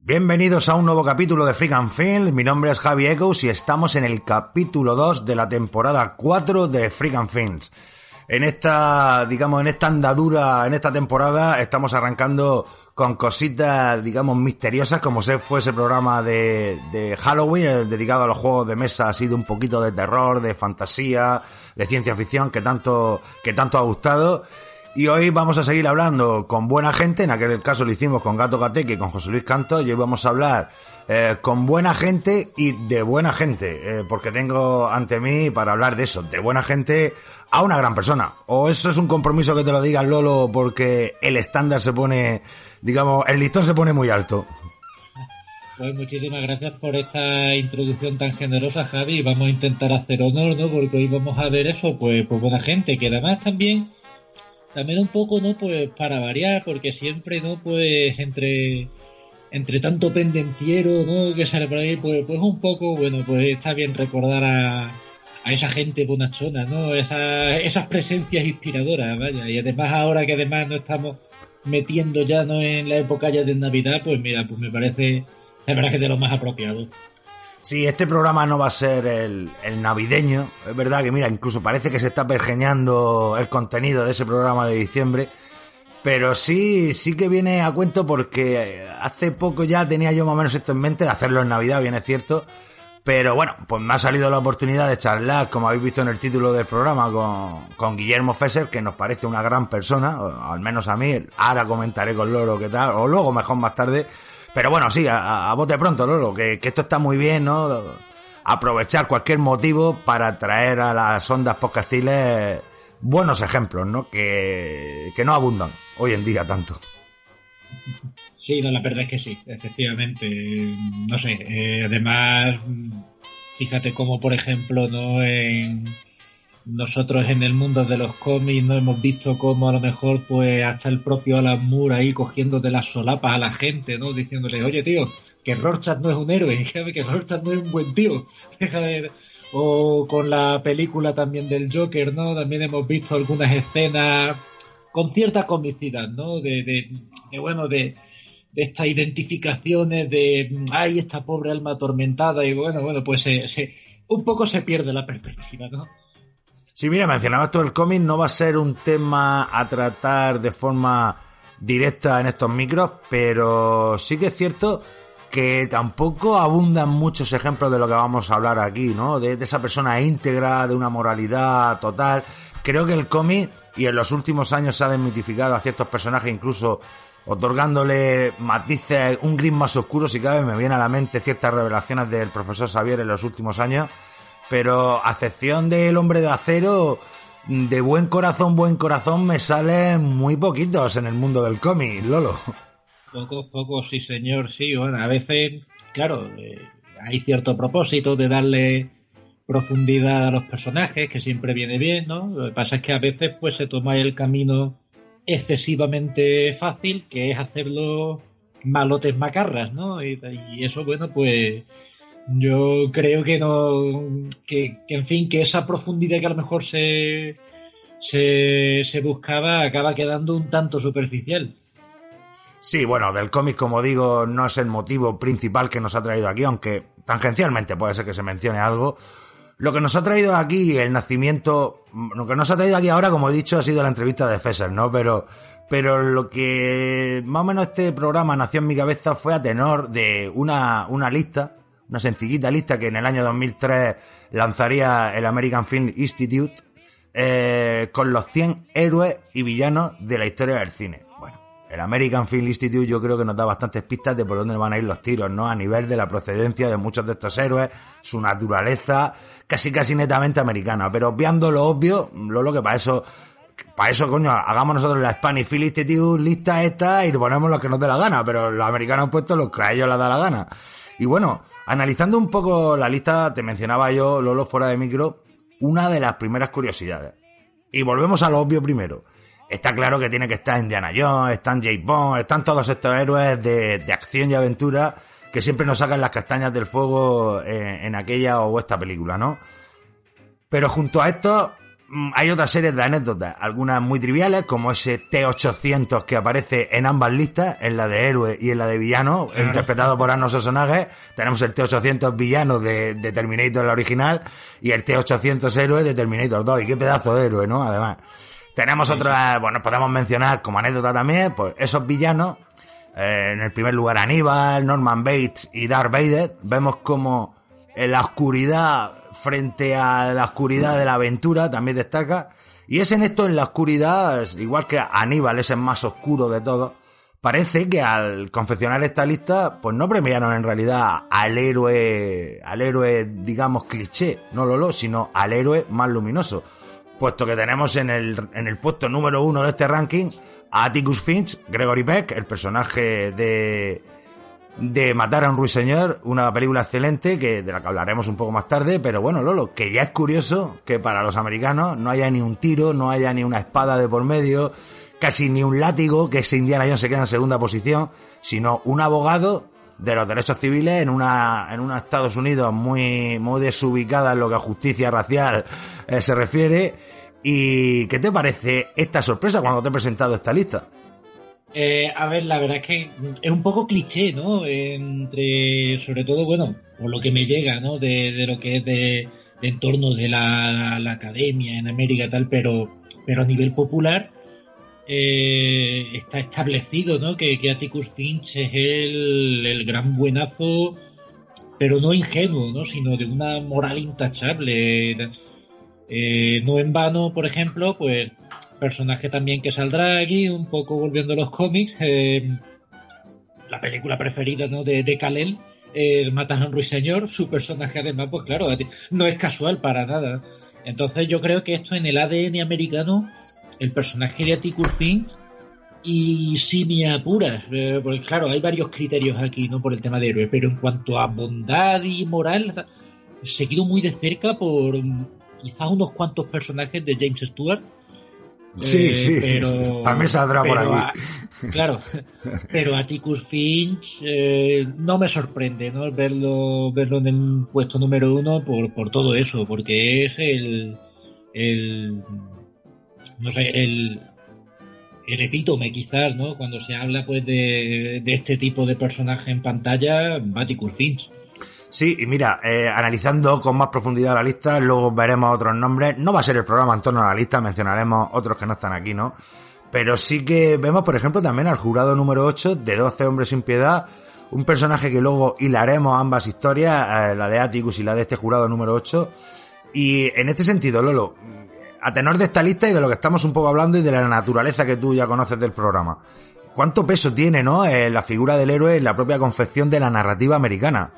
Bienvenidos a un nuevo capítulo de Freak and Film. Mi nombre es Javi Echoes y estamos en el capítulo 2 de la temporada 4 de Freak and Films. En esta andadura, en esta temporada, estamos arrancando con cositas, misteriosas, como se fue ese programa de Halloween, dedicado a los juegos de mesa, así de un poquito de terror, de fantasía, de ciencia ficción, que tanto ha gustado. Y hoy vamos a seguir hablando con buena gente. En aquel caso lo hicimos con Gato Gateque y con José Luis Canto, y hoy vamos a hablar con buena gente y de buena gente, porque tengo ante mí, para hablar de eso, de buena gente, a una gran persona. O eso es un compromiso que te lo diga Lolo, porque el estándar se pone, el listón se pone muy alto. Pues muchísimas gracias por esta introducción tan generosa, Javi. Vamos a intentar hacer honor, ¿no? Porque hoy vamos a ver eso, pues buena gente, que además también un poco, ¿no? Pues para variar, porque siempre, ¿no? Pues entre tanto pendenciero, ¿no? Que sale por ahí, pues un poco, bueno, pues está bien recordar a esa gente bonachona, ¿no? Esas presencias inspiradoras, vaya. Y además ahora que además nos estamos metiendo ya, ¿no? En la época ya de Navidad, pues mira, pues me parece, la verdad, que de lo más apropiado. Sí, este programa no va a ser el navideño. Es verdad que, mira, incluso parece que se está pergeñando el contenido de ese programa de diciembre. Pero sí que viene a cuento, porque hace poco ya tenía yo más o menos esto en mente, de hacerlo en Navidad, bien es cierto. Pero bueno, pues me ha salido la oportunidad de charlar, como habéis visto en el título del programa, con Guillermo Fesser, que nos parece una gran persona, o al menos a mí. Ahora comentaré con Loro qué tal, o luego mejor más tarde. Pero bueno, sí, a bote pronto, Lolo, que esto está muy bien, ¿no? Aprovechar cualquier motivo para traer a las ondas podcastiles buenos ejemplos, ¿no? Que no abundan hoy en día tanto. Sí, no, la verdad es que sí, efectivamente. No sé, además, fíjate cómo, por ejemplo, ¿no? Nosotros en el mundo de los cómics no hemos visto cómo a lo mejor pues hasta el propio Alan Moore ahí cogiendo de las solapas a la gente, ¿no? Diciéndole, oye tío, que Rorschach no es un héroe, que Rorschach no es un buen tío. O con la película también del Joker, ¿no? También hemos visto algunas escenas con cierta comicidad, ¿no? De estas identificaciones de ay, esta pobre alma atormentada, y bueno, pues un poco se pierde la perspectiva, ¿no? Sí, mira, mencionabas tú el cómic, no va a ser un tema a tratar de forma directa en estos micros, pero sí que es cierto que tampoco abundan muchos ejemplos de lo que vamos a hablar aquí, ¿no? De esa persona íntegra, de una moralidad total. Creo que el cómic, y en los últimos años se ha desmitificado a ciertos personajes, incluso otorgándole matices, un gris más oscuro, si cabe. Me viene a la mente ciertas revelaciones del profesor Xavier en los últimos años. Pero a excepción del Hombre de Acero, de buen corazón me salen muy poquitos en el mundo del cómic, Lolo. Pocos, sí señor, sí. Bueno, a veces, claro, hay cierto propósito de darle profundidad a los personajes, que siempre viene bien, ¿no? Lo que pasa es que a veces pues se toma el camino excesivamente fácil, que es hacerlo malotes macarras, ¿no? Y eso, bueno, pues yo creo que no, que en fin, que esa profundidad que a lo mejor se buscaba acaba quedando un tanto superficial. Sí, bueno, del cómic, como digo, no es el motivo principal que nos ha traído aquí, aunque tangencialmente puede ser que se mencione algo. Lo que nos ha traído aquí, el nacimiento, lo que nos ha traído aquí ahora, como he dicho, ha sido la entrevista de Fesser, ¿no? Pero lo que más o menos este programa nació en mi cabeza fue a tenor de una lista, una sencillita lista que en el año 2003 lanzaría el American Film Institute, con los 100 héroes y villanos de la historia del cine. Bueno, el American Film Institute yo creo que nos da bastantes pistas de por dónde van a ir los tiros, ¿no? A nivel de la procedencia de muchos de estos héroes, su naturaleza casi netamente americana. Pero obviando lo obvio, lo que para eso, coño, hagamos nosotros la Spanish Film Institute lista esta y ponemos los que nos dé la gana, pero los americanos han puesto los que a ellos les da la gana. Y bueno, analizando un poco la lista, te mencionaba yo, Lolo, fuera de micro, una de las primeras curiosidades. Y volvemos a lo obvio primero. Está claro que tiene que estar Indiana Jones, están James Bond, están todos estos héroes de acción y aventura que siempre nos sacan las castañas del fuego en aquella o esta película, ¿no? Pero junto a estos, hay otras series de anécdotas, algunas muy triviales, como ese T-800 que aparece en ambas listas, en la de héroe y en la de villano, claro, interpretado por Arnold Schwarzenegger. Tenemos el T-800 villano de Terminator, la original, y el T-800 héroe de Terminator 2. Y qué pedazo de héroe, ¿no? Además, tenemos otras, bueno, podemos mencionar como anécdota también, pues esos villanos, en el primer lugar Aníbal, Norman Bates y Darth Vader. Vemos como en la oscuridad, frente a la oscuridad de la aventura, también destaca. Y es en esto, en la oscuridad, igual que Aníbal es el más oscuro de todos, parece que al confeccionar esta lista, pues no premiaron en realidad al héroe, digamos, cliché, no Lolo, sino al héroe más luminoso. Puesto que tenemos en el puesto número 1 de este ranking a Atticus Finch, Gregory Peck, el personaje de Matar a un ruiseñor, una película excelente de la que hablaremos un poco más tarde, pero bueno, Lolo, que ya es curioso que para los americanos no haya ni un tiro, no haya ni una espada de por medio, casi ni un látigo, que ese Indiana Jones se queda en segunda posición, sino un abogado de los derechos civiles en una Estados Unidos muy desubicada en lo que a justicia racial se refiere. ¿Y qué te parece esta sorpresa cuando te he presentado esta lista? A ver, la verdad es que es un poco cliché, ¿no? Sobre todo, bueno, por lo que me llega, ¿no? De lo que es de entornos de la academia en América y tal, pero a nivel popular está establecido, ¿no? Que Atticus Finch es el gran buenazo, pero no ingenuo, ¿no? Sino de una moral intachable. No en vano, por ejemplo, pues personaje también que saldrá aquí, un poco volviendo a los cómics, la película preferida, ¿no? de Kal-El, Matar a un ruiseñor. Su personaje además, pues claro, no es casual para nada. Entonces yo creo que esto en el ADN americano, el personaje de Atticus Finch, y si me apuras, porque claro, hay varios criterios aquí, ¿no? Por el tema de héroe, pero en cuanto a bondad y moral, seguido muy de cerca por quizás unos cuantos personajes de James Stewart. Sí, pero también saldrá por aquí. Claro, pero Atticus Finch no me sorprende, ¿no? Verlo en el puesto número 1 por todo eso, porque es el epítome quizás, ¿no? Cuando se habla pues de este tipo de personaje en pantalla, Atticus Finch. Sí, y mira, analizando con más profundidad la lista, luego veremos otros nombres. No va a ser el programa en torno a la lista, mencionaremos otros que no están aquí, ¿no? Pero sí que vemos, por ejemplo, también al jurado número 8 de 12 hombres sin piedad, un personaje que luego hilaremos ambas historias, la de Atticus y la de este jurado número 8. Y en este sentido, Lolo, a tenor de esta lista y de lo que estamos un poco hablando y de la naturaleza que tú ya conoces del programa, ¿cuánto peso tiene, no, la figura del héroe en la propia confección de la narrativa americana?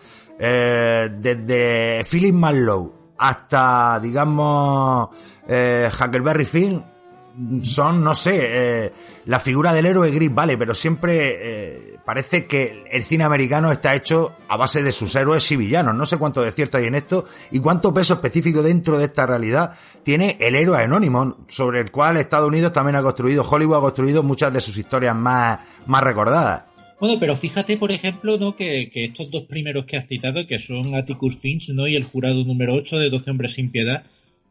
Desde Philip Marlowe hasta, digamos, Huckleberry Finn, son, no sé, la figura del héroe gris, vale, pero siempre parece que el cine americano está hecho a base de sus héroes y villanos. No sé cuánto de cierto hay en esto y cuánto peso específico dentro de esta realidad tiene el héroe anónimo, sobre el cual Estados Unidos también ha construido, Hollywood ha construido muchas de sus historias más recordadas. Bueno, pero fíjate, por ejemplo, ¿no? que estos dos primeros que has citado, que son Atticus Finch, ¿no? y el jurado número 8 de 12 hombres sin piedad,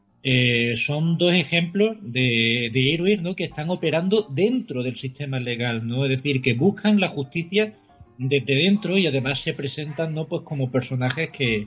son dos ejemplos de héroes, ¿no? que están operando dentro del sistema legal, ¿no? Es decir, que buscan la justicia desde dentro y además se presentan, ¿no? pues como personajes que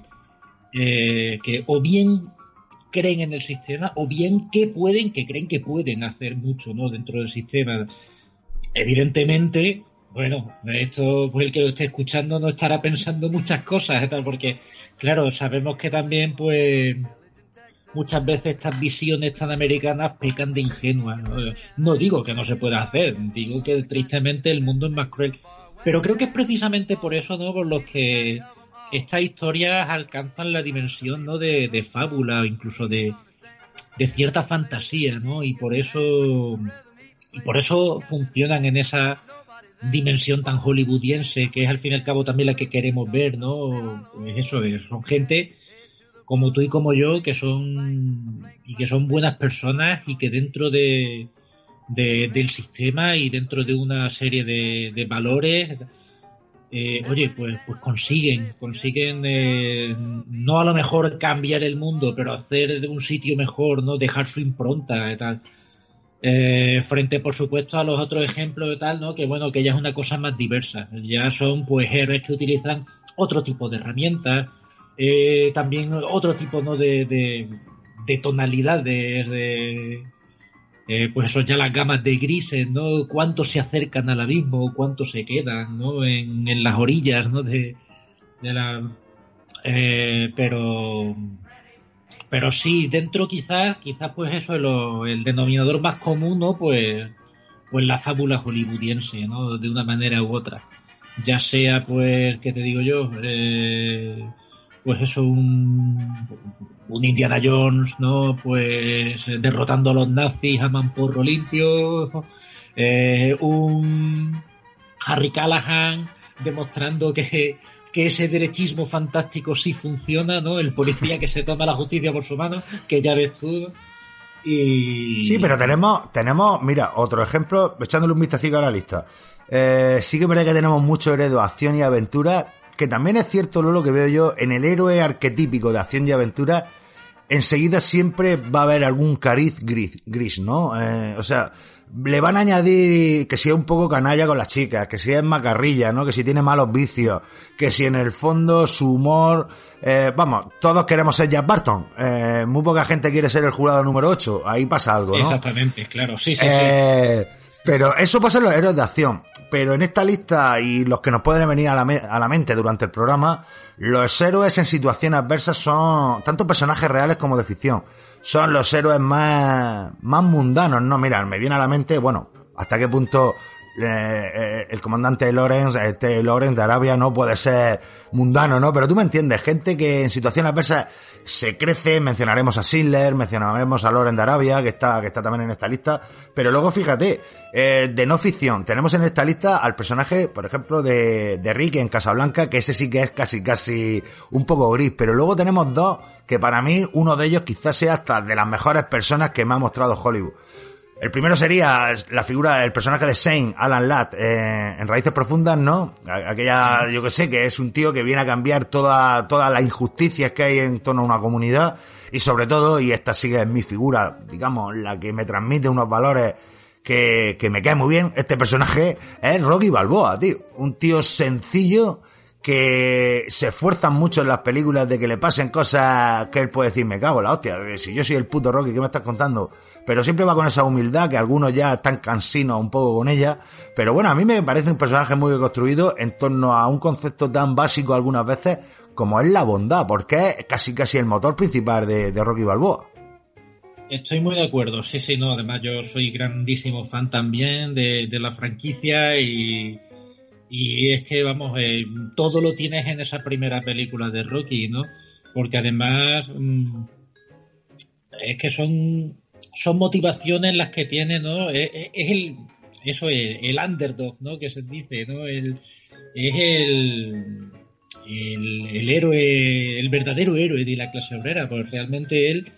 o bien creen en el sistema o bien que creen que pueden hacer mucho, ¿no? dentro del sistema. Evidentemente, bueno, esto, pues el que lo esté escuchando no estará pensando muchas cosas, tal, porque, claro, sabemos que también, pues, muchas veces estas visiones tan americanas pecan de ingenuas, ¿no? No digo que no se pueda hacer, digo que tristemente el mundo es más cruel. Pero creo que es precisamente por eso, ¿no? Por lo que estas historias alcanzan la dimensión, ¿no? de fábula o incluso de cierta fantasía, ¿no? Y por eso funcionan en esa dimensión tan hollywoodiense, que es al fin y al cabo también la que queremos ver, ¿no? Pues eso es, son gente como tú y como yo que son buenas personas y que dentro del sistema y dentro de una serie de valores oye, pues consiguen no a lo mejor cambiar el mundo, pero hacer de un sitio mejor, ¿no? Dejar su impronta y tal. Frente, por supuesto, a los otros ejemplos y tal, ¿no? Que bueno, que ya es una cosa más diversa. Ya son, pues, héroes que utilizan otro tipo de herramientas, también otro tipo, ¿no? De tonalidades, pues eso, ya las gamas de grises, ¿no? Cuánto se acercan al abismo, cuánto se quedan, ¿no? En las orillas, ¿no? De la... pero sí, dentro quizás pues eso es el denominador más común, ¿no? Pues la fábula hollywoodiense, ¿no? De una manera u otra. Ya sea, pues, ¿qué te digo yo? Pues eso, un Indiana Jones, ¿no? Pues derrotando a los nazis a mamporro limpio. Un Harry Callahan demostrando que ese derechismo fantástico sí funciona, ¿no? El policía que se toma la justicia por su mano, que ya ves tú. Y... Sí, pero tenemos, mira, otro ejemplo, echándole un vistacito a la lista. Sí que es verdad que tenemos mucho héroe de acción y aventura, que también es cierto, lo que veo yo, en el héroe arquetípico de acción y aventura, enseguida siempre va a haber algún cariz gris, ¿no? O sea, le van a añadir que si es un poco canalla con las chicas, que si es macarrilla, ¿no? Que si tiene malos vicios, que si en el fondo su humor... vamos, todos queremos ser Jack Barton. Muy poca gente quiere ser el jurado número 8. Ahí pasa algo, ¿no? Exactamente, claro, sí. Pero eso pasa en los héroes de acción. Pero en esta lista y los que nos pueden venir a la mente durante el programa, los héroes en situaciones adversas son tanto personajes reales como de ficción. Son los héroes más mundanos, ¿no? Mira, me viene a la mente, bueno, hasta qué punto el comandante Lawrence de Arabia no puede ser mundano, ¿no? Pero tú me entiendes, gente que en situaciones adversas se crece, mencionaremos a Schindler, mencionaremos a Lawrence de Arabia, que está también en esta lista, pero luego fíjate, de no ficción, tenemos en esta lista al personaje, por ejemplo, de Rick en Casablanca, que ese sí que es casi un poco gris, pero luego tenemos dos, que para mí uno de ellos quizás sea hasta de las mejores personas que me ha mostrado Hollywood. El primero sería el personaje de Shane, Alan Ladd, en Raíces Profundas, ¿no? Aquella, yo que sé, que es un tío que viene a cambiar todas las injusticias que hay en torno a una comunidad y sobre todo, y esta sigue es mi figura, digamos, la que me transmite unos valores que me cae muy bien, este personaje es Rocky Balboa, tío. Un tío sencillo que se esfuerzan mucho en las películas de que le pasen cosas que él puede decir, me cago en la hostia, si yo soy el puto Rocky, ¿qué me estás contando? Pero siempre va con esa humildad, que algunos ya están cansinos un poco con ella, pero bueno, a mí me parece un personaje muy bien construido en torno a un concepto tan básico algunas veces como es la bondad, porque es casi el motor principal de Rocky Balboa. Estoy muy de acuerdo, sí, no, además yo soy grandísimo fan también de la franquicia y es que, vamos, todo lo tienes en esa primera película de Rocky, ¿no? Porque además es que son motivaciones las que tiene, ¿no? Es el underdog, ¿no? Que se dice, ¿no? Es el héroe, el verdadero héroe de la clase obrera, porque realmente él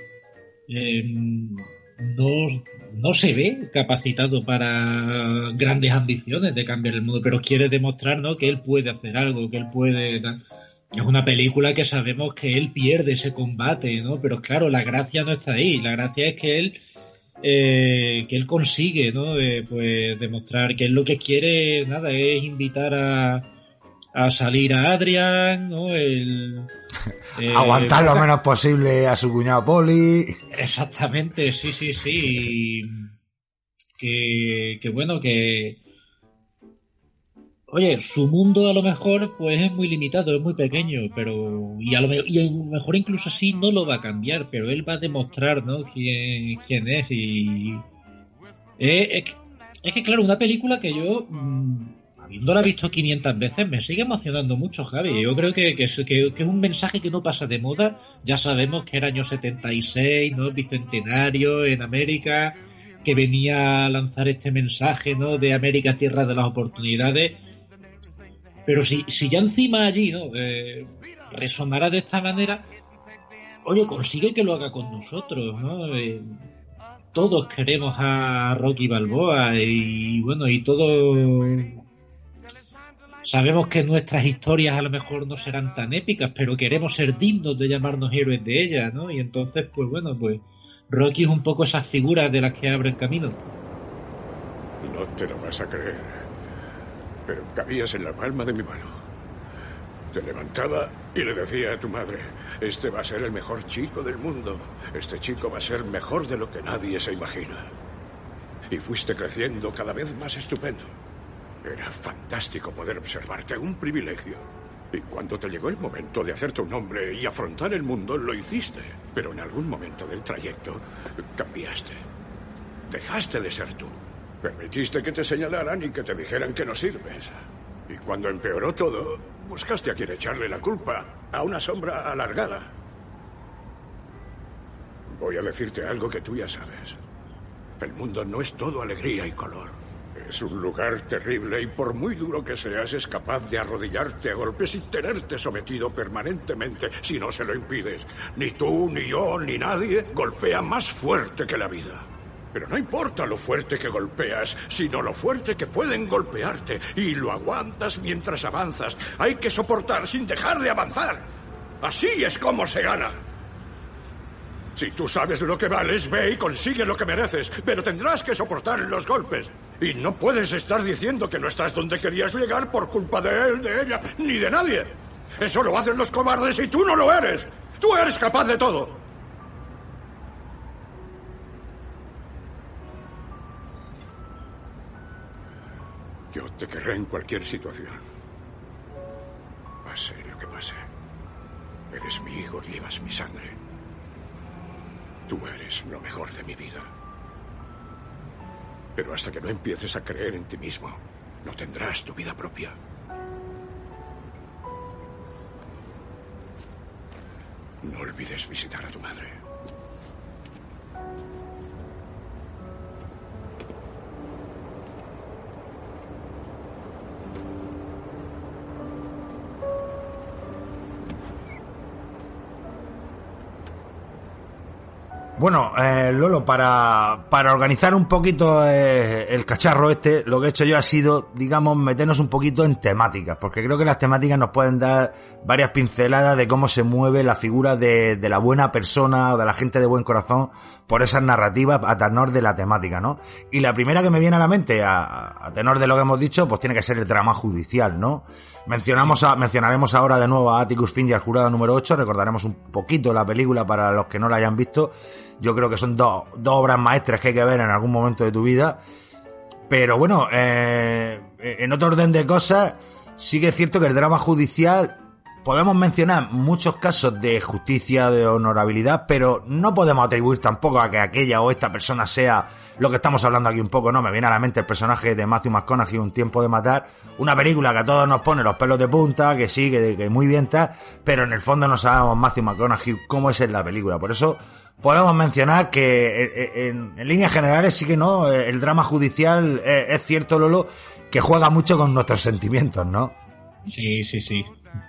no se ve capacitado para grandes ambiciones de cambiar el mundo, pero quiere demostrar, ¿no? Que él puede hacer algo, que él puede... Es una película que sabemos que él pierde ese combate, ¿no? Pero claro, la gracia no está ahí, la gracia es que él consigue, ¿no? Pues demostrar que él lo que quiere, nada, es invitar a salir a Adrian, ¿no? Aguantar lo menos posible a su cuñado Poli. Exactamente, sí. Que bueno, que... Oye, su mundo a lo mejor pues es muy limitado, es muy pequeño, pero... Y a lo mejor incluso así no lo va a cambiar, pero él va a demostrar, ¿no? quién es y... Es que claro, una película que yo... habiéndola visto 500 veces, me sigue emocionando mucho, Javi. Yo creo que es un mensaje que no pasa de moda. Ya sabemos que era año 76, ¿no? Bicentenario en América, que venía a lanzar este mensaje, ¿no? De América, tierra de las oportunidades. Pero si ya encima allí, ¿no? Resonará de esta manera, oye, consigue que lo haga con nosotros, ¿no? Todos queremos a Rocky Balboa y bueno, y todo... Sabemos que nuestras historias a lo mejor no serán tan épicas, pero queremos ser dignos de llamarnos héroes de ellas, ¿no? Y entonces, pues bueno, pues Rocky es un poco esas figuras de las que abre el camino. No te lo vas a creer, pero cabías en la palma de mi mano. Te levantaba y le decía a tu madre: este va a ser el mejor chico del mundo. Este chico va a ser mejor de lo que nadie se imagina. Y fuiste creciendo cada vez más estupendo. Era fantástico poder observarte, un privilegio. Y cuando te llegó el momento de hacerte un hombre y afrontar el mundo, lo hiciste. Pero en algún momento del trayecto cambiaste. Dejaste de ser tú. Permitiste que te señalaran y que te dijeran que no sirves. Y cuando empeoró todo, buscaste a quien echarle la culpa, a una sombra alargada. Voy a decirte algo que tú ya sabes. El mundo no es todo alegría y color. Es un lugar terrible y por muy duro que seas, es capaz de arrodillarte a golpes y tenerte sometido permanentemente si no se lo impides. Ni tú, ni yo, ni nadie golpea más fuerte que la vida. Pero no importa lo fuerte que golpeas, sino lo fuerte que pueden golpearte. Y lo aguantas mientras avanzas. Hay que soportar sin dejar de avanzar. Así es como se gana. Si tú sabes lo que vales, ve y consigue lo que mereces. Pero tendrás que soportar los golpes. Y no puedes estar diciendo que no estás donde querías llegar por culpa de él, de ella, ni de nadie. Eso lo hacen los cobardes y tú no lo eres. Tú eres capaz de todo. Yo te querré en cualquier situación. Pase lo que pase. Eres mi hijo y llevas mi sangre. Tú eres lo mejor de mi vida. Pero hasta que no empieces a creer en ti mismo, no tendrás tu vida propia. No olvides visitar a tu madre. Bueno, Lolo, para organizar un poquito el cacharro este, lo que he hecho yo ha sido, digamos, meternos un poquito en temáticas, porque creo que las temáticas nos pueden dar varias pinceladas de cómo se mueve la figura de la buena persona o de la gente de buen corazón por esas narrativas a tenor de la temática, ¿no? Y la primera que me viene a la mente, a tenor de lo que hemos dicho, pues tiene que ser el drama judicial, ¿no? Mencionaremos ahora de nuevo a Atticus Finch, jurado número 8, recordaremos un poquito la película para los que no la hayan visto. Yo creo que son dos obras maestras que hay que ver en algún momento de tu vida. Pero bueno, en otro orden de cosas, sí que es cierto que el drama judicial podemos mencionar muchos casos de justicia, de honorabilidad, pero no podemos atribuir tampoco a que aquella o esta persona sea lo que estamos hablando aquí un poco, ¿no? Me viene a la mente el personaje de Matthew McConaughey, Un tiempo de matar, una película que a todos nos pone los pelos de punta, que sí, que muy bien está, pero en el fondo no sabemos Matthew McConaughey cómo es en la película. Por eso podemos mencionar que en líneas generales sí que no, el drama judicial es cierto, Lolo, que juega mucho con nuestros sentimientos, ¿no? Sí, sí, sí.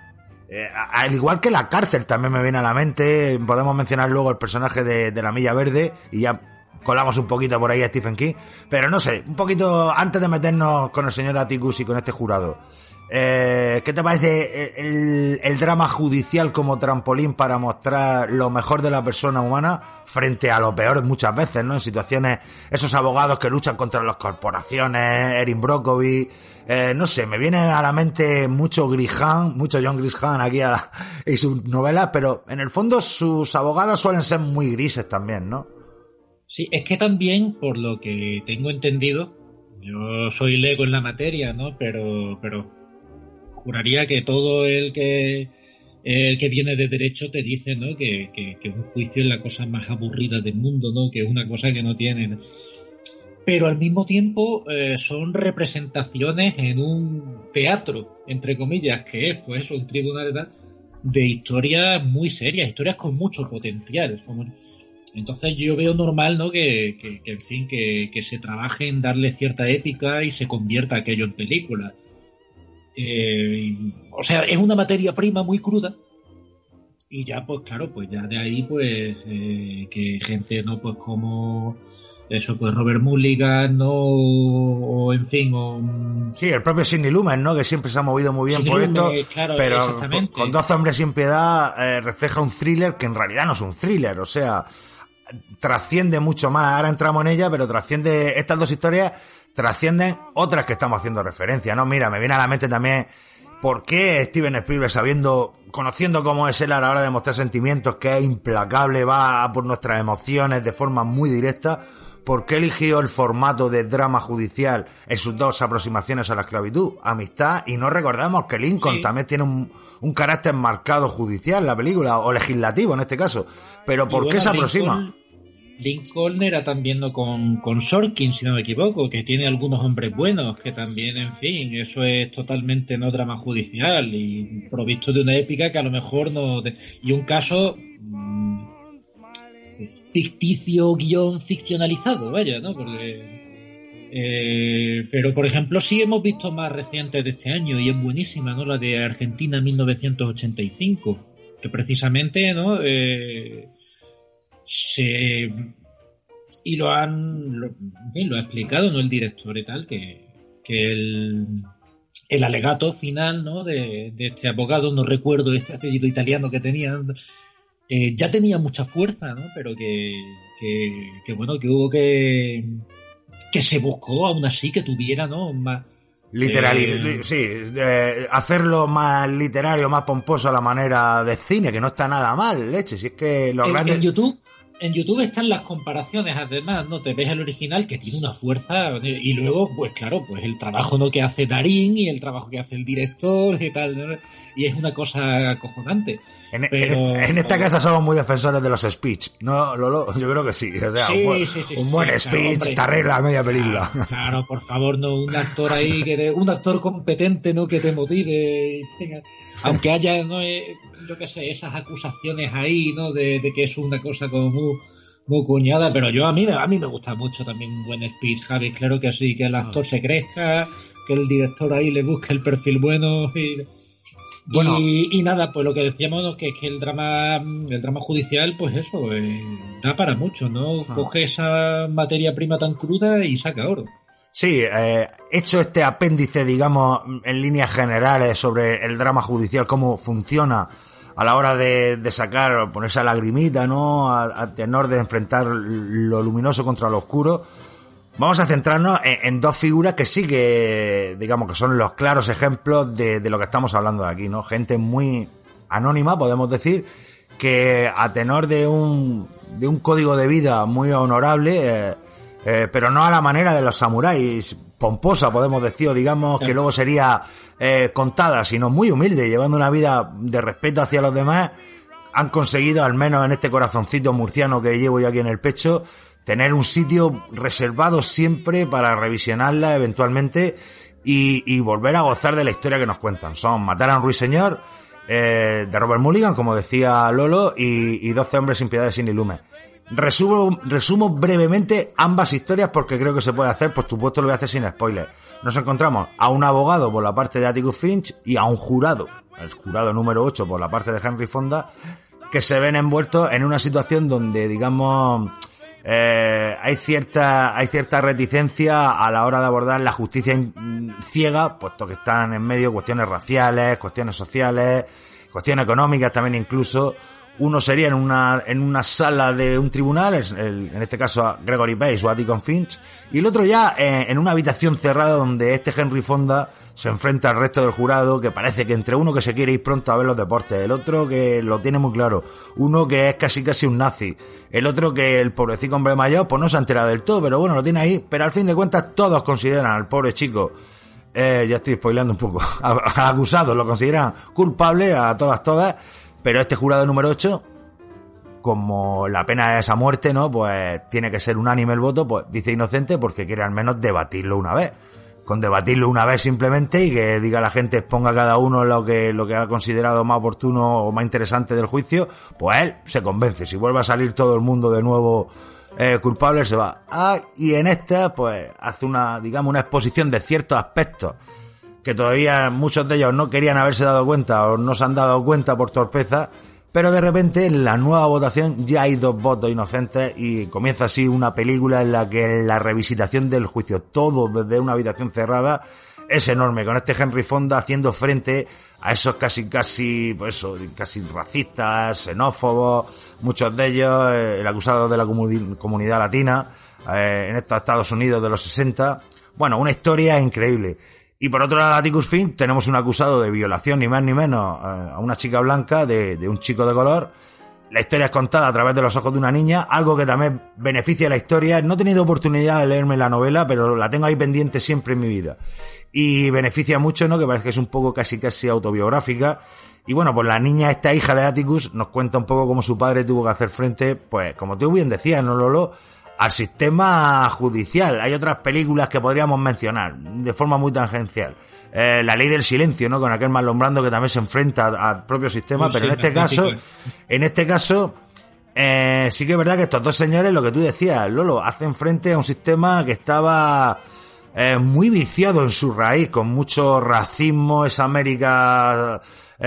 Al igual que la cárcel también me viene a la mente. Podemos mencionar luego el personaje de La Milla Verde y ya colamos un poquito por ahí a Stephen King, pero no sé, un poquito antes de meternos con el señor Atticus y con este jurado, ¿qué te parece el drama judicial como trampolín para mostrar lo mejor de la persona humana frente a lo peor muchas veces, ¿no? En situaciones, esos abogados que luchan contra las corporaciones, Erin Brockovich, no sé, me viene a la mente mucho Grisham, mucho John Grisham aquí y sus novelas, pero en el fondo sus abogados suelen ser muy grises también, ¿no? Sí, es que también, por lo que tengo entendido, yo soy lego en la materia, ¿no? Pero juraría que todo el que viene de derecho te dice, ¿no? Que un juicio es la cosa más aburrida del mundo, ¿no? Que es una cosa que no tienen. Pero al mismo tiempo son representaciones en un teatro, entre comillas, que es, pues eso, un tribunal de historias muy serias, historias con mucho potencial. Entonces yo veo normal, ¿no? Que en fin, que se trabaje en darle cierta épica y se convierta aquello en película. O sea, es una materia prima muy cruda. Y ya, pues claro, pues ya de ahí, pues que gente, ¿no? Pues como eso, pues Robert Mulligan, ¿no? O en fin, o... Sí, el propio Sidney Lumet, ¿no? Que siempre se ha movido muy bien por esto, claro, pero con 12 hombres sin piedad refleja un thriller que en realidad no es un thriller, o sea, trasciende mucho más. Ahora entramos en ella, pero trasciende, estas dos historias trascienden otras que estamos haciendo referencia, ¿no? Mira, me viene a la mente también por qué Steven Spielberg, conociendo cómo es él a la hora de mostrar sentimientos, que es implacable, va por nuestras emociones de forma muy directa. ¿Por qué eligió el formato de drama judicial en sus dos aproximaciones a la esclavitud? Amistad, y no recordamos que Lincoln también tiene un carácter marcado judicial en la película, o legislativo en este caso. Pero ¿por qué se aproxima? Lincoln era también, ¿no?, con Sorkin, si no me equivoco, que tiene algunos hombres buenos, que también, en fin, eso es totalmente no drama judicial y provisto de una épica que a lo mejor no... Y un caso... ficticio, guión ficcionalizado, vaya, ¿no? Porque pero por ejemplo sí hemos visto más recientes de este año y es buenísima, ¿no? La de Argentina 1985, que precisamente, ¿no? Y lo ha explicado, ¿no?, el director y tal, que el alegato final, ¿no?, de este abogado, no recuerdo este apellido italiano que tenía, ya tenía mucha fuerza, ¿no? Pero que bueno, que hubo que se buscó aún así que tuviera, ¿no?, más literal, sí, hacerlo más literario, más pomposo a la manera de cine, que no está nada mal, leche, si es que los grandes... En YouTube están las comparaciones, además, ¿no? Te ves el original que tiene una fuerza y luego, pues claro, pues el trabajo, ¿no?, que hace Darín y el trabajo que hace el director y tal, ¿no? Y es una cosa acojonante. En esta casa somos muy defensores de los speech, ¿no, Lolo? Yo creo que sí. O sea, un buen speech, claro, te arregla media película. Claro, por favor, no, un actor ahí, un actor competente, ¿no?, que te motive. Aunque haya, ¿no?, yo qué sé, esas acusaciones ahí, ¿no?, de que es una cosa como muy cuñada, pero a mí me gusta mucho también un buen speech, Javi, claro que sí, que el actor se crezca, que el director ahí le busque el perfil bueno y nada, pues lo que decíamos, ¿no?, que es que el drama judicial, pues eso, da para mucho, ¿no? Coge esa materia prima tan cruda y saca oro. Sí, hecho este apéndice, digamos, en líneas generales sobre el drama judicial, cómo funciona a la hora de sacar, ponerse a lagrimita, ¿no?, a tenor de enfrentar lo luminoso contra lo oscuro. Vamos a centrarnos en dos figuras que sí que, digamos, que son los claros ejemplos de lo que estamos hablando de aquí, ¿no? Gente muy anónima, podemos decir, que a tenor de un código de vida muy honorable, pero no a la manera de los samuráis, pomposa, podemos decir, o digamos, que luego sería contada, sino muy humilde, llevando una vida de respeto hacia los demás. Han conseguido, al menos en este corazoncito murciano que llevo yo aquí en el pecho, tener un sitio reservado siempre para revisionarla eventualmente y volver a gozar de la historia que nos cuentan. Son Matar a un ruiseñor, de Robert Mulligan, como decía Lolo, y 12 hombres sin piedad de Sidney Lumet. Resumo brevemente ambas historias porque creo que se puede hacer, por supuesto lo voy a hacer sin spoiler. Nos encontramos a un abogado por la parte de Atticus Finch y a un jurado, el jurado número 8 por la parte de Henry Fonda, que se ven envueltos en una situación donde, digamos, hay cierta reticencia a la hora de abordar la justicia ciega, puesto que están en medio cuestiones raciales, cuestiones sociales, cuestiones económicas también incluso. Uno sería en una sala de un tribunal, en este caso a Gregory Bates o Atticus Finch, y el otro ya en una habitación cerrada donde este Henry Fonda se enfrenta al resto del jurado, que parece que entre uno que se quiere ir pronto a ver los deportes, el otro que lo tiene muy claro, uno que es casi un nazi, el otro que el pobrecito hombre mayor pues no se ha enterado del todo, pero bueno, lo tiene ahí, pero al fin de cuentas todos consideran al pobre chico, ya estoy spoileando un poco, al acusado lo consideran culpable a todas, pero este jurado número 8, como la pena es a muerte, ¿no?, pues tiene que ser unánime el voto, pues dice inocente porque quiere al menos debatirlo una vez. Con debatirlo una vez simplemente y que diga la gente, exponga cada uno lo que ha considerado más oportuno o más interesante del juicio, pues él se convence. Si vuelve a salir todo el mundo de nuevo culpable, se va. Y en esta, pues hace una exposición de ciertos aspectos que todavía muchos de ellos no querían haberse dado cuenta o no se han dado cuenta por torpeza, pero de repente en la nueva votación ya hay 2 votos inocentes y comienza así una película en la que la revisitación del juicio, todo desde una habitación cerrada, es enorme, con este Henry Fonda haciendo frente a esos casi racistas, xenófobos, muchos de ellos, el acusado de la comunidad latina, en estos Estados Unidos de los 60. Bueno, una historia increíble. Y por otro lado, Atticus Finch, tenemos un acusado de violación, ni más ni menos, a una chica blanca de un chico de color. La historia es contada a través de los ojos de una niña, algo que también beneficia la historia. No he tenido oportunidad de leerme la novela, pero la tengo ahí pendiente siempre en mi vida. Y beneficia mucho, ¿no? Que parece que es un poco casi autobiográfica. Y bueno, pues la niña, esta hija de Atticus, nos cuenta un poco cómo su padre tuvo que hacer frente, pues, como tú bien decías, ¿no, Lolo?, al sistema judicial. Hay otras películas que podríamos mencionar de forma muy tangencial. La ley del silencio, ¿no? Con aquel Marlon Brando que también se enfrenta al propio sistema, pero en este caso, sí que es verdad que estos dos señores, lo que tú decías, Lolo, hacen frente a un sistema que estaba muy viciado en su raíz, con mucho racismo, esa América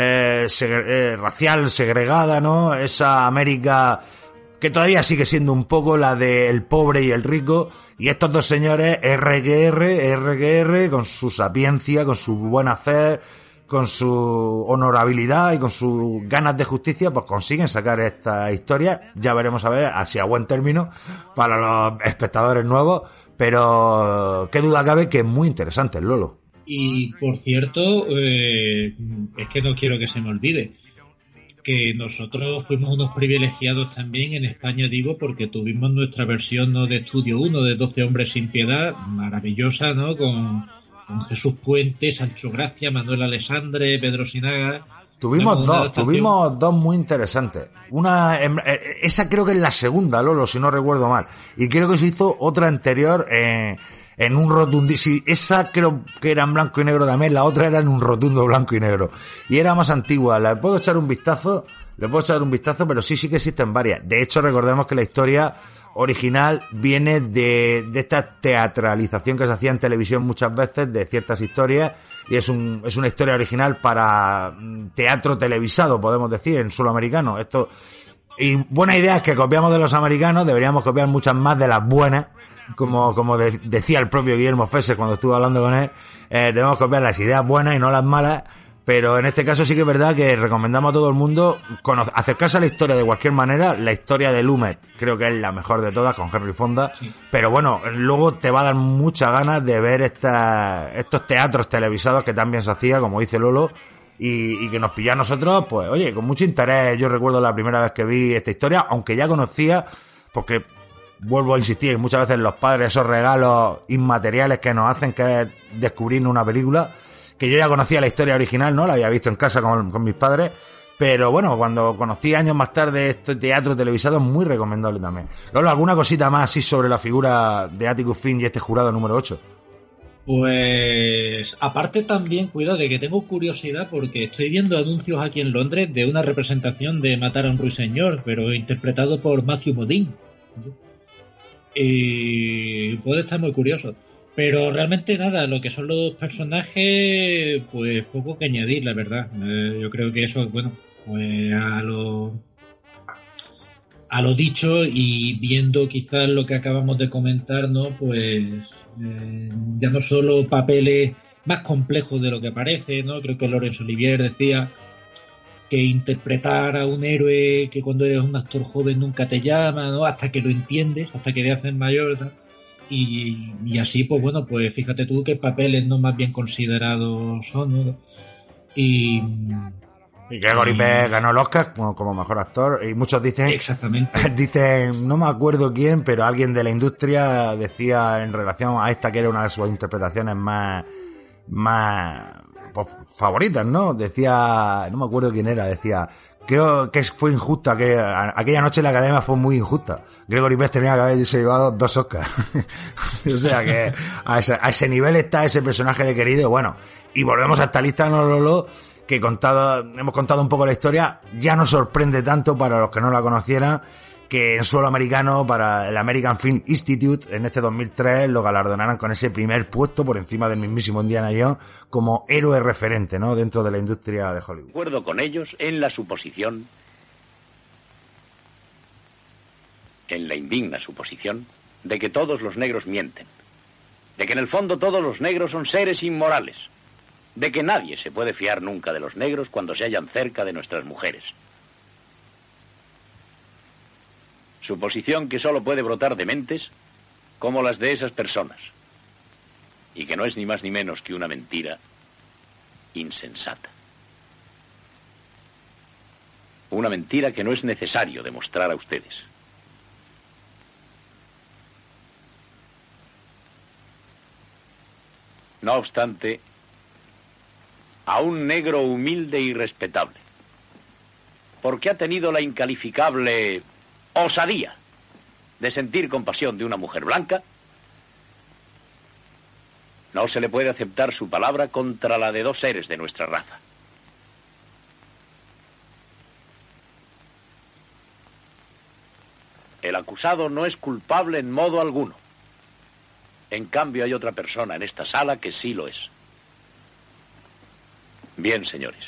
racial segregada, ¿no? Esa América que todavía sigue siendo un poco la del pobre y el rico, y estos dos señores, R, con su sapiencia, con su buen hacer, con su honorabilidad y con sus ganas de justicia, pues consiguen sacar esta historia. Ya veremos a ver, así a buen término, para los espectadores nuevos, pero qué duda cabe que es muy interesante el Lolo. Y por cierto, es que no quiero que se me olvide, que nosotros fuimos unos privilegiados también en España, digo, porque tuvimos nuestra versión, ¿no?, de Estudio 1 de 12 hombres sin piedad, maravillosa, ¿no?, con Jesús Puente, Sancho Gracia, Manuel Alexandre, Pedro Sinaga. Tuvimos dos muy interesantes. Una, esa creo que es la segunda, Lolo, si no recuerdo mal. Y creo que se hizo otra anterior, en un rotundo, sí, esa creo que era en blanco y negro también, la otra era en un rotundo blanco y negro. Y era más antigua, le puedo echar un vistazo, pero sí que existen varias. De hecho, recordemos que la historia original viene de esta teatralización que se hacía en televisión muchas veces de ciertas historias, y es una historia original para teatro televisado, podemos decir, en suelo americano. Y buena idea es que copiamos de los americanos, deberíamos copiar muchas más de las buenas. Como decía el propio Guillermo Fesser cuando estuve hablando con él, debemos copiar las ideas buenas y no las malas, pero en este caso sí que es verdad que recomendamos a todo el mundo acercarse a la historia de cualquier manera. La historia de Lumet creo que es la mejor de todas, con Henry Fonda, sí. Pero bueno, luego te va a dar muchas ganas de ver estos teatros televisados que también se hacía, como dice Lolo, y que nos pilló a nosotros, pues oye, con mucho interés. Yo recuerdo la primera vez que vi esta historia, aunque ya conocía, porque vuelvo a insistir, muchas veces los padres, esos regalos inmateriales que nos hacen, que es descubrir una película, que yo ya conocía la historia original, ¿no? La había visto en casa con mis padres, pero bueno, cuando conocí años más tarde este teatro televisado, es muy recomendable también. Lolo, ¿alguna cosita más así sobre la figura de Atticus Finch y este jurado número 8? Pues aparte también, cuidado, de que tengo curiosidad porque estoy viendo anuncios aquí en Londres de una representación de Matar a un ruiseñor, pero interpretado por Matthew Modine. Y puede estar muy curioso, pero realmente nada, lo que son los personajes, pues poco que añadir, la verdad. Yo creo que eso, bueno, pues a lo dicho, y viendo quizás lo que acabamos de comentar, ¿no? Pues ya no solo papeles más complejos de lo que parece, ¿no? Creo que Laurence Olivier decía que interpretar a un héroe que cuando eres un actor joven nunca te llama, ¿no? Hasta que lo entiendes, hasta que te haces mayor, ¿no? Y así, pues bueno, pues fíjate tú qué papeles no más bien considerados son, ¿no? Y Gregory Peck ganó el Oscar como mejor actor, y muchos dicen, exactamente, dicen, no me acuerdo quién, pero alguien de la industria decía en relación a esta que era una de sus interpretaciones más pues, favoritas, ¿no? Decía, no me acuerdo quién era, decía, creo que fue injusta, que aquella noche la academia fue muy injusta. Gregory Peck tenía que haberse llevado 2 Oscars. O sea que a ese nivel está ese personaje de querido. Bueno, y volvemos a esta lista, no Lolo, que hemos contado un poco la historia. Ya no sorprende tanto para los que no la conocieran que en suelo americano, para el American Film Institute, en este 2003 lo galardonaran con ese primer puesto por encima del mismísimo Indiana Jones como héroe referente, ¿no?, dentro de la industria de Hollywood. Acuerdo con ellos en la suposición en la indigna suposición de que todos los negros mienten, de que en el fondo todos los negros son seres inmorales, de que nadie se puede fiar nunca de los negros cuando se hallan cerca de nuestras mujeres. Suposición que solo puede brotar de mentes como las de esas personas, y que no es ni más ni menos que una mentira insensata. Una mentira que no es necesario demostrar a ustedes. No obstante, a un negro humilde y respetable, porque ha tenido la incalificable osadía de sentir compasión de una mujer blanca, no se le puede aceptar su palabra contra la de dos seres de nuestra raza. El acusado no es culpable en modo alguno. En cambio, hay otra persona en esta sala que sí lo es. Bien, señores.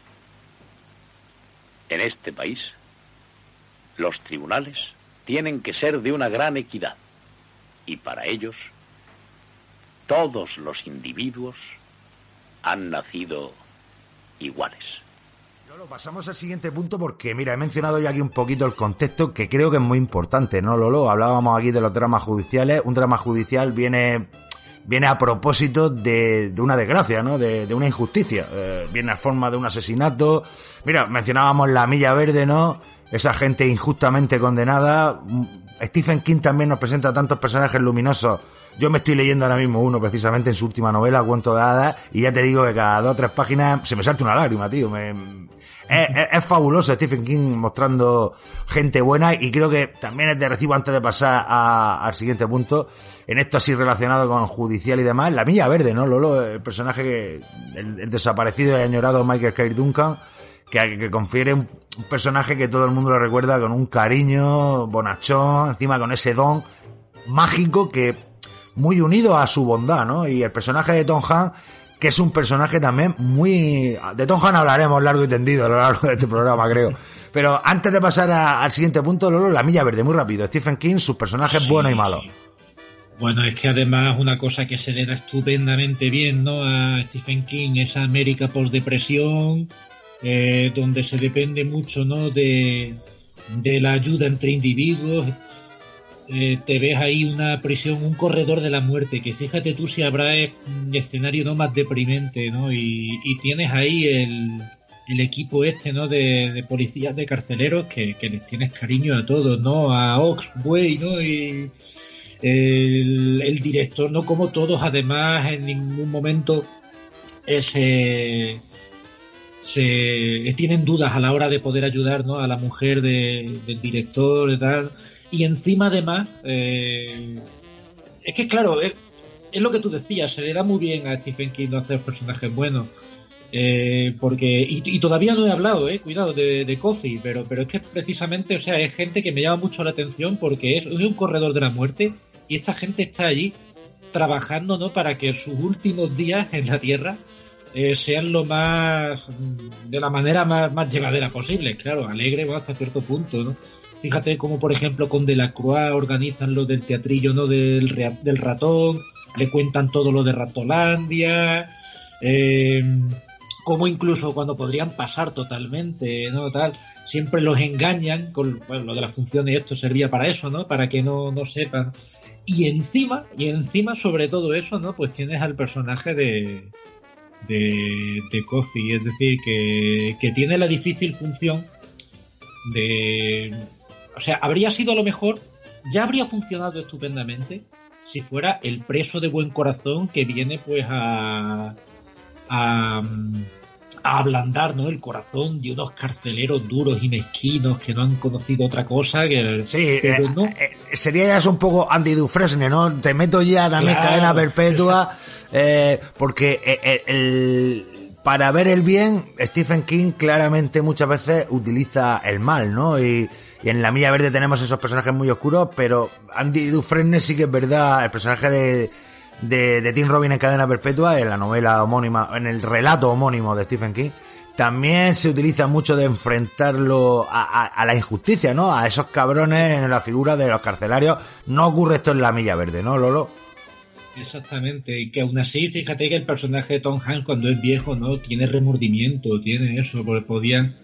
En este país, los tribunales tienen que ser de una gran equidad. Y para ellos, todos los individuos han nacido iguales. Lolo, pasamos al siguiente punto porque, mira, he mencionado ya aquí un poquito el contexto que creo que es muy importante, ¿no, Lolo? Hablábamos aquí de los dramas judiciales. Un drama judicial viene a propósito de una desgracia, ¿no? De una injusticia. Viene a forma de un asesinato. Mira, mencionábamos La Milla Verde, ¿no? Esa gente injustamente condenada. Stephen King también nos presenta tantos personajes luminosos. Yo me estoy leyendo ahora mismo uno precisamente en su última novela, Cuento de Hadas, y ya te digo que cada 2 o 3 páginas se me salta una lágrima, tío. Es fabuloso Stephen King mostrando gente buena, y creo que también es de recibo, antes de pasar al siguiente punto, en esto así relacionado con judicial y demás, La Milla Verde, ¿no, Lolo? El personaje el desaparecido y añorado Michael K. Duncan, que confiere un personaje que todo el mundo lo recuerda con un cariño bonachón, encima con ese don mágico que muy unido a su bondad, ¿no? Y el personaje de Tom Hanks, que es un personaje también muy... De Tom Hanks hablaremos largo y tendido a lo largo de este programa, creo. Pero antes de pasar al siguiente punto, Lolo, La Milla Verde, muy rápido. Stephen King, sus personajes buenos y malos. Sí. Bueno, es que además una cosa que se le da estupendamente bien, ¿no?, a Stephen King, esa América post-depresión, donde se depende mucho, ¿no?, de la ayuda entre individuos. Te ves ahí una prisión, un corredor de la muerte, que fíjate tú si habrá escenario no más deprimente, ¿no? Y tienes ahí el equipo este, ¿no?, de policías, de carceleros, que les tienes cariño a todos, ¿no? A Oxway, ¿no? Y el director, ¿no? Como todos, además, en ningún momento tienen dudas a la hora de poder ayudar, ¿no?, a la mujer del director y tal. Y encima, además, es que claro, es lo que tú decías, se le da muy bien a Stephen King hacer personajes buenos, porque y todavía no he hablado, cuidado, de Coffey, pero es que precisamente, o sea, es gente que me llama mucho la atención porque es un corredor de la muerte, y esta gente está allí trabajando, ¿no?, para que sus últimos días en la Tierra sean lo más, de la manera más llevadera posible, claro, alegre, bueno, hasta cierto punto, ¿no? Fíjate cómo, por ejemplo, con Delacroix organizan lo del teatrillo, ¿no?, del ratón, le cuentan todo lo de Ratolandia, como incluso cuando podrían pasar totalmente, ¿no?, tal, siempre los engañan con, bueno, lo de las funciones, esto servía para eso, ¿no?, para que no sepan. Y encima, sobre todo eso, ¿no?, pues tienes al personaje de Coffey, es decir, que tiene la difícil función de... O sea, habría sido a lo mejor, ya habría funcionado estupendamente si fuera el preso de buen corazón que viene pues a ablandar, ¿no?, el corazón de unos carceleros duros y mezquinos que no han conocido otra cosa que... Sí, ¿no? Sería ya un poco Andy Dufresne, ¿no? Te meto ya también, claro, cadena perpetua, porque para ver el bien, Stephen King claramente muchas veces utiliza el mal, ¿no? Y en La Milla Verde tenemos esos personajes muy oscuros, pero Andy Dufresne sí que es verdad, el personaje de Tim Robbins en cadena perpetua, en la novela homónima, en el relato homónimo de Stephen King, también se utiliza mucho de enfrentarlo a la injusticia, ¿no? A esos cabrones en la figura de los carcelarios. No ocurre esto en La Milla Verde, ¿no, Lolo? Exactamente, y que aún así, fíjate que el personaje de Tom Hanks cuando es viejo, ¿no? Tiene remordimiento, tiene eso, porque podían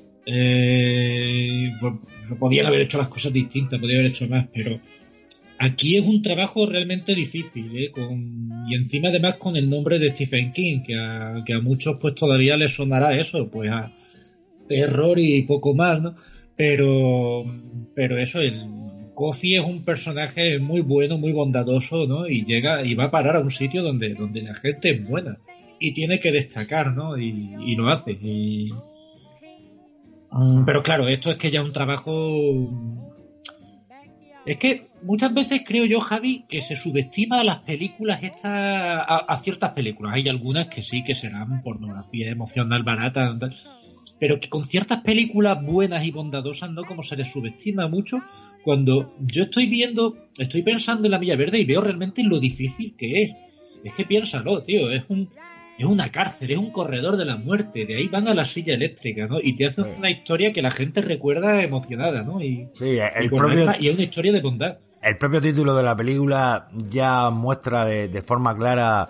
haber hecho las cosas distintas, podían haber hecho más, pero aquí es un trabajo realmente difícil, ¿eh? Y encima además con el nombre de Stephen King, que a muchos pues todavía les sonará eso, pues a terror y poco más, ¿no? Pero eso, el Coffey es un personaje muy bueno, muy bondadoso, ¿no? Y llega y va a parar a un sitio donde la gente es buena y tiene que destacar, ¿no? Y lo hace. Pero claro, esto es que ya es un trabajo. Es que muchas veces creo yo, Javi, que se subestima a las películas estas, a ciertas películas. Hay algunas que sí que serán pornografía emocional barata, tal, pero que con ciertas películas buenas y bondadosas, ¿no? Como se les subestima mucho, cuando yo estoy pensando en La Milla Verde y veo realmente lo difícil que es. Es que piénsalo, tío, es una cárcel, es un corredor de la muerte, de ahí van a la silla eléctrica, ¿no? Y te hacen una historia que la gente recuerda emocionada, ¿no? Y es una historia de bondad. El propio título de la película ya muestra de forma clara.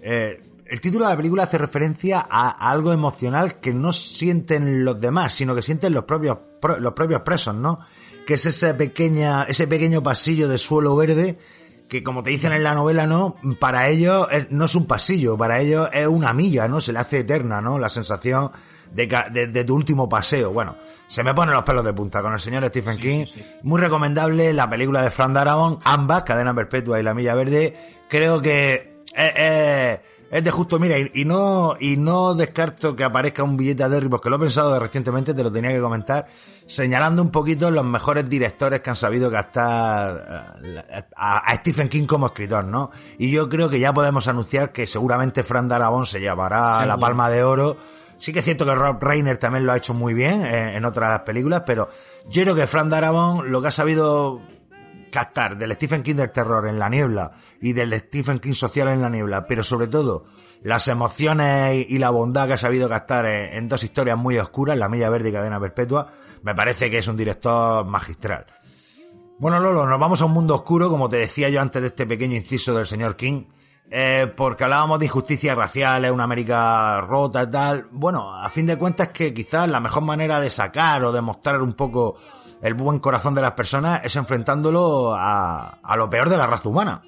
El título de la película hace referencia a algo emocional que no sienten los demás, sino que sienten los propios presos, ¿no? Que es ese pequeño pasillo de suelo verde que, como te dicen en la novela, ¿no? Para ellos no es un pasillo, para ellos es una milla, ¿no? Se le hace eterna, ¿no? La sensación de tu último paseo. Bueno, se me ponen los pelos de punta con el señor Stephen King. Sí. Muy recomendable la película de Frank Darabont, ambas, Cadena Perpetua y La Milla Verde. Creo que es de justo, mira, y no descarto que aparezca un billete a Derry, porque lo he pensado recientemente, te lo tenía que comentar, señalando un poquito los mejores directores que han sabido captar a Stephen King como escritor, ¿no? Y yo creo que ya podemos anunciar que seguramente Frank Darabont se llevará la Palma de Oro. Sí que es cierto que Rob Reiner también lo ha hecho muy bien en otras películas, pero yo creo que Frank Darabont lo que ha sabido captar del Stephen King del terror en La Niebla y del Stephen King social en La Niebla, pero sobre todo las emociones y la bondad que ha sabido captar en dos historias muy oscuras, La Milla Verde y Cadena Perpetua, me parece que es un director magistral. Bueno, Lolo, nos vamos a un mundo oscuro, como te decía yo antes de este pequeño inciso del señor King, porque hablábamos de injusticias raciales, una América rota y tal. Bueno, a fin de cuentas es que quizás la mejor manera de sacar o de mostrar un poco el buen corazón de las personas es enfrentándolo a lo peor de la raza humana.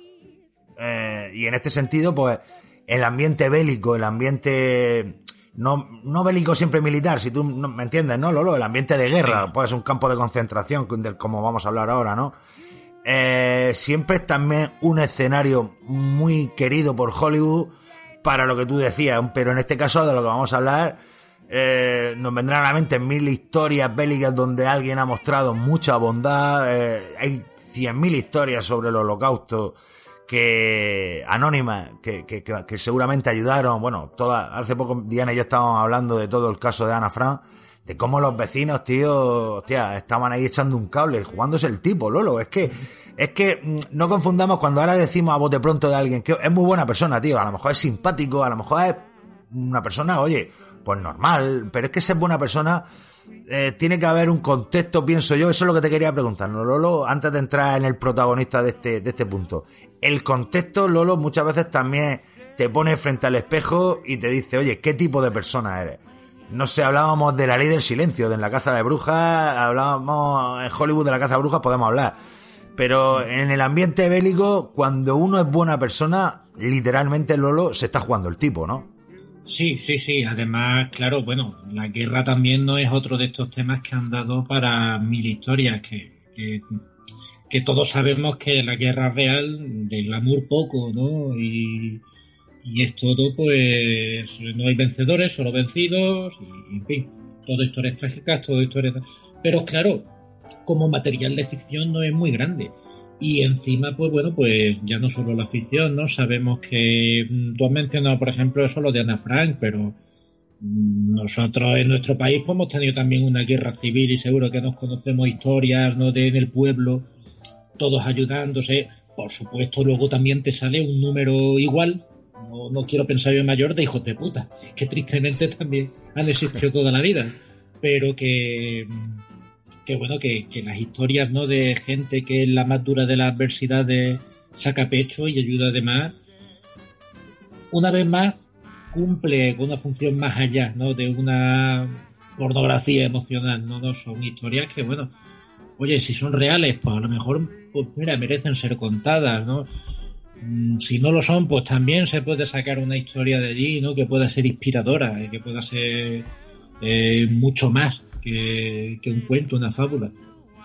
Y en este sentido, pues, el ambiente bélico, el ambiente no bélico siempre militar, si tú me entiendes, ¿no, Lolo? El ambiente de guerra, sí. Puede ser un campo de concentración, como vamos a hablar ahora, ¿no? Siempre es también un escenario muy querido por Hollywood para lo que tú decías, pero en este caso de lo que vamos a hablar, nos vendrán a la mente 1000 historias bélicas donde alguien ha mostrado mucha bondad. Hay 100.000 historias sobre el Holocausto anónimas que seguramente ayudaron. Bueno, hace poco Diana y yo estábamos hablando de todo el caso de Ana Frank, de cómo los vecinos, tío, hostia, estaban ahí echando un cable, jugándose el tipo, Lolo. Es que no confundamos cuando ahora decimos a bote pronto de alguien que es muy buena persona, tío, a lo mejor es simpático, a lo mejor es una persona, oye, pues normal, pero es que ser buena persona tiene que haber un contexto, pienso yo. Eso es lo que te quería preguntar, ¿no, Lolo? Antes de entrar en el protagonista de este punto. El contexto, Lolo, muchas veces también te pone frente al espejo y te dice, oye, ¿qué tipo de persona eres? No sé, hablábamos de La Ley del Silencio, de En la caza de brujas, hablábamos en Hollywood de La caza de brujas, podemos hablar. Pero en el ambiente bélico, cuando uno es buena persona, literalmente, Lolo, se está jugando el tipo, ¿no? Sí. Además, claro, bueno, la guerra también no es otro de estos temas que han dado para 1000 historias, que todos sabemos que la guerra real, de glamour poco, ¿no? Y es todo, pues, no hay vencedores, solo vencidos, y en fin, todo historias trágicas, todo historias. Pero claro, como material de ficción no es muy grande. Y encima, pues bueno, pues ya no solo la ficción, ¿no? Sabemos que tú has mencionado, por ejemplo, eso lo de Ana Frank, pero nosotros en nuestro país pues hemos tenido también una guerra civil y seguro que nos conocemos historias, ¿no? En el pueblo, todos ayudándose. Por supuesto, luego también te sale un número igual no quiero pensar yo en mayor de hijos de puta, que tristemente también han existido toda la vida, pero que bueno, que las historias, ¿no?, de gente que en la más dura de las adversidades saca pecho y ayuda además, una vez más cumple con una función más allá, ¿no?, de una pornografía emocional, ¿no? Son historias que, bueno, oye, si son reales, pues a lo mejor, pues mira, merecen ser contadas, ¿no? Si no lo son, pues también se puede sacar una historia de allí, ¿no?, que pueda ser inspiradora y que pueda ser mucho más que un cuento, una fábula.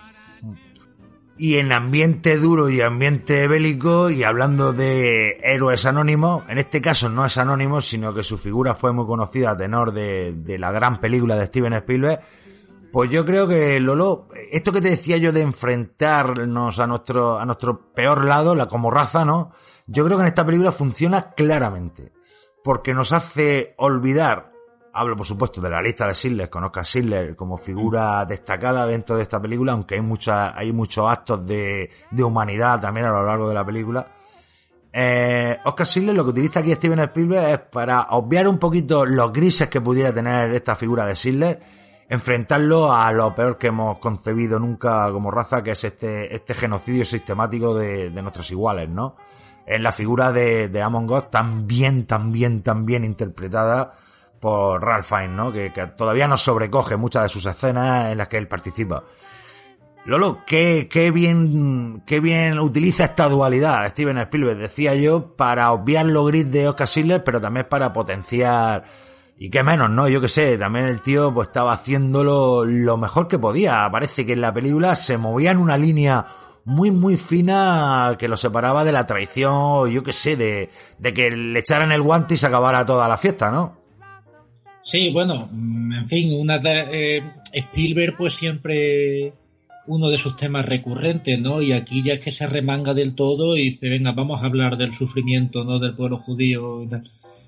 Y en ambiente duro y ambiente bélico, y hablando de héroes anónimos, en este caso no es anónimo, sino que su figura fue muy conocida a tenor de la gran película de Steven Spielberg. Pues yo creo que, Lolo, esto que te decía yo de enfrentarnos a nuestro peor lado, como raza, ¿no? Yo creo que en esta película funciona claramente, porque nos hace olvidar, hablo por supuesto de la lista de Schindler, con Oscar Schindler como figura destacada dentro de esta película, aunque hay muchos actos de humanidad también a lo largo de la película. Oscar Schindler lo que utiliza aquí Steven Spielberg es para obviar un poquito los grises que pudiera tener esta figura de Schindler, enfrentarlo a lo peor que hemos concebido nunca como raza, que es este genocidio sistemático de nuestros iguales, ¿no? En la figura de Amon Götz, también interpretada por Ralph Fiennes, ¿no? Que todavía nos sobrecoge muchas de sus escenas en las que él participa. Lolo, qué bien utiliza esta dualidad Steven Spielberg, decía yo, para obviar lo gris de Oscar Schindler, pero también para potenciar, y qué menos, ¿no? Yo qué sé, también el tío pues estaba haciéndolo lo mejor que podía. Parece que en la película se movía en una línea muy fina que lo separaba de la traición, yo qué sé, de que le echaran el guante y se acabara toda la fiesta, ¿no? Sí, bueno, en fin, Spielberg pues siempre uno de sus temas recurrentes, ¿no? Y aquí ya es que se remanga del todo y dice, venga, vamos a hablar del sufrimiento, ¿no?, del pueblo judío y tal.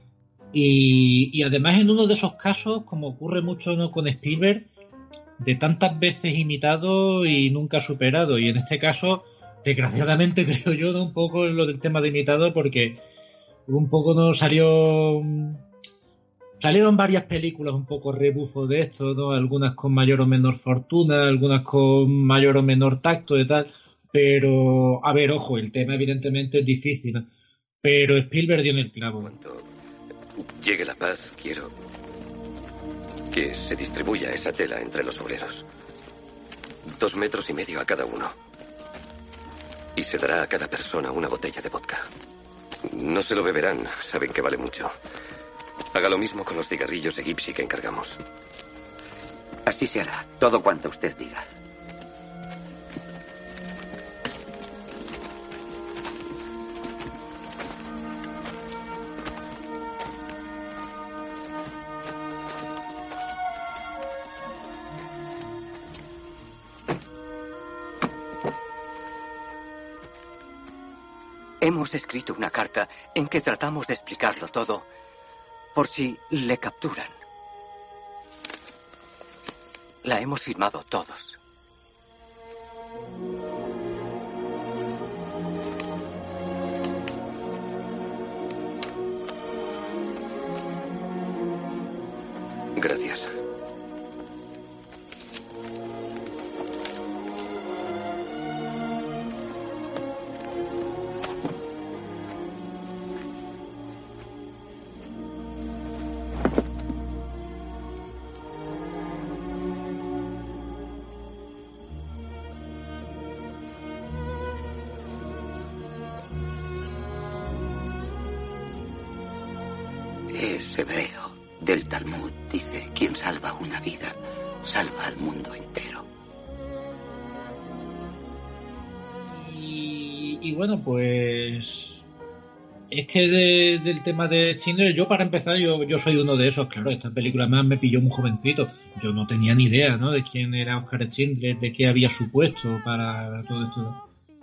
Y además en uno de esos casos, como ocurre mucho, ¿no?, con Spielberg, de tantas veces imitado y nunca superado. Y en este caso, desgraciadamente creo yo, ¿no?, un poco lo del tema de imitado, porque un poco nos salieron varias películas un poco rebufo de esto, ¿no? Algunas con mayor o menor fortuna, algunas con mayor o menor tacto y tal. Pero, a ver, ojo, el tema evidentemente es difícil, ¿no? Pero Spielberg dio en el clavo. Cuando llegue la paz, quiero que se distribuya esa tela entre los obreros. 2,5 metros a cada uno. Y se dará a cada persona una botella de vodka. No se lo beberán, saben que vale mucho. Haga lo mismo con los cigarrillos egipci que encargamos. Así se hará, todo cuanto usted diga. Hemos escrito una carta en que tratamos de explicarlo todo por si le capturan. La hemos firmado todos. Gracias. Es hebreo. Del Talmud dice, quien salva una vida, salva al mundo entero. Y bueno, pues es que del tema de Schindler, yo para empezar, yo soy uno de esos, claro, esta película más me pilló muy jovencito, yo no tenía ni idea, ¿no?, de quién era Oscar Schindler, de qué había supuesto para todo esto.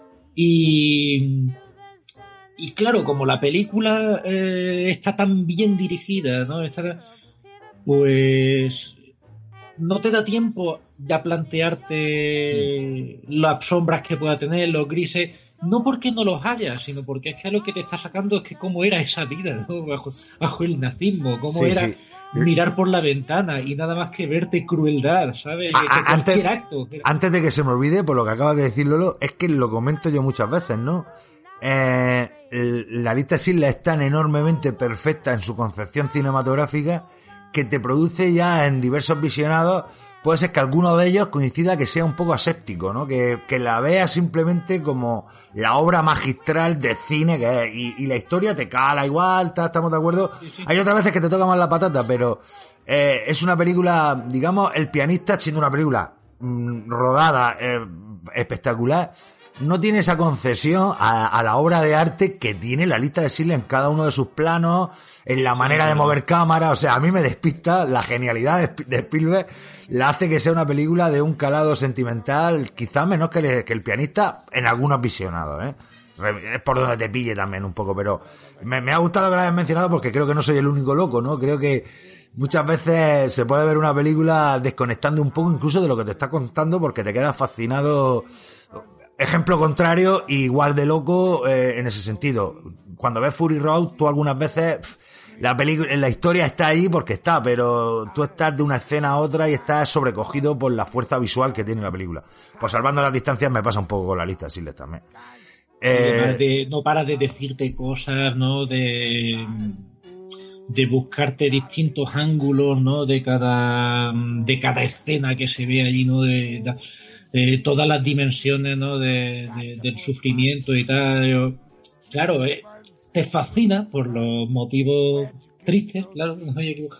Y claro, como la película está tan bien dirigida, ¿no?, pues no te da tiempo ya plantearte las sombras que pueda tener, los grises, no porque no los haya, sino porque es que lo que te está sacando es que cómo era esa vida, ¿no? bajo el nazismo, cómo era mirar por la ventana y nada más que verte crueldad, ¿sabes? Antes de que se me olvide, por lo que acabas de decir, Lolo, es que lo comento yo muchas veces, ¿no? La lista de Schindler es tan enormemente perfecta en su concepción cinematográfica que te produce ya en diversos visionados. Puede ser que alguno de ellos coincida que sea un poco aséptico, ¿no? Que la vea simplemente como la obra magistral de cine que es, y la historia te cala igual, estamos de acuerdo. Sí. Hay otras veces que te toca más la patata, pero es una película, digamos, El pianista, siendo una película rodada, espectacular, no tiene esa concesión a la obra de arte que tiene la lista de Schindler en cada uno de sus planos, en la manera de mover cámara. O sea, a mí me despista la genialidad de Spielberg, la hace que sea una película de un calado sentimental, quizás menos que El pianista en algunos visionados, ¿eh? Es por donde te pille también un poco, pero me ha gustado que lo hayas mencionado porque creo que no soy el único loco, ¿no? Creo que muchas veces se puede ver una película desconectando un poco incluso de lo que te está contando porque te quedas fascinado. Ejemplo contrario, igual de loco en ese sentido. Cuando ves Fury Road, tú algunas veces la historia está ahí porque está, pero tú estás de una escena a otra y estás sobrecogido por la fuerza visual que tiene la película. Pues salvando las distancias me pasa un poco con la lista de Schindler también. No para de decirte cosas, ¿no? De buscarte distintos ángulos, ¿no? De cada escena que se ve allí, ¿no? De todas las dimensiones, ¿no? Del sufrimiento y tal. Claro, te fascina por los motivos tristes, claro, no me equivoco,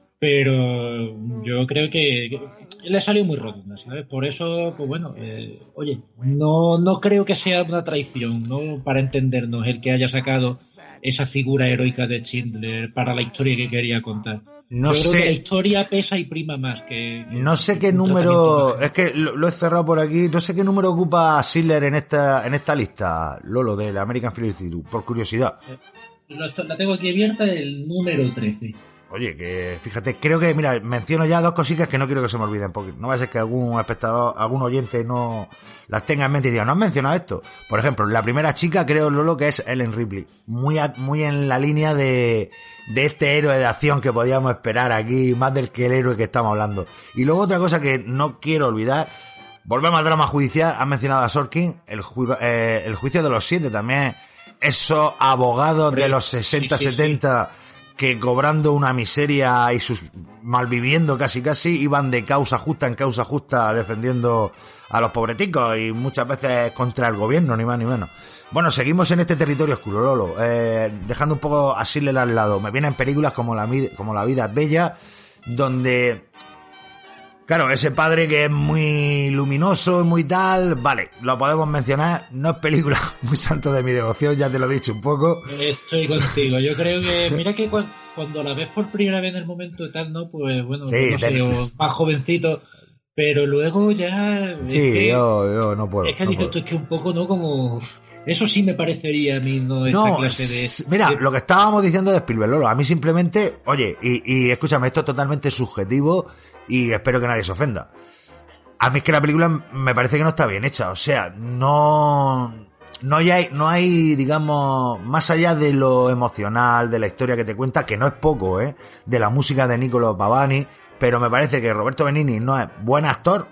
pero yo creo que le salió muy rotunda, ¿sabes? Por eso, pues bueno, oye, no creo que sea una traición, ¿no? Para entendernos, el que haya sacado esa figura heroica de Schindler para la historia que quería contar. Yo creo que la historia pesa y prima más que no sé qué número, es que lo he cerrado por aquí, no sé qué número ocupa Schindler en esta lista, Lolo, del American Film Institute, por curiosidad. La tengo aquí abierta, el número 13. Oye, que fíjate, creo que, mira, menciono ya dos cositas que no quiero que se me olviden, porque no va a ser que algún espectador, algún oyente no las tenga en mente y diga, ¿no has mencionado esto? Por ejemplo, la primera chica, creo, Lolo, que es Ellen Ripley. Muy en la línea de este héroe de acción que podíamos esperar aquí, más del que el héroe que estamos hablando. Y luego otra cosa que no quiero olvidar, volvemos al drama judicial, has mencionado a Sorkin, el juicio de los 7 también, esos abogados de los 60, sí. 70... que cobrando una miseria y malviviendo casi iban de causa justa en causa justa defendiendo a los pobreticos y muchas veces contra el gobierno, ni más ni menos. Bueno, seguimos en este territorio oscuro, Lolo, dejando un poco a Schindler al lado. Me vienen películas como La vida es bella, donde, claro, ese padre que es muy luminoso y muy tal, vale, lo podemos mencionar, no es película muy santo de mi devoción, ya te lo he dicho un poco. Estoy contigo, yo creo que, mira que cuando la ves por primera vez en el momento y tal, ¿no? Pues bueno, sí, no sé, más jovencito, pero luego ya... Sí, yo no puedo. Es que dices tú, es que un poco, ¿no? Como... Eso sí me parecería a mí, ¿no? Esta clase de... Mira, lo que estábamos diciendo de Spielberg, Lolo, a mí simplemente, oye, y escúchame, esto es totalmente subjetivo y espero que nadie se ofenda. A mí es que la película me parece que no está bien hecha, o sea, no hay, digamos, más allá de lo emocional, de la historia que te cuenta, que no es poco, de la música de Niccolo Pavani, pero me parece que Roberto Benigni no es buen actor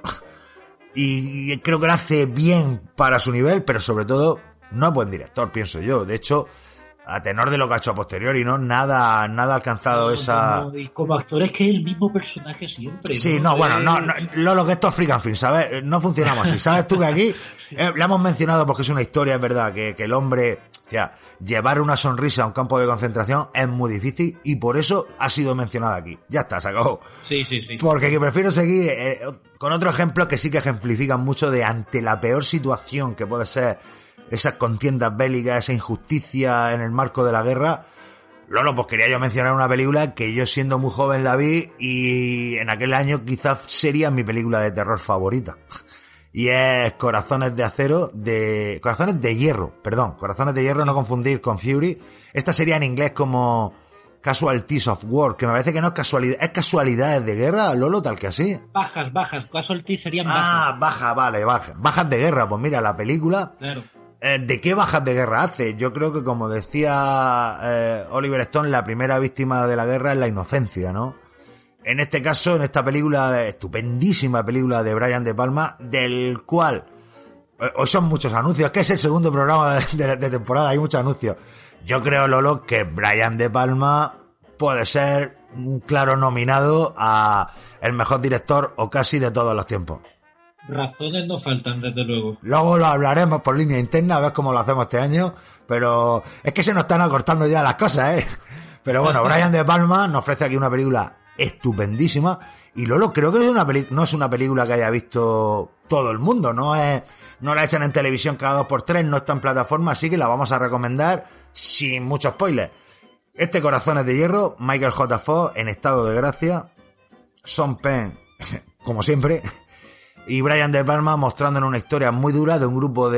y creo que lo hace bien para su nivel, pero sobre todo no es buen director, pienso yo. De hecho, a tenor de lo que ha hecho a posteriori, ¿no? Nada ha alcanzado esa... Y como actor es que es el mismo personaje siempre. Sí, no, bueno, no, Lolo, que esto es Freak and Film, ¿sabes? No funcionamos así. ¿Sabes tú que aquí la hemos mencionado porque es una historia, es verdad, que el hombre, o sea, llevar una sonrisa a un campo de concentración es muy difícil y por eso ha sido mencionada aquí. Ya está, se acabó. Sí. Porque que prefiero seguir con otros ejemplos que sí que ejemplifican mucho de ante la peor situación que puede ser esas contiendas bélicas, esa injusticia en el marco de la guerra. Lolo, pues quería yo mencionar una película que yo siendo muy joven la vi y en aquel año quizás sería mi película de terror favorita. Y es Corazones de Hierro, no confundir con Fury. Esta sería en inglés como Casualties of War, que me parece que no es casualidad, es casualidades de guerra, Lolo, tal que así. Bajas, casualties serían bajas. Bajas de guerra, pues mira, la película... Claro. ¿De qué bajas de guerra hace? Yo creo que, como decía Oliver Stone, la primera víctima de la guerra es la inocencia, ¿no? En este caso, en esta película, estupendísima película de Brian De Palma, del cual hoy son muchos anuncios, que es el segundo programa de temporada, hay muchos anuncios. Yo creo, Lolo, que Brian De Palma puede ser un claro nominado a el mejor director o casi de todos los tiempos. Razones no faltan, desde luego. Luego lo hablaremos por línea interna, a ver cómo lo hacemos este año, pero es que se nos están acortando ya las cosas, ¿eh? Pero bueno, Brian De Palma nos ofrece aquí una película estupendísima, y Lolo, creo que no es una película que haya visto todo el mundo, no la echan en televisión cada 2x3, no está en plataforma, así que la vamos a recomendar sin mucho spoiler. Este Corazones de Hierro, Michael J. Fox en estado de gracia, Sean Penn, como siempre, y Brian De Palma mostrándonos una historia muy dura de un grupo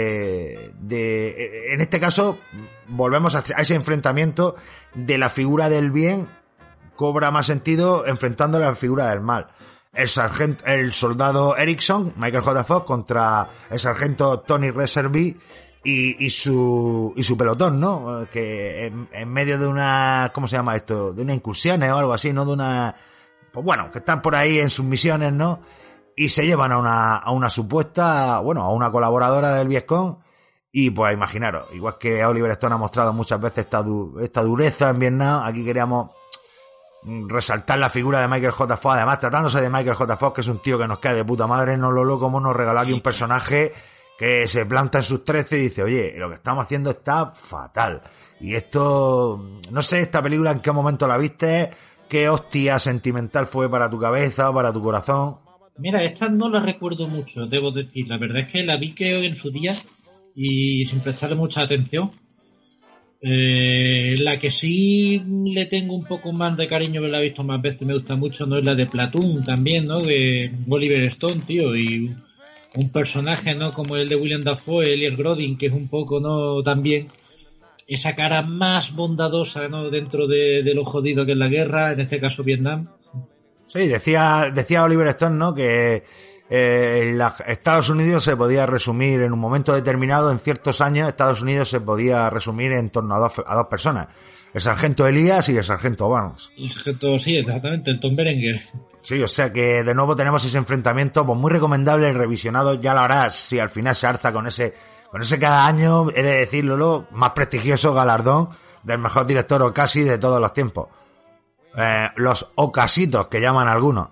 en este caso volvemos a ese enfrentamiento de la figura del bien, cobra más sentido enfrentándole a la figura del mal. El soldado Erickson, Michael J. Fox, contra el sargento Tony Reserby y su pelotón, ¿no? Que en medio de una, ¿cómo se llama esto? De una incursión o algo así, ¿no? Pues bueno, que están por ahí en sus misiones, ¿no? Y se llevan a una supuesta, a una colaboradora del Vietcong, y pues imaginaros, igual que Oliver Stone ha mostrado muchas veces esta dureza en Vietnam, aquí queríamos resaltar la figura de Michael J. Fox, además tratándose de Michael J. Fox, que es un tío que nos cae de puta madre, no Lolo, como nos regaló aquí un personaje que se planta en sus 13 y dice, oye, lo que estamos haciendo está fatal. Y esto, no sé, esta película en qué momento la viste, qué hostia sentimental fue para tu cabeza o para tu corazón. Mira, esta no la recuerdo mucho, debo decir. La verdad es que la vi creo en su día y sin prestarle mucha atención. La que sí le tengo un poco más de cariño, me la he visto más veces, me gusta mucho, no es la de Platoon también, ¿no? De Oliver Stone, tío, y un personaje, ¿no? Como el de William Dafoe, Elias Grodin, que es un poco, ¿no? También esa cara más bondadosa, ¿no? Dentro de lo jodido que es la guerra, en este caso Vietnam. Sí, decía Oliver Stone, ¿no? Que Estados Unidos se podía resumir en un momento determinado, en ciertos años, Estados Unidos se podía resumir en torno a dos personas. El sargento Elías y el sargento Barnes. El sargento, sí, exactamente, el Tom Berenger. Sí, o sea que de nuevo tenemos ese enfrentamiento, pues muy recomendable, el revisionado, ya lo harás si al final se harta con ese cada año, he de decirlo, más prestigioso galardón del mejor director o casi de todos los tiempos. Los ocasitos que llaman algunos.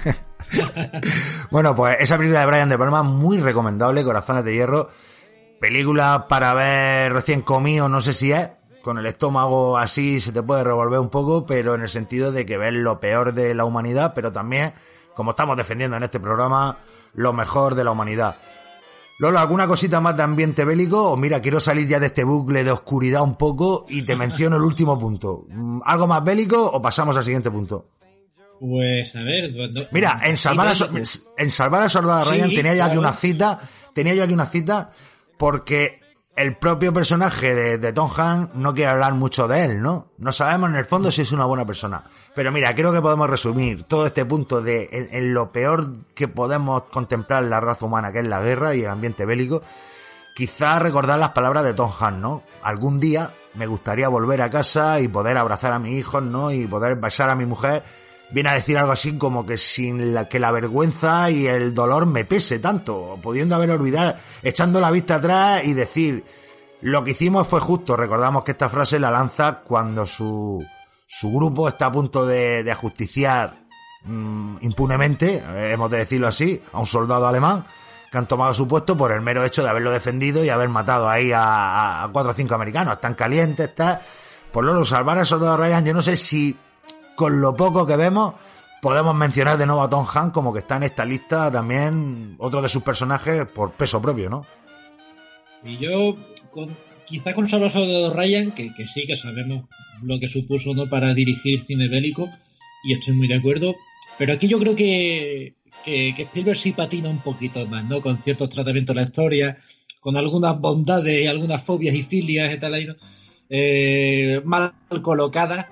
Bueno, pues esa película de Brian De Palma muy recomendable, Corazones de Hierro, película para ver recién comido, no sé si es, con el estómago así se te puede revolver un poco, pero en el sentido de que ves lo peor de la humanidad, pero también, como estamos defendiendo en este programa, lo mejor de la humanidad. Lolo, ¿alguna cosita más de ambiente bélico? O mira, quiero salir ya de este bucle de oscuridad un poco y te menciono el último punto. ¿Algo más bélico o pasamos al siguiente punto? Pues a ver... Mira, en Salvar al Soldado Ryan tenía yo aquí una cita porque el propio personaje de Tom Hanks no quiere hablar mucho de él, ¿no? No sabemos en el fondo si es una buena persona. Pero mira, creo que podemos resumir todo este punto de en lo peor que podemos contemplar la raza humana, que es la guerra y el ambiente bélico. Quizás recordar las palabras de Tom Hanks, ¿no? Algún día me gustaría volver a casa y poder abrazar a mis hijos, ¿no? Y poder besar a mi mujer. Viene a decir algo así como que sin que la vergüenza y el dolor me pese tanto, pudiendo haber olvidado, echando la vista atrás y decir, lo que hicimos fue justo. Recordamos que esta frase la lanza cuando su grupo está a punto de ajusticiar impunemente, hemos de decirlo así, a un soldado alemán que han tomado su puesto por el mero hecho de haberlo defendido y haber matado ahí a 4 o 5 americanos. Están calientes, por lo Salvar al Soldado Ryan, yo no sé si con lo poco que vemos podemos mencionar de nuevo a Tom Hanks como que está en esta lista también otro de sus personajes por peso propio, ¿no? Y yo, quizá con Salvar al Soldado Ryan, que sí, que sabemos lo que supuso, ¿no?, para dirigir cine bélico, y estoy muy de acuerdo, pero aquí yo creo que Spielberg sí patina un poquito más, ¿no?, con ciertos tratamientos de la historia, con algunas bondades y algunas fobias y filias y tal ahí, ¿no? Mal colocadas.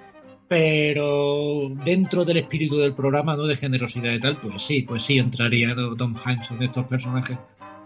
pero dentro del espíritu del programa, ¿no?, de generosidad y tal, pues sí entraría Tom Hanks en estos personajes.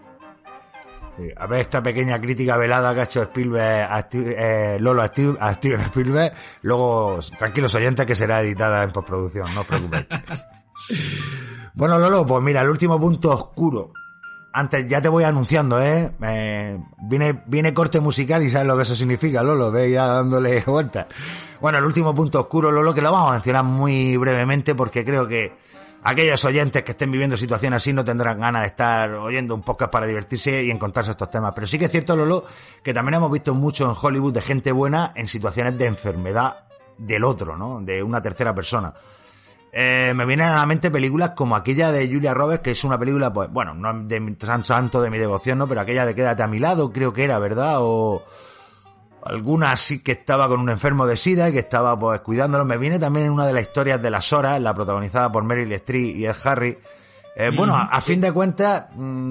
A ver esta pequeña crítica velada que ha hecho Spielberg Lolo a Steven Spielberg, luego tranquilos oyentes que será editada en postproducción, no os preocupéis. Bueno, Lolo, pues mira, el último punto oscuro. Antes ya te voy anunciando, viene corte musical y sabes lo que eso significa, Lolo, ve ya dándole vueltas. Bueno, el último punto oscuro, Lolo, que lo vamos a mencionar muy brevemente porque creo que aquellos oyentes que estén viviendo situaciones así no tendrán ganas de estar oyendo un podcast para divertirse y encontrarse estos temas. Pero sí que es cierto, Lolo, que también hemos visto mucho en Hollywood de gente buena en situaciones de enfermedad del otro, ¿no? De una tercera persona. Me vienen a la mente películas como aquella de Julia Roberts, que es una película, pues, bueno, no de santo de mi devoción, ¿no? Pero aquella de Quédate a mi lado, creo que era, ¿verdad? O alguna así que estaba con un enfermo de SIDA y que estaba, pues, cuidándolo. Me viene también en una de las historias de Las Horas, la protagonizada por Meryl Streep y Ed Harris. Bueno, a fin de cuentas,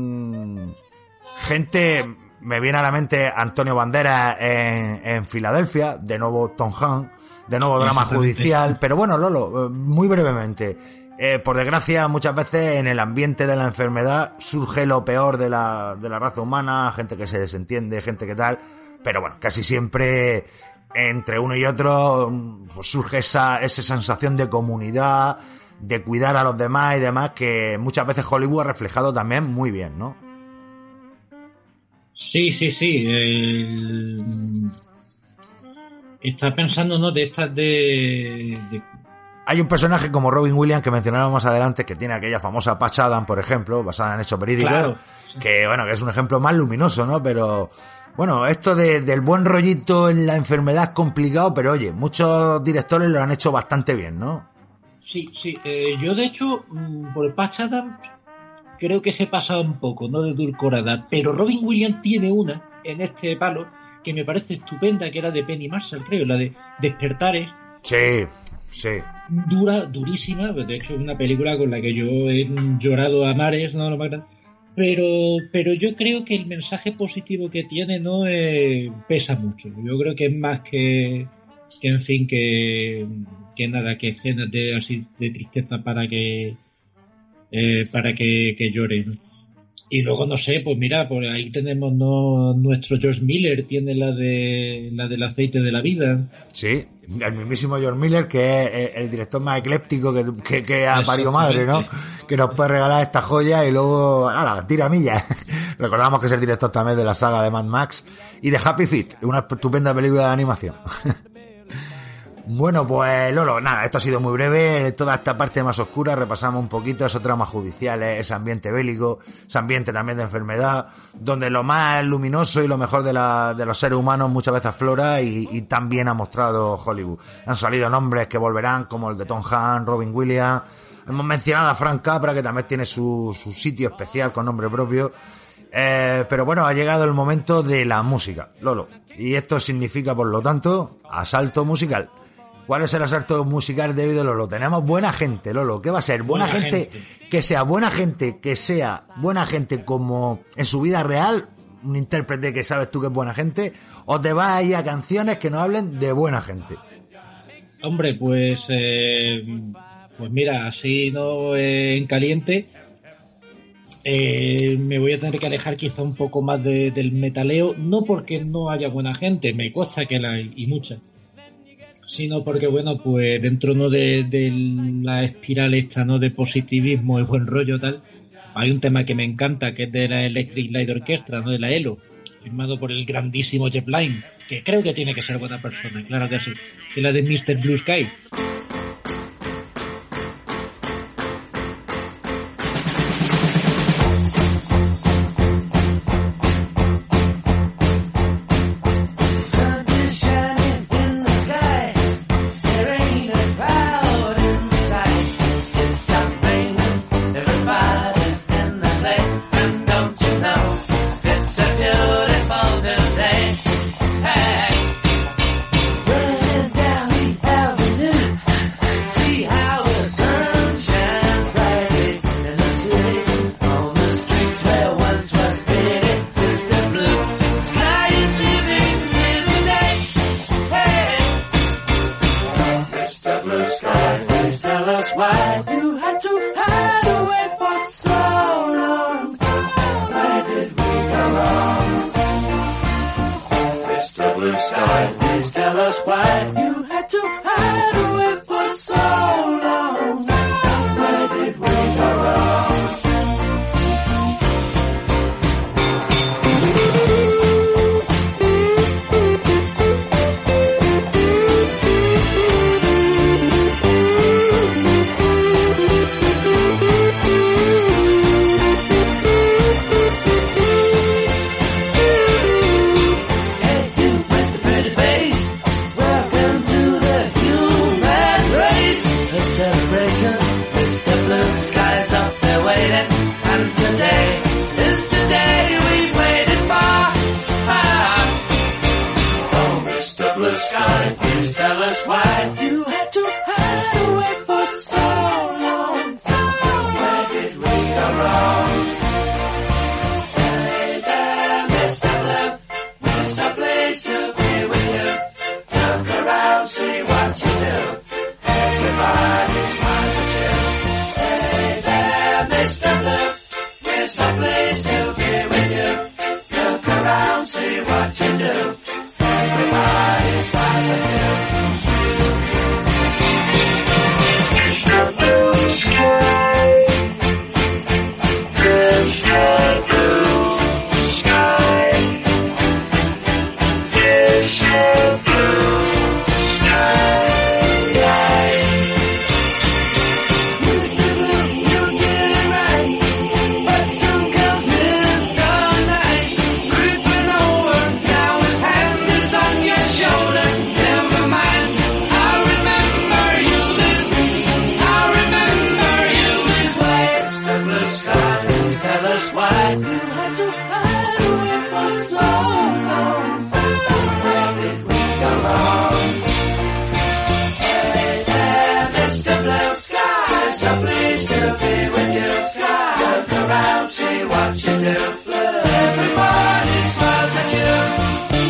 gente, me viene a la mente Antonio Banderas en Filadelfia, de nuevo Tom Hanks, de nuevo drama judicial, pero bueno, Lolo, muy brevemente, por desgracia muchas veces en el ambiente de la enfermedad surge lo peor de la raza humana, gente que se desentiende, gente que tal, pero bueno, casi siempre entre uno y otro pues surge esa sensación de comunidad, de cuidar a los demás y demás, que muchas veces Hollywood ha reflejado también muy bien, ¿no? Sí. Está pensando, ¿no?, de estas de... Hay un personaje como Robin Williams que mencionábamos más adelante, que tiene aquella famosa Patch Adams, por ejemplo, basada en hechos verídicos, claro, sí. Que bueno, que es un ejemplo más luminoso, ¿no? Pero bueno, esto del buen rollito en la enfermedad es complicado, pero oye, muchos directores lo han hecho bastante bien, ¿no? Sí. Yo de hecho, por Patch Adams creo que se pasa un poco, ¿no?, de edulcorada, pero Robin Williams tiene una en este palo que me parece estupenda, que era de Penny Marshall, creo, la de Despertares. Sí. Durísima, de hecho es una película con la que yo he llorado a mares, ¿no?, lo más grande. Pero yo creo que el mensaje positivo que tiene no pesa mucho. Yo creo que es más que en fin, que nada, que escenas así de tristeza para que llore, ¿no? Y luego, no sé, pues mira, por ahí tenemos, ¿no?, nuestro George Miller, tiene la del aceite de la vida. Sí, el mismísimo George Miller, que es el director más ecléptico que ha parido madre, ¿no? Que nos puede regalar esta joya y luego, nada, tira millas. Recordamos que es el director también de la saga de Mad Max y de Happy Feet, una estupenda película de animación. Bueno, pues Lolo, nada, esto ha sido muy breve, toda esta parte más oscura, repasamos un poquito esos dramas judiciales, ese ambiente bélico, ese ambiente también de enfermedad, donde lo más luminoso y lo mejor de los seres humanos muchas veces aflora y también ha mostrado Hollywood. Han salido nombres que volverán, como el de Tom Hanks, Robin Williams, hemos mencionado a Frank Capra, que también tiene su sitio especial con nombre propio, pero bueno, ha llegado el momento de la música, Lolo, y esto significa, por lo tanto, asalto musical. ¿Cuál es el asalto musical de hoy de Lolo? Tenemos buena gente, Lolo. ¿Qué va a ser? Buena gente, que sea buena gente como en su vida real, un intérprete que sabes tú que es buena gente, o te vas a ir a canciones que nos hablen de buena gente. Hombre, pues mira, así no en caliente, me voy a tener que alejar quizá un poco más del metaleo, no porque no haya buena gente, me consta que la hay, y mucha, sino porque, bueno, pues dentro, ¿no?, de la espiral esta, ¿no?, de positivismo y buen rollo tal, hay un tema que me encanta, que es de la Electric Light Orchestra, ¿no?, de la ELO, firmado por el grandísimo Jeff Lynne, que creo que tiene que ser buena persona, claro que sí, que es la de Mr. Blue Sky. story. Please tell us why you had to hide away for so long. Where did we go wrong? Sky, please tell us why you had to hide away for so long. Where did we go wrong? Hey there, Mr. Blue, there's a place to be with you. Look around, see what you do. Everybody smiles at you. Hey there, Mr. Blue, there's a place to be with you. Look around, see what you do. Everybody smiles at you. Mr. Blue Sky, Mr. Blue Sky, Mr. Blue Sky. Mr. Blue, you get it right, but soon comes Mr. Night, creeping over, now his hand is on your shoulder. Never mind, I'll remember you this way. Mr. Blue Sky, please tell us why you had to hide away for so long. Where did we go wrong? Hey there, Mr. Blue Sky, so pleased to be with you. Look around, see what you do. Everybody smiles at you.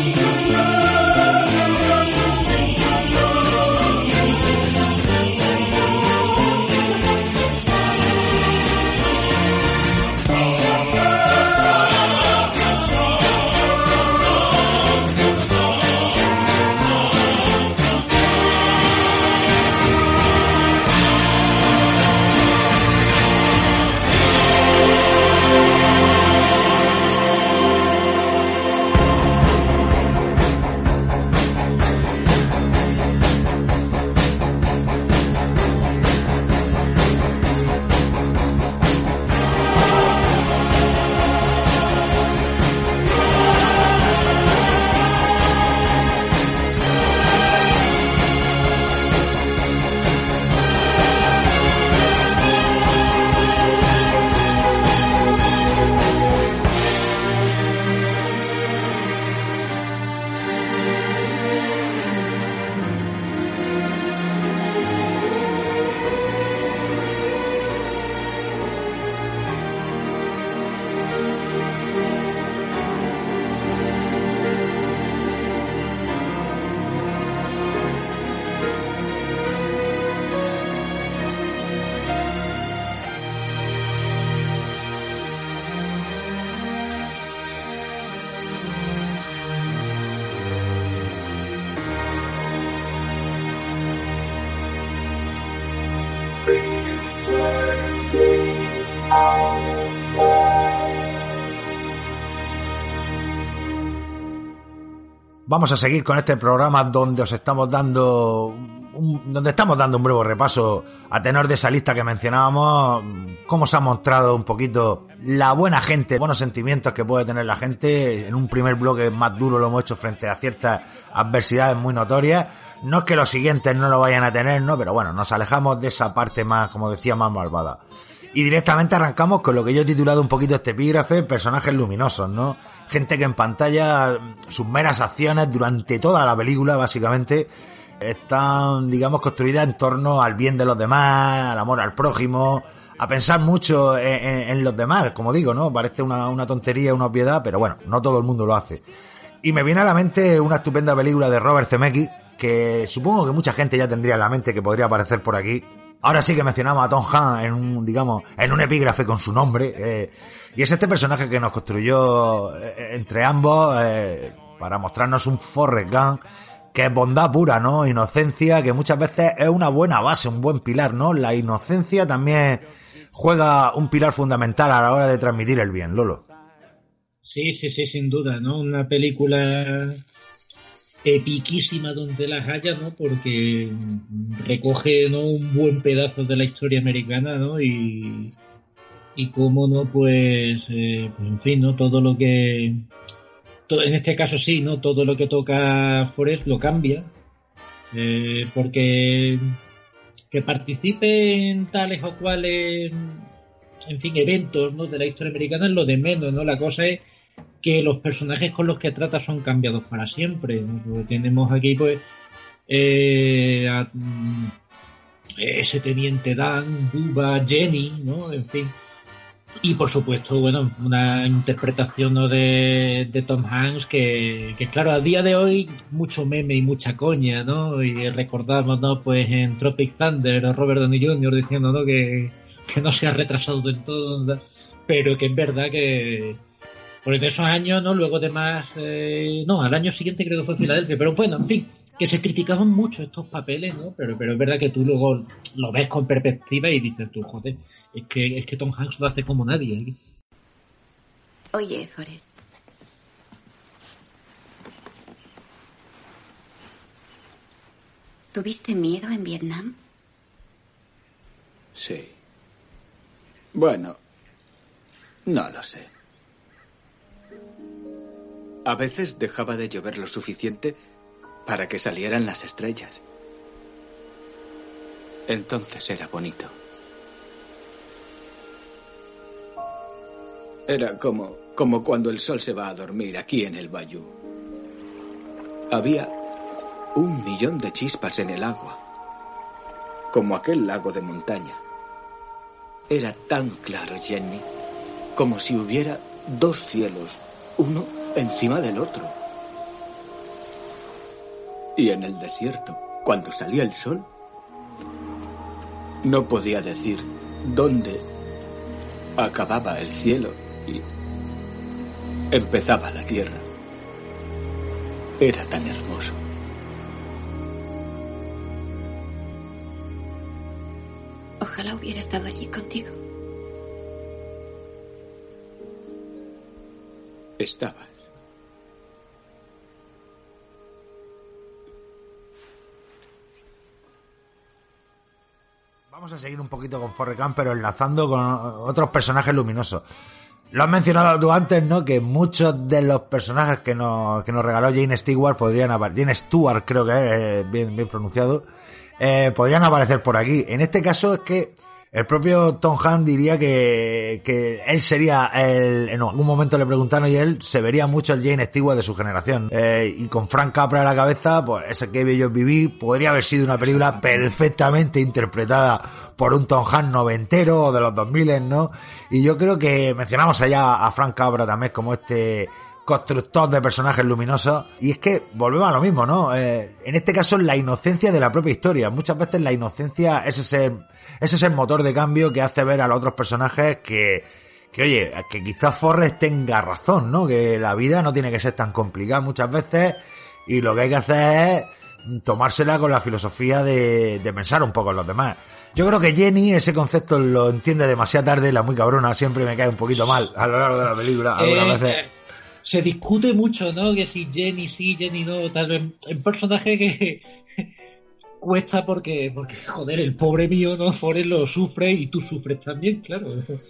Vamos a seguir con este programa donde estamos dando un breve repaso a tenor de esa lista que mencionábamos, cómo se ha mostrado un poquito la buena gente, buenos sentimientos que puede tener la gente. En un primer bloque más duro lo hemos hecho frente a ciertas adversidades muy notorias. No es que los siguientes no lo vayan a tener, ¿no? Pero bueno, nos alejamos de esa parte más, como decía, más malvada. Y directamente arrancamos con lo que yo he titulado un poquito este epígrafe, personajes luminosos, ¿no? Gente que en pantalla, sus meras acciones durante toda la película, básicamente, están, digamos, construidas en torno al bien de los demás, al amor al prójimo, a pensar mucho en los demás, como digo, ¿no? Parece una tontería, una obviedad, pero bueno, no todo el mundo lo hace. Y me viene a la mente una estupenda película de Robert Zemeckis, que supongo que mucha gente ya tendría en la mente que podría aparecer por aquí. Ahora sí que mencionamos a Tom Hanks en un epígrafe con su nombre, y es este personaje que nos construyó entre ambos, para mostrarnos un Forrest Gump que es bondad pura, ¿no? Inocencia, que muchas veces es una buena base, un buen pilar, ¿no? La inocencia también juega un pilar fundamental a la hora de transmitir el bien, Lolo. Sí, sin duda, ¿no? Una película epiquísima donde las haya, ¿no? Porque recoge, ¿no?, un buen pedazo de la historia americana, ¿no? Y cómo no, pues, en fin, ¿no? Todo lo que... en este caso sí, ¿no? Todo lo que toca Forrest lo cambia. Porque que participe en tales o cuales, en fin, eventos, ¿no?, de la historia americana es lo de menos, ¿no? La cosa es que los personajes con los que trata son cambiados para siempre, ¿no? Porque tenemos aquí, pues, ese teniente Dan, Bubba, Jenny, ¿no? En fin. Y por supuesto, bueno, una interpretación, ¿no?, de Tom Hanks que claro, a día de hoy mucho meme y mucha coña, ¿no? Y recordamos, ¿no?, pues en Tropic Thunder a Robert Downey Jr. diciendo, ¿no?, que no se ha retrasado del todo, ¿no?, pero que es verdad que por en esos años, ¿no?, luego de más, al año siguiente creo que fue Filadelfia, pero bueno, en fin, que se criticaban mucho estos papeles, ¿no? Pero es verdad que tú luego lo ves con perspectiva y dices tú, joder, es que Tom Hanks lo hace como nadie, ¿eh? Oye, Forrest. ¿Tuviste miedo en Vietnam? Sí. Bueno, no lo sé. A veces dejaba de llover lo suficiente para que salieran las estrellas. Entonces era bonito. Era como cuando el sol se va a dormir aquí en el bayou. Había 1 millón de chispas en el agua, como aquel lago de montaña. Era tan claro, Jenny, como si hubiera 2 cielos, uno encima del otro. Y en el desierto, cuando salía el sol, no podía decir dónde acababa el cielo y empezaba la tierra. Era tan hermoso. Ojalá hubiera estado allí contigo. Estabas. Vamos a seguir un poquito con Forrest Gump, pero enlazando con otros personajes luminosos. Lo has mencionado tú antes, ¿no? Que muchos de los personajes que nos regaló Jane Stewart Jane Stewart, creo que es bien pronunciado, podrían aparecer por aquí. En este caso es que el propio Tom Hanks diría que él sería en algún momento le preguntaron y él se vería mucho el Jane Stewart de su generación. Y con Frank Capra a la cabeza, pues ese Qué bello es vivir podría haber sido una película perfectamente interpretada por un Tom Hanks noventero o de los 2000, ¿no? Y yo creo que mencionamos allá a Frank Capra también como este constructor de personajes luminosos, y es que volvemos a lo mismo, ¿no? En este caso la inocencia de la propia historia. Muchas veces la inocencia es ese motor de cambio que hace ver a los otros personajes que oye, que quizás Forrest tenga razón, ¿no? Que la vida no tiene que ser tan complicada muchas veces y lo que hay que hacer es tomársela con la filosofía de pensar un poco en los demás. Yo creo que Jenny ese concepto lo entiende demasiado tarde, la muy cabrona siempre me cae un poquito mal a lo largo de la película, algunas veces. Se discute mucho, ¿no? Que si Jenny sí, Jenny no, tal vez. Un personaje que cuesta porque, joder, el pobre mío, ¿no? Forrest lo sufre y tú sufres también, claro.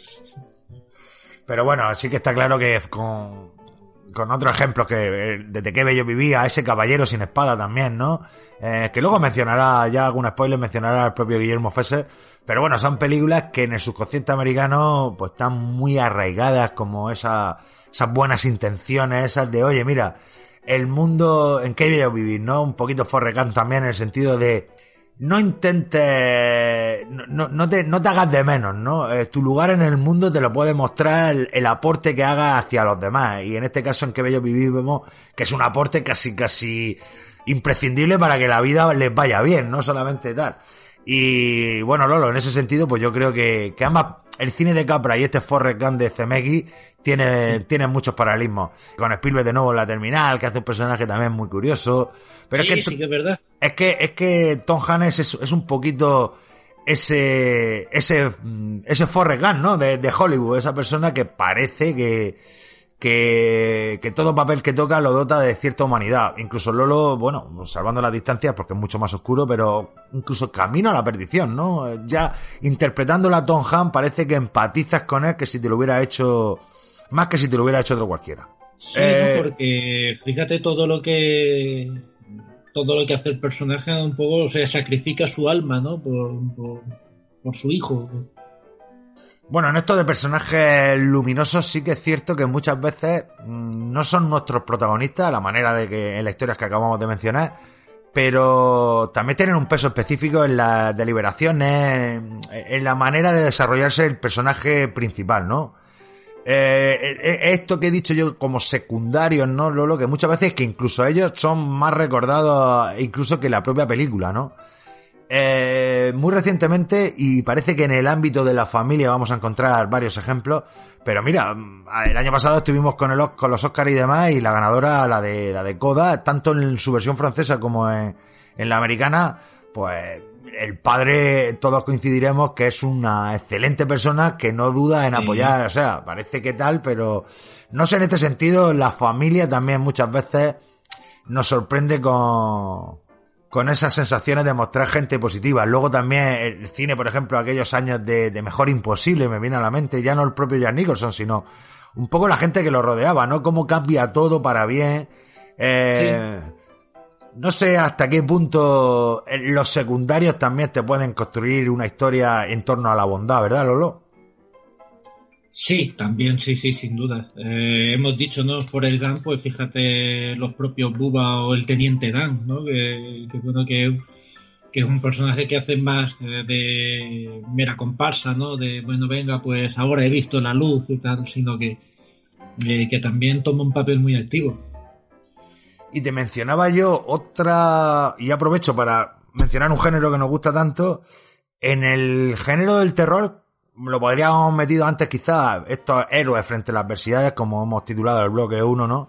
Pero bueno, sí que está claro que con otros ejemplos que desde Qué bello vivía, ese caballero sin espada también, ¿no? Que luego mencionará, ya algún spoiler mencionará el propio Guillermo Fesser, pero bueno, son películas que en el subconsciente americano pues están muy arraigadas como esas buenas intenciones, esas de, oye, mira, el mundo en Qué bello vivir, ¿no? Un poquito Forrest Gump también en el sentido de no intentes, no te hagas de menos, ¿no? Tu lugar en el mundo te lo puede mostrar el aporte que hagas hacia los demás, y en este caso en Qué bello vivir vemos que es un aporte casi imprescindible para que la vida les vaya bien, no solamente tal. Y bueno, Lolo, en ese sentido pues yo creo que el cine de Capra y este Forrest Gump de Zemeckis tiene muchos paralelismos. Con Spielberg de nuevo en La Terminal, que hace un personaje también muy curioso. Pero sí, sí que es verdad. Es que Tom Hanks es un poquito ese Forrest Gump, ¿no? De Hollywood, esa persona que parece que todo papel que toca lo dota de cierta humanidad. Incluso Lolo, bueno, salvando las distancias porque es mucho más oscuro, pero incluso camino a la perdición, ¿no? Ya interpretándolo a Tom Hanks parece que empatizas con él que si te lo hubiera hecho, más que si te lo hubiera hecho otro cualquiera. Sí, ¿no? Porque fíjate todo lo que hace el personaje, un poco, o sea, sacrifica su alma, ¿no? Por su hijo. Bueno, en esto de personajes luminosos sí que es cierto que muchas veces no son nuestros protagonistas, a la manera de que en las historias que acabamos de mencionar, pero también tienen un peso específico en las deliberaciones, en la manera de desarrollarse el personaje principal, ¿no? Esto que he dicho yo como secundarios, ¿no, Lolo? Que muchas veces que incluso ellos son más recordados incluso que la propia película, ¿no? Muy recientemente, y parece que en el ámbito de la familia vamos a encontrar varios ejemplos, pero mira, el año pasado estuvimos con los Oscars y demás, y la ganadora, la de Coda, tanto en su versión francesa como en la americana, pues el padre, todos coincidiremos que es una excelente persona que no duda en apoyar, o sea, parece que tal, pero no sé, en este sentido, la familia también muchas veces nos sorprende con esas sensaciones de mostrar gente positiva. Luego también el cine, por ejemplo, aquellos años de Mejor Imposible, me viene a la mente, ya no el propio Jack Nicholson, sino un poco la gente que lo rodeaba, ¿no? Cómo cambia todo para bien. Sí. No sé hasta qué punto los secundarios también te pueden construir una historia en torno a la bondad, ¿verdad, Lolo? Sí, también, sí, sin duda. Hemos dicho, ¿no? Forrest Gump, pues fíjate los propios Bubba o el Teniente Dan, ¿no? Que es un personaje que hace más de mera comparsa, ¿no? De, bueno, venga, pues ahora he visto la luz y tal, sino que también toma un papel muy activo. Y te mencionaba yo otra, y aprovecho para mencionar un género que nos gusta tanto. En el género del terror, lo podríamos haber metido antes quizás estos héroes frente a las adversidades, como hemos titulado el bloque 1, ¿no?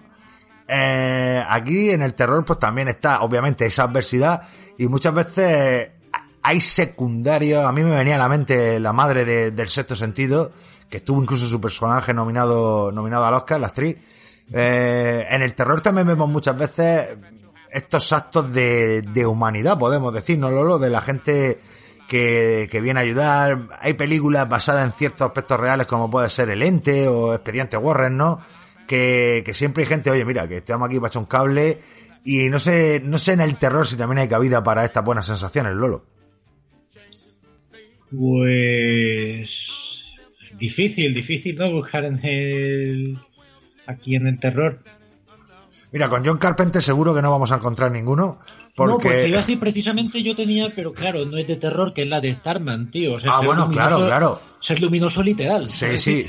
Aquí en el terror pues también está obviamente esa adversidad, y muchas veces hay secundarios. A mí me venía a la mente la madre del Sexto Sentido, que estuvo incluso su personaje nominado al Oscar, la actriz. En el terror también vemos muchas veces estos actos de humanidad, podemos decir, ¿no, Lolo? De la gente que viene a ayudar. Hay películas basadas en ciertos aspectos reales, como puede ser El Ente o Expediente Warren, ¿no? Que siempre hay gente, oye, mira, que estamos aquí para echar un cable. Y no sé en el terror si también hay cabida para estas buenas sensaciones, Lolo. Pues difícil, ¿no? Buscar aquí en el terror. Mira, con John Carpenter seguro que no vamos a encontrar ninguno. No, porque iba a decir, precisamente yo tenía, pero claro, no es de terror, que es la de Starman, tío. O sea, bueno, claro. Ser luminoso literal. Sí.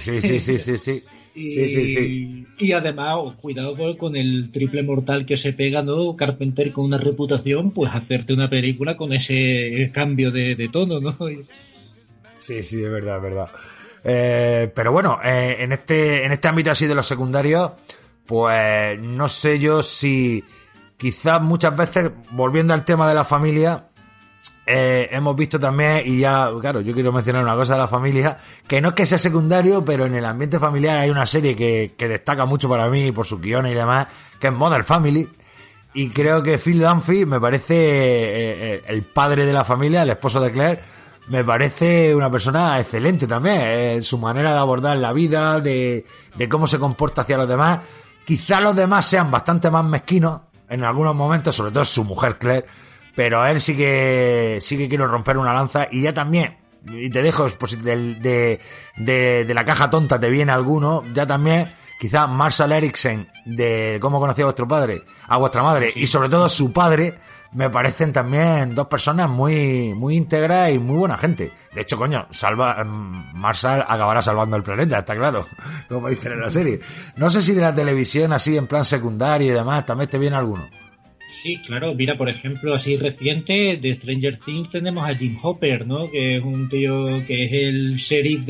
Y además, cuidado con el triple mortal que se pega, ¿no? Carpenter, con una reputación, pues hacerte una película con ese cambio de tono, ¿no? Sí, es verdad. Pero bueno, en este ámbito así de los secundarios, pues no sé yo si quizás muchas veces, volviendo al tema de la familia, hemos visto también, y ya, claro, yo quiero mencionar una cosa de la familia, que no es que sea secundario, pero en el ambiente familiar hay una serie que destaca mucho para mí por sus guiones y demás, que es Modern Family, y creo que Phil Dunphy me parece el padre de la familia, el esposo de Claire, me parece una persona excelente también, su manera de abordar la vida, de cómo se comporta hacia los demás. Quizá los demás sean bastante más mezquinos en algunos momentos, sobre todo su mujer Claire, pero él sí que quiere romper una lanza. Y ya también, y te dejo, pues, si de la caja tonta te viene alguno, ya también quizá Marshall Eriksen, de Cómo conocí a vuestra madre, sí. Y sobre todo su padre, me parecen también dos personas muy íntegras y muy buena gente. De hecho, coño, Marshall acabará salvando el planeta, está claro, como dicen en la serie. No sé si de la televisión así en plan secundario y demás también te viene alguno. Sí, claro, mira, por ejemplo, así reciente, de Stranger Things tenemos a Jim Hopper, ¿no? Que es un tío que es el sheriff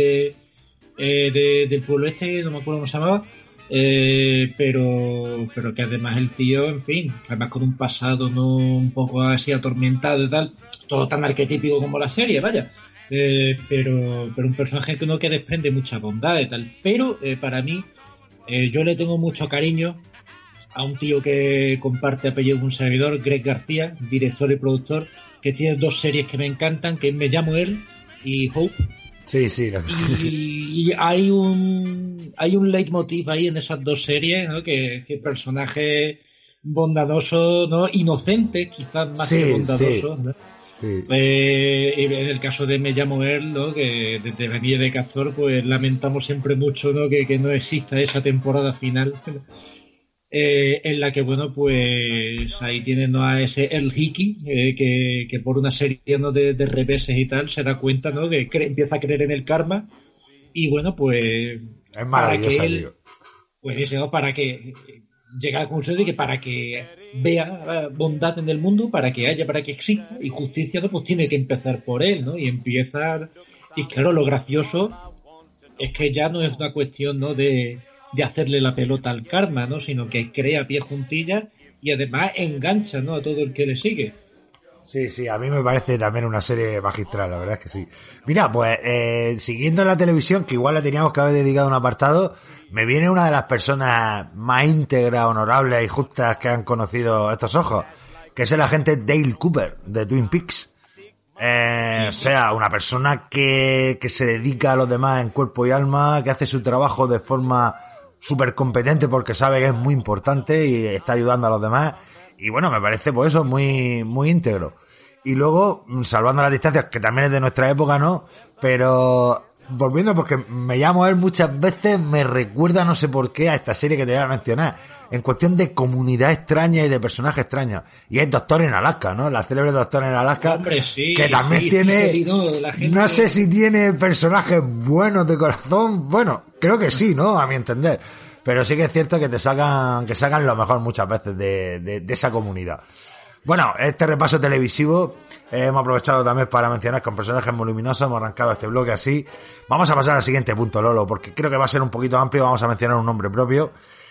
del pueblo este, no me acuerdo cómo se llamaba, pero que además el tío, en fin, además con un pasado no un poco así atormentado y tal, todo tan arquetípico como la serie, vaya, pero un personaje que desprende mucha bondad y tal, pero para mí, yo le tengo mucho cariño a un tío que comparte apellido con un servidor, Greg García, director y productor, que tiene 2 series que me encantan, que Me llamo él y Hope. Sí. Y hay un leitmotiv ahí en esas 2 series, ¿no? Que personaje bondadoso, ¿no? Inocente, quizás más que bondadoso, ¿no? Sí. En el caso de Me llamo él, ¿no? Que desde Daniel de Castor, pues lamentamos siempre mucho, ¿no? Que no exista esa temporada final. En la que, bueno, pues ahí tienen, ¿no? A ese El Hickey, que por una serie, ¿no? de reveses y tal, se da cuenta, ¿no? Que empieza a creer en el karma. Y bueno, pues es maravilloso, para que él, pues eso, ¿no? Para que llegue a la conclusión de que para que vea bondad en el mundo, para que exista y justicia, ¿no? Pues tiene que empezar por él, ¿no? Y empezar. Y claro, lo gracioso es que ya no es una cuestión, ¿no? de hacerle la pelota al karma, ¿no? Sino que crea pie juntillas y además engancha, ¿no? A todo el que le sigue. Sí, a mí me parece también una serie magistral, la verdad es que sí. Mira, pues siguiendo en la televisión, que igual le teníamos que haber dedicado un apartado, me viene una de las personas más íntegras, honorables y justas que han conocido estos ojos, que es el agente Dale Cooper, de Twin Peaks. O sea, una persona que se dedica a los demás en cuerpo y alma, que hace su trabajo de forma súper competente porque sabe que es muy importante y está ayudando a los demás. Y bueno, me parece pues eso, muy, muy íntegro. Y luego, salvando las distancias, que también es de nuestra época, ¿no? Pero volviendo, porque Me llamo él muchas veces me recuerda, no sé por qué, a esta serie que te voy a mencionar, en cuestión de comunidad extraña y de personajes extraños. Y es Doctor en Alaska, ¿no? La célebre Doctor en Alaska. Hombre, sí, que también tiene, no sé si tiene personajes buenos de corazón. Bueno, creo que sí, ¿no? A mi entender. Pero sí que es cierto que sacan lo mejor muchas veces de esa comunidad. Bueno, este repaso televisivo hemos aprovechado también para mencionar con personajes muy luminosos, hemos arrancado este bloque así. Vamos a pasar al siguiente punto, Lolo, porque creo que va a ser un poquito amplio, vamos a mencionar un nombre propio.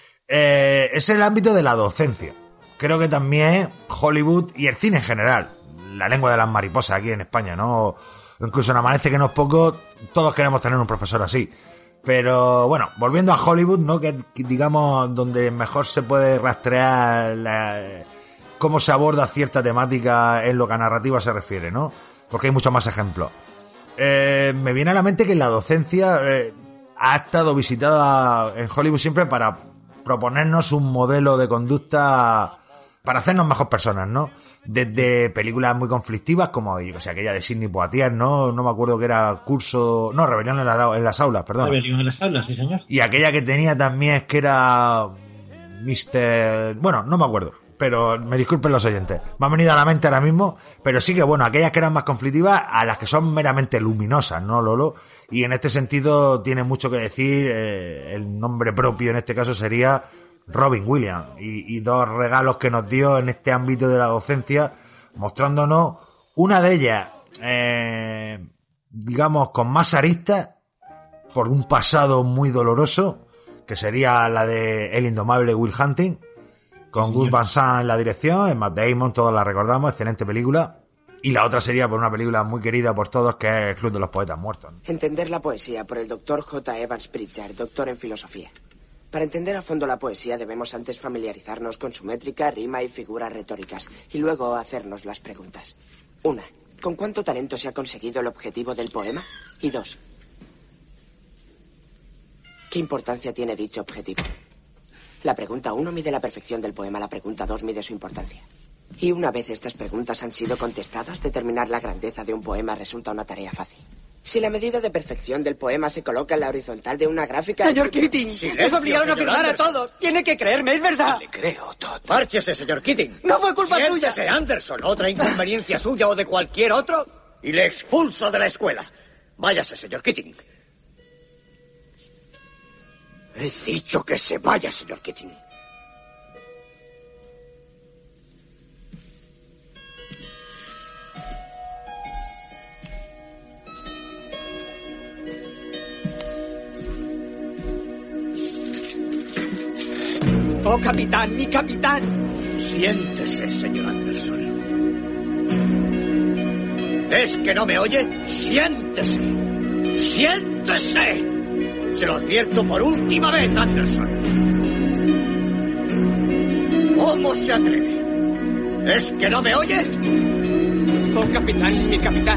Es el ámbito de la docencia. Creo que también Hollywood y el cine en general, la lengua de las mariposas aquí en España, ¿no? Incluso en Amanece que no es poco, todos queremos tener un profesor así. Pero bueno, volviendo a Hollywood, ¿no? Que digamos donde mejor se puede rastrear cómo se aborda cierta temática en lo que a narrativa se refiere, ¿no? Porque hay muchos más ejemplos. Me viene a la mente que la docencia ha estado visitada en Hollywood siempre para proponernos un modelo de conducta para hacernos mejor personas, ¿no? Desde películas muy conflictivas como, yo que sé, aquella de Sidney Poitier, ¿no? No me acuerdo que era Rebelión en las aulas, perdón. Rebelión en las aulas, sí, señor. Y aquella que tenía también es que era Bueno, no me acuerdo, pero me disculpen los oyentes. Me han venido a la mente ahora mismo, pero sí que, bueno, aquellas que eran más conflictivas a las que son meramente luminosas, ¿no, Lolo? Y en este sentido tiene mucho que decir, el nombre propio en este caso sería Robin Williams, y 2 regalos que nos dio en este ámbito de la docencia, mostrándonos una de ellas, digamos, con más aristas, por un pasado muy doloroso, que sería la de El indomable Will Hunting, con Gus Van Sant en la dirección, en Matt Damon, todos la recordamos, excelente película. Y la otra sería por una película muy querida por todos, que es El Club de los Poetas Muertos. Entender la poesía, por el Dr. J. Evans Pritchard, doctor en filosofía. Para entender a fondo la poesía debemos antes familiarizarnos con su métrica, rima y figuras retóricas, y luego hacernos las preguntas. 1. ¿Con cuánto talento se ha conseguido el objetivo del poema? Y 2. ¿Qué importancia tiene dicho objetivo? La pregunta 1 mide la perfección del poema, la pregunta 2 mide su importancia. Y una vez estas preguntas han sido contestadas, determinar la grandeza de un poema resulta una tarea fácil. Si la medida de perfección del poema se coloca en la horizontal de una gráfica... ¡Señor Keating! ¡Les obligaron a firmar a todos! ¡Tiene que creerme, es verdad! Le creo, Todd. ¡Márchese, señor Keating! ¡No fue culpa suya! Siéntese, Anderson. ¿Otra inconveniencia suya o de cualquier otro? Y le expulso de la escuela. Váyase, señor Keating. He dicho que se vaya, señor Keating. ¡Oh, capitán, mi capitán! Siéntese, señor Anderson. ¿Es que no me oye? ¡Siéntese! ¡Siéntese! Se lo advierto por última vez, Anderson. ¿Cómo se atreve? ¿Es que no me oye? Oh, capitán, mi capitán.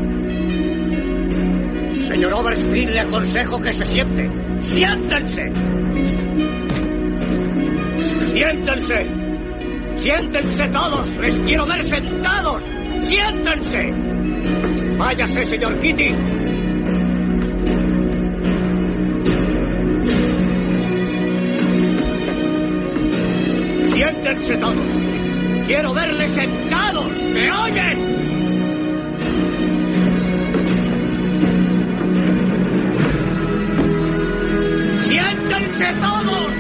Señor Overstreet, le aconsejo que se siente. ¡Siéntense! ¡Siéntense! ¡Siéntense todos! ¡Les quiero ver sentados! ¡Siéntense! ¡Váyase, señor Kitty! ¡Siéntense todos! ¡Quiero verles sentados! ¿Me oyen? ¡Siéntense todos!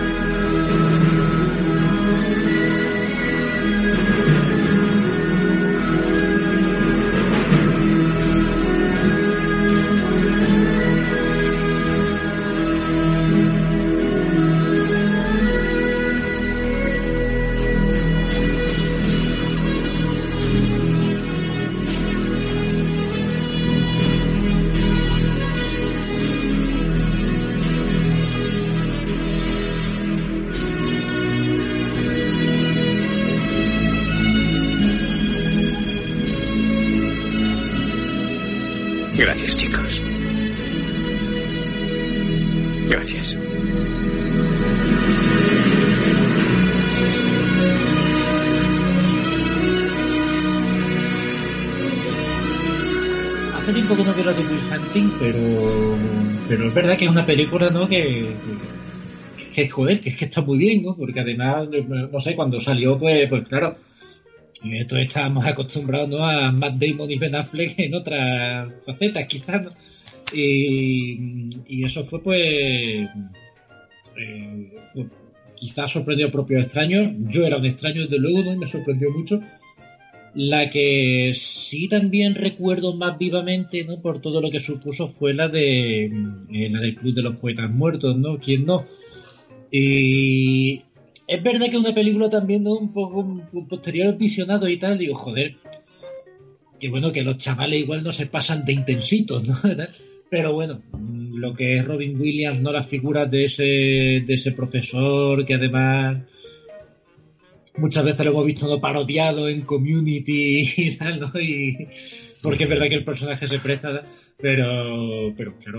Gracias, chicos. Gracias. Hace tiempo que no veo la de Will Hunting, pero es verdad que es una película, ¿no? Que joder, que es que está muy bien, ¿no? Porque además, no sé, cuando salió, pues claro, todos estábamos acostumbrados, ¿no? A Matt Damon y Ben Affleck en otras facetas, quizás, ¿no? Y eso fue, pues, quizás sorprendió a propios extraños. Yo era un extraño, desde luego, ¿no? Y me sorprendió mucho. La que sí también recuerdo más vivamente, ¿no? Por todo lo que supuso, fue la del Club de los Poetas Muertos, ¿no? ¿Quién no? Y es verdad que una película también, ¿no? Un poco posterior visionado y tal, digo, joder, que bueno, que los chavales igual no se pasan de intensitos, ¿no? Pero bueno, lo que es Robin Williams, ¿no? Las figuras de ese profesor, que además muchas veces lo hemos visto, ¿no? Parodiado en Community y tal, ¿no? Y porque es verdad que el personaje se presta, pero claro,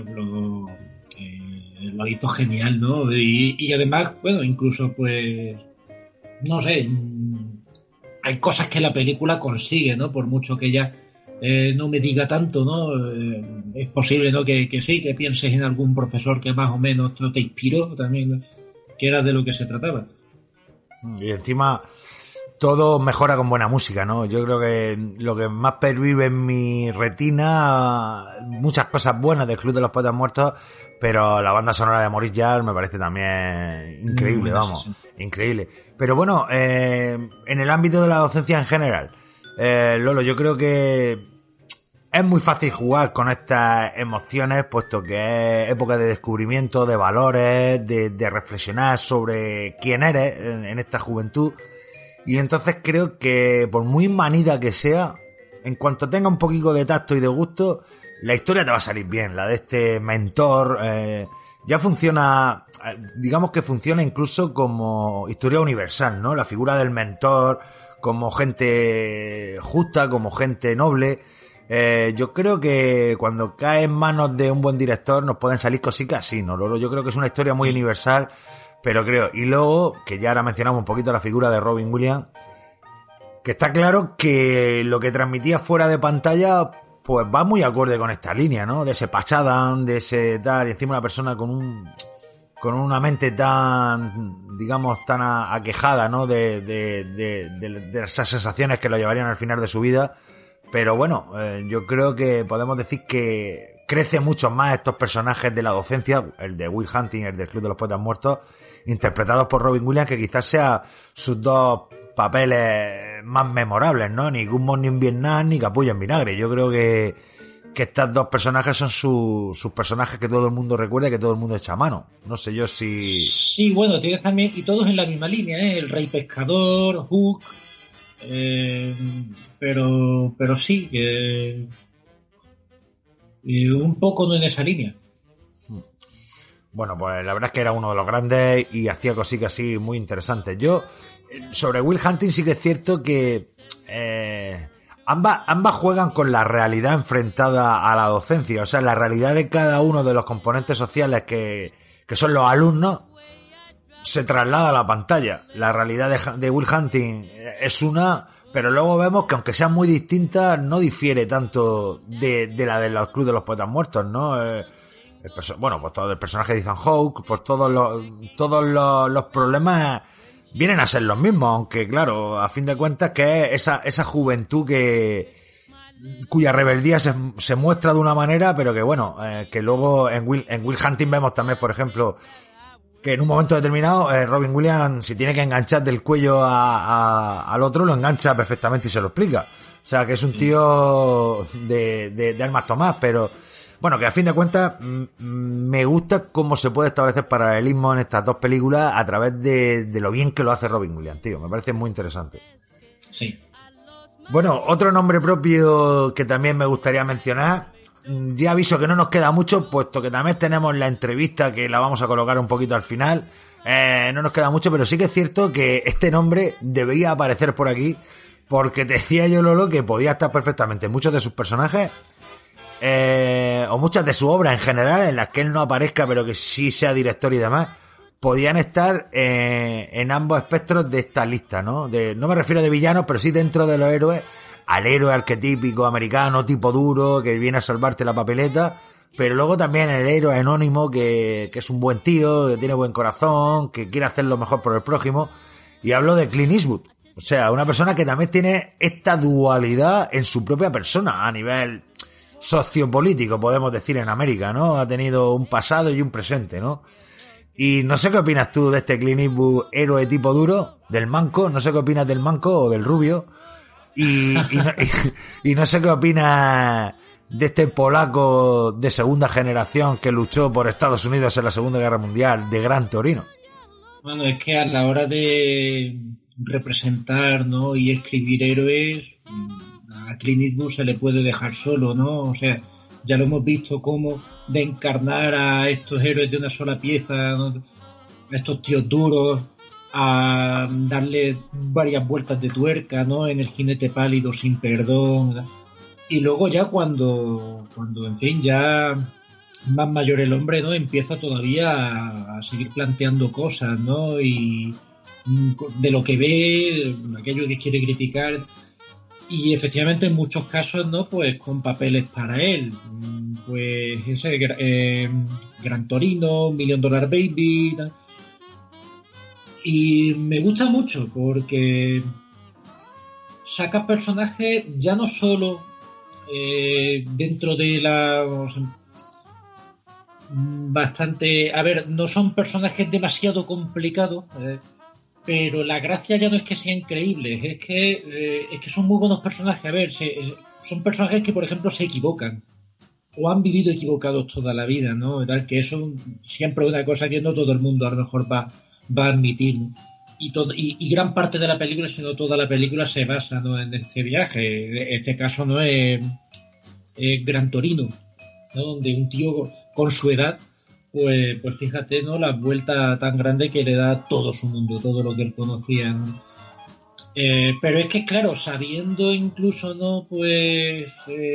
lo hizo genial, ¿no? Y además, bueno, incluso pues no sé, hay cosas que la película consigue, ¿no? Por mucho que ella no me diga tanto, ¿no? Es posible, ¿no? Que sí, que pienses en algún profesor que más o menos te inspiró también, ¿no? Que era de lo que se trataba. Y encima todo mejora con buena música, ¿no? Yo creo que lo que más pervive en mi retina, muchas cosas buenas del Club de los Poetas Muertos, pero la banda sonora de Maurice Jarre me parece también increíble, vamos, sí. Increíble. Pero bueno, en el ámbito de la docencia en general, Lolo, yo creo que es muy fácil jugar con estas emociones, puesto que es época de descubrimiento, de valores, de reflexionar sobre quién eres en esta juventud. Y entonces creo que, por muy manida que sea, en cuanto tenga un poquito de tacto y de gusto, la historia te va a salir bien. La de este mentor ya funciona, digamos que funciona incluso como historia universal, ¿no? La figura del mentor, como gente justa, como gente noble. Yo creo que cuando cae en manos de un buen director nos pueden salir cositas así, ¿no, Lolo? Yo creo que es una historia muy universal, pero creo, y luego, que ya ahora mencionamos un poquito la figura de Robin Williams, que está claro que lo que transmitía fuera de pantalla pues va muy acorde con esta línea, ¿no? De ese Patch Adams, de ese tal, y encima una persona con una mente tan, digamos, tan aquejada, ¿no? De esas sensaciones que lo llevarían al final de su vida. Pero bueno, yo creo que podemos decir que crece mucho más estos personajes de la docencia, el de Will Hunting, el del Club de los Poetas Muertos, interpretados por Robin Williams, que quizás sea sus dos papeles más memorables, ¿no? Ni Good Morning Vietnam ni Capullo en Vinagre. Yo creo que que estos dos personajes son sus personajes que todo el mundo recuerda y que todo el mundo echa a mano. No sé yo si... Sí, bueno, tienes también, y todos en la misma línea, ¿eh? El Rey Pescador, Hook, pero sí, que un poco no en esa línea. Bueno, pues la verdad es que era uno de los grandes y hacía cositas así muy interesantes. Yo, sobre Will Hunting sí que es cierto que ambas juegan con la realidad enfrentada a la docencia. O sea, la realidad de cada uno de los componentes sociales que son los alumnos se traslada a la pantalla. La realidad de Will Hunting es una, pero luego vemos que aunque sean muy distintas, no difiere tanto de la de los Club de los Poetas Muertos, ¿no? Bueno, pues todo el personaje de Ethan Hawke, pues todos los problemas vienen a ser los mismos, aunque claro, a fin de cuentas que es esa juventud cuya rebeldía se muestra de una manera, pero que bueno, que luego en Will Hunting vemos también, por ejemplo, que en un momento determinado Robin Williams, si tiene que enganchar del cuello al otro, lo engancha perfectamente y se lo explica. O sea, que es un tío de armas tomadas, pero bueno, que a fin de cuentas me gusta cómo se puede establecer paralelismo en estas dos películas a través de lo bien que lo hace Robin Williams, tío. Me parece muy interesante. Sí. Bueno, otro nombre propio que también me gustaría mencionar, ya aviso que no nos queda mucho, puesto que también tenemos la entrevista que la vamos a colocar un poquito al final. No nos queda mucho, pero sí que es cierto que este nombre debería aparecer por aquí, porque te decía yo, Lolo, que podía estar perfectamente muchos de sus personajes, o muchas de su obra en general, en las que él no aparezca pero que sí sea director y demás, podían estar en ambos espectros de esta lista, ¿no? No me refiero de villanos, pero sí dentro de los héroes, al héroe arquetípico americano, tipo duro, que viene a salvarte la papeleta, pero luego también el héroe anónimo que es un buen tío, que tiene buen corazón, que quiere hacer lo mejor por el prójimo, y hablo de Clint Eastwood. O sea, una persona que también tiene esta dualidad en su propia persona, a nivel sociopolítico, podemos decir, en América, ¿no? Ha tenido un pasado y un presente, ¿no? Y no sé qué opinas tú de este Clint Eastwood, héroe tipo duro, del manco, no sé qué opinas del manco o del rubio, y no sé qué opinas de este polaco de segunda generación que luchó por Estados Unidos en la Segunda Guerra Mundial, de Gran Torino. Bueno, es que a la hora de representar, ¿no?, y escribir héroes, a Clint Eastwood se le puede dejar solo, ¿no? O sea, ya lo hemos visto cómo de encarnar a estos héroes de una sola pieza, ¿no?, a estos tíos duros, a darle varias vueltas de tuerca, ¿no?, en El jinete pálido, Sin perdón, ¿no? Y luego ya cuando en fin, ya más mayor el hombre, ¿no?, empieza todavía a seguir planteando cosas, ¿no?, y de lo que ve, aquello que quiere criticar, y efectivamente en muchos casos, ¿no?, pues con papeles para él, pues ese Gran Torino, Million Dollar Baby, ¿no? Y me gusta mucho porque saca personajes ya no solo dentro de bastante, a ver, no son personajes demasiado complicados, pero la gracia ya no es que sean creíbles, es que son muy buenos personajes. A ver, son personajes que, por ejemplo, se equivocan o han vivido equivocados toda la vida, ¿no? Tal que eso siempre es una cosa que no todo el mundo a lo mejor va a admitir, ¿no? Y gran parte de la película, si no toda la película, se basa, ¿no?, en este viaje. Este caso no es Gran Torino, ¿no?, donde un tío con su edad, pues fíjate, ¿no?, la vuelta tan grande que le da a todo su mundo, todo lo que él conocía, ¿no? Pero es que, claro, sabiendo incluso, ¿no?, pues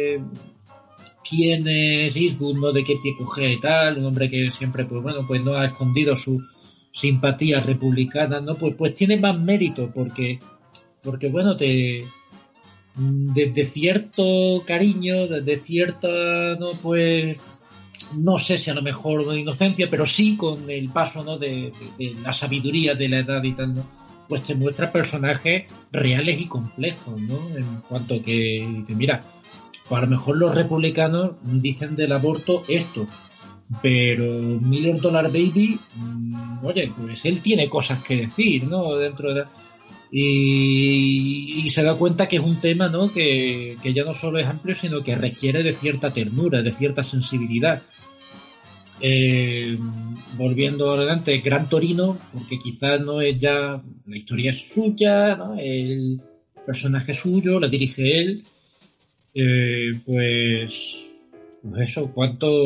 quién es Eastwood, ¿no?, de qué pie cojea y tal, un hombre que siempre, pues bueno, pues no ha escondido su simpatía republicana, ¿no?, pues tiene más mérito porque bueno, desde cierto cariño, desde cierta, ¿no?, pues no sé si a lo mejor de inocencia, pero sí con el paso, ¿no?, de la sabiduría de la edad y tal, ¿no?, pues te muestra personajes reales y complejos, ¿no?, en cuanto que dice, mira, pues a lo mejor los republicanos dicen del aborto esto, pero Million Dollar Baby, oye, pues él tiene cosas que decir, ¿no?, dentro de... y se da cuenta que es un tema, ¿no?, que ya no solo es amplio, sino que requiere de cierta ternura, de cierta sensibilidad. Volviendo adelante, Gran Torino, porque quizás no es ya, la historia es suya, ¿no?, el personaje suyo, la dirige él, pues eso,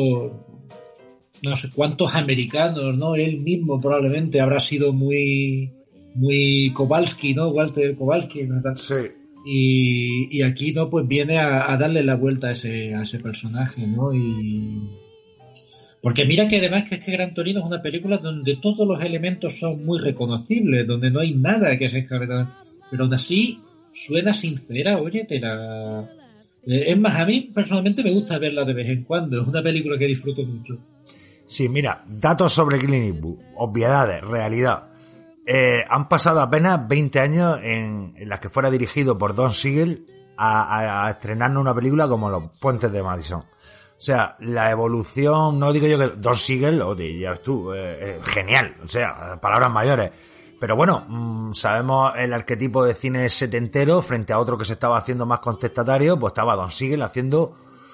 no sé cuántos americanos, ¿no?, él mismo probablemente habrá sido muy Kowalski, ¿no?, Walter Kowalski, ¿verdad? Sí. Y aquí, ¿no?, pues viene a darle la vuelta a ese personaje, ¿no? Porque mira que además que es que Gran Torino es una película donde todos los elementos son muy reconocibles, donde no hay nada que se escape, pero aún así suena sincera, oye, es más, a mí personalmente me gusta verla de vez en cuando, es una película que disfruto mucho. Sí, mira, datos sobre Clint Eastwood, obviedades, realidad. Han pasado apenas 20 años en las que fuera dirigido por Don Siegel a estrenarnos una película como Los Puentes de Madison. O sea, la evolución, no digo yo que Don Siegel, ya ves tú, genial, o sea, palabras mayores. Pero bueno, sabemos el arquetipo de cine setentero frente a otro que se estaba haciendo más contestatario, pues estaba Don Siegel haciendo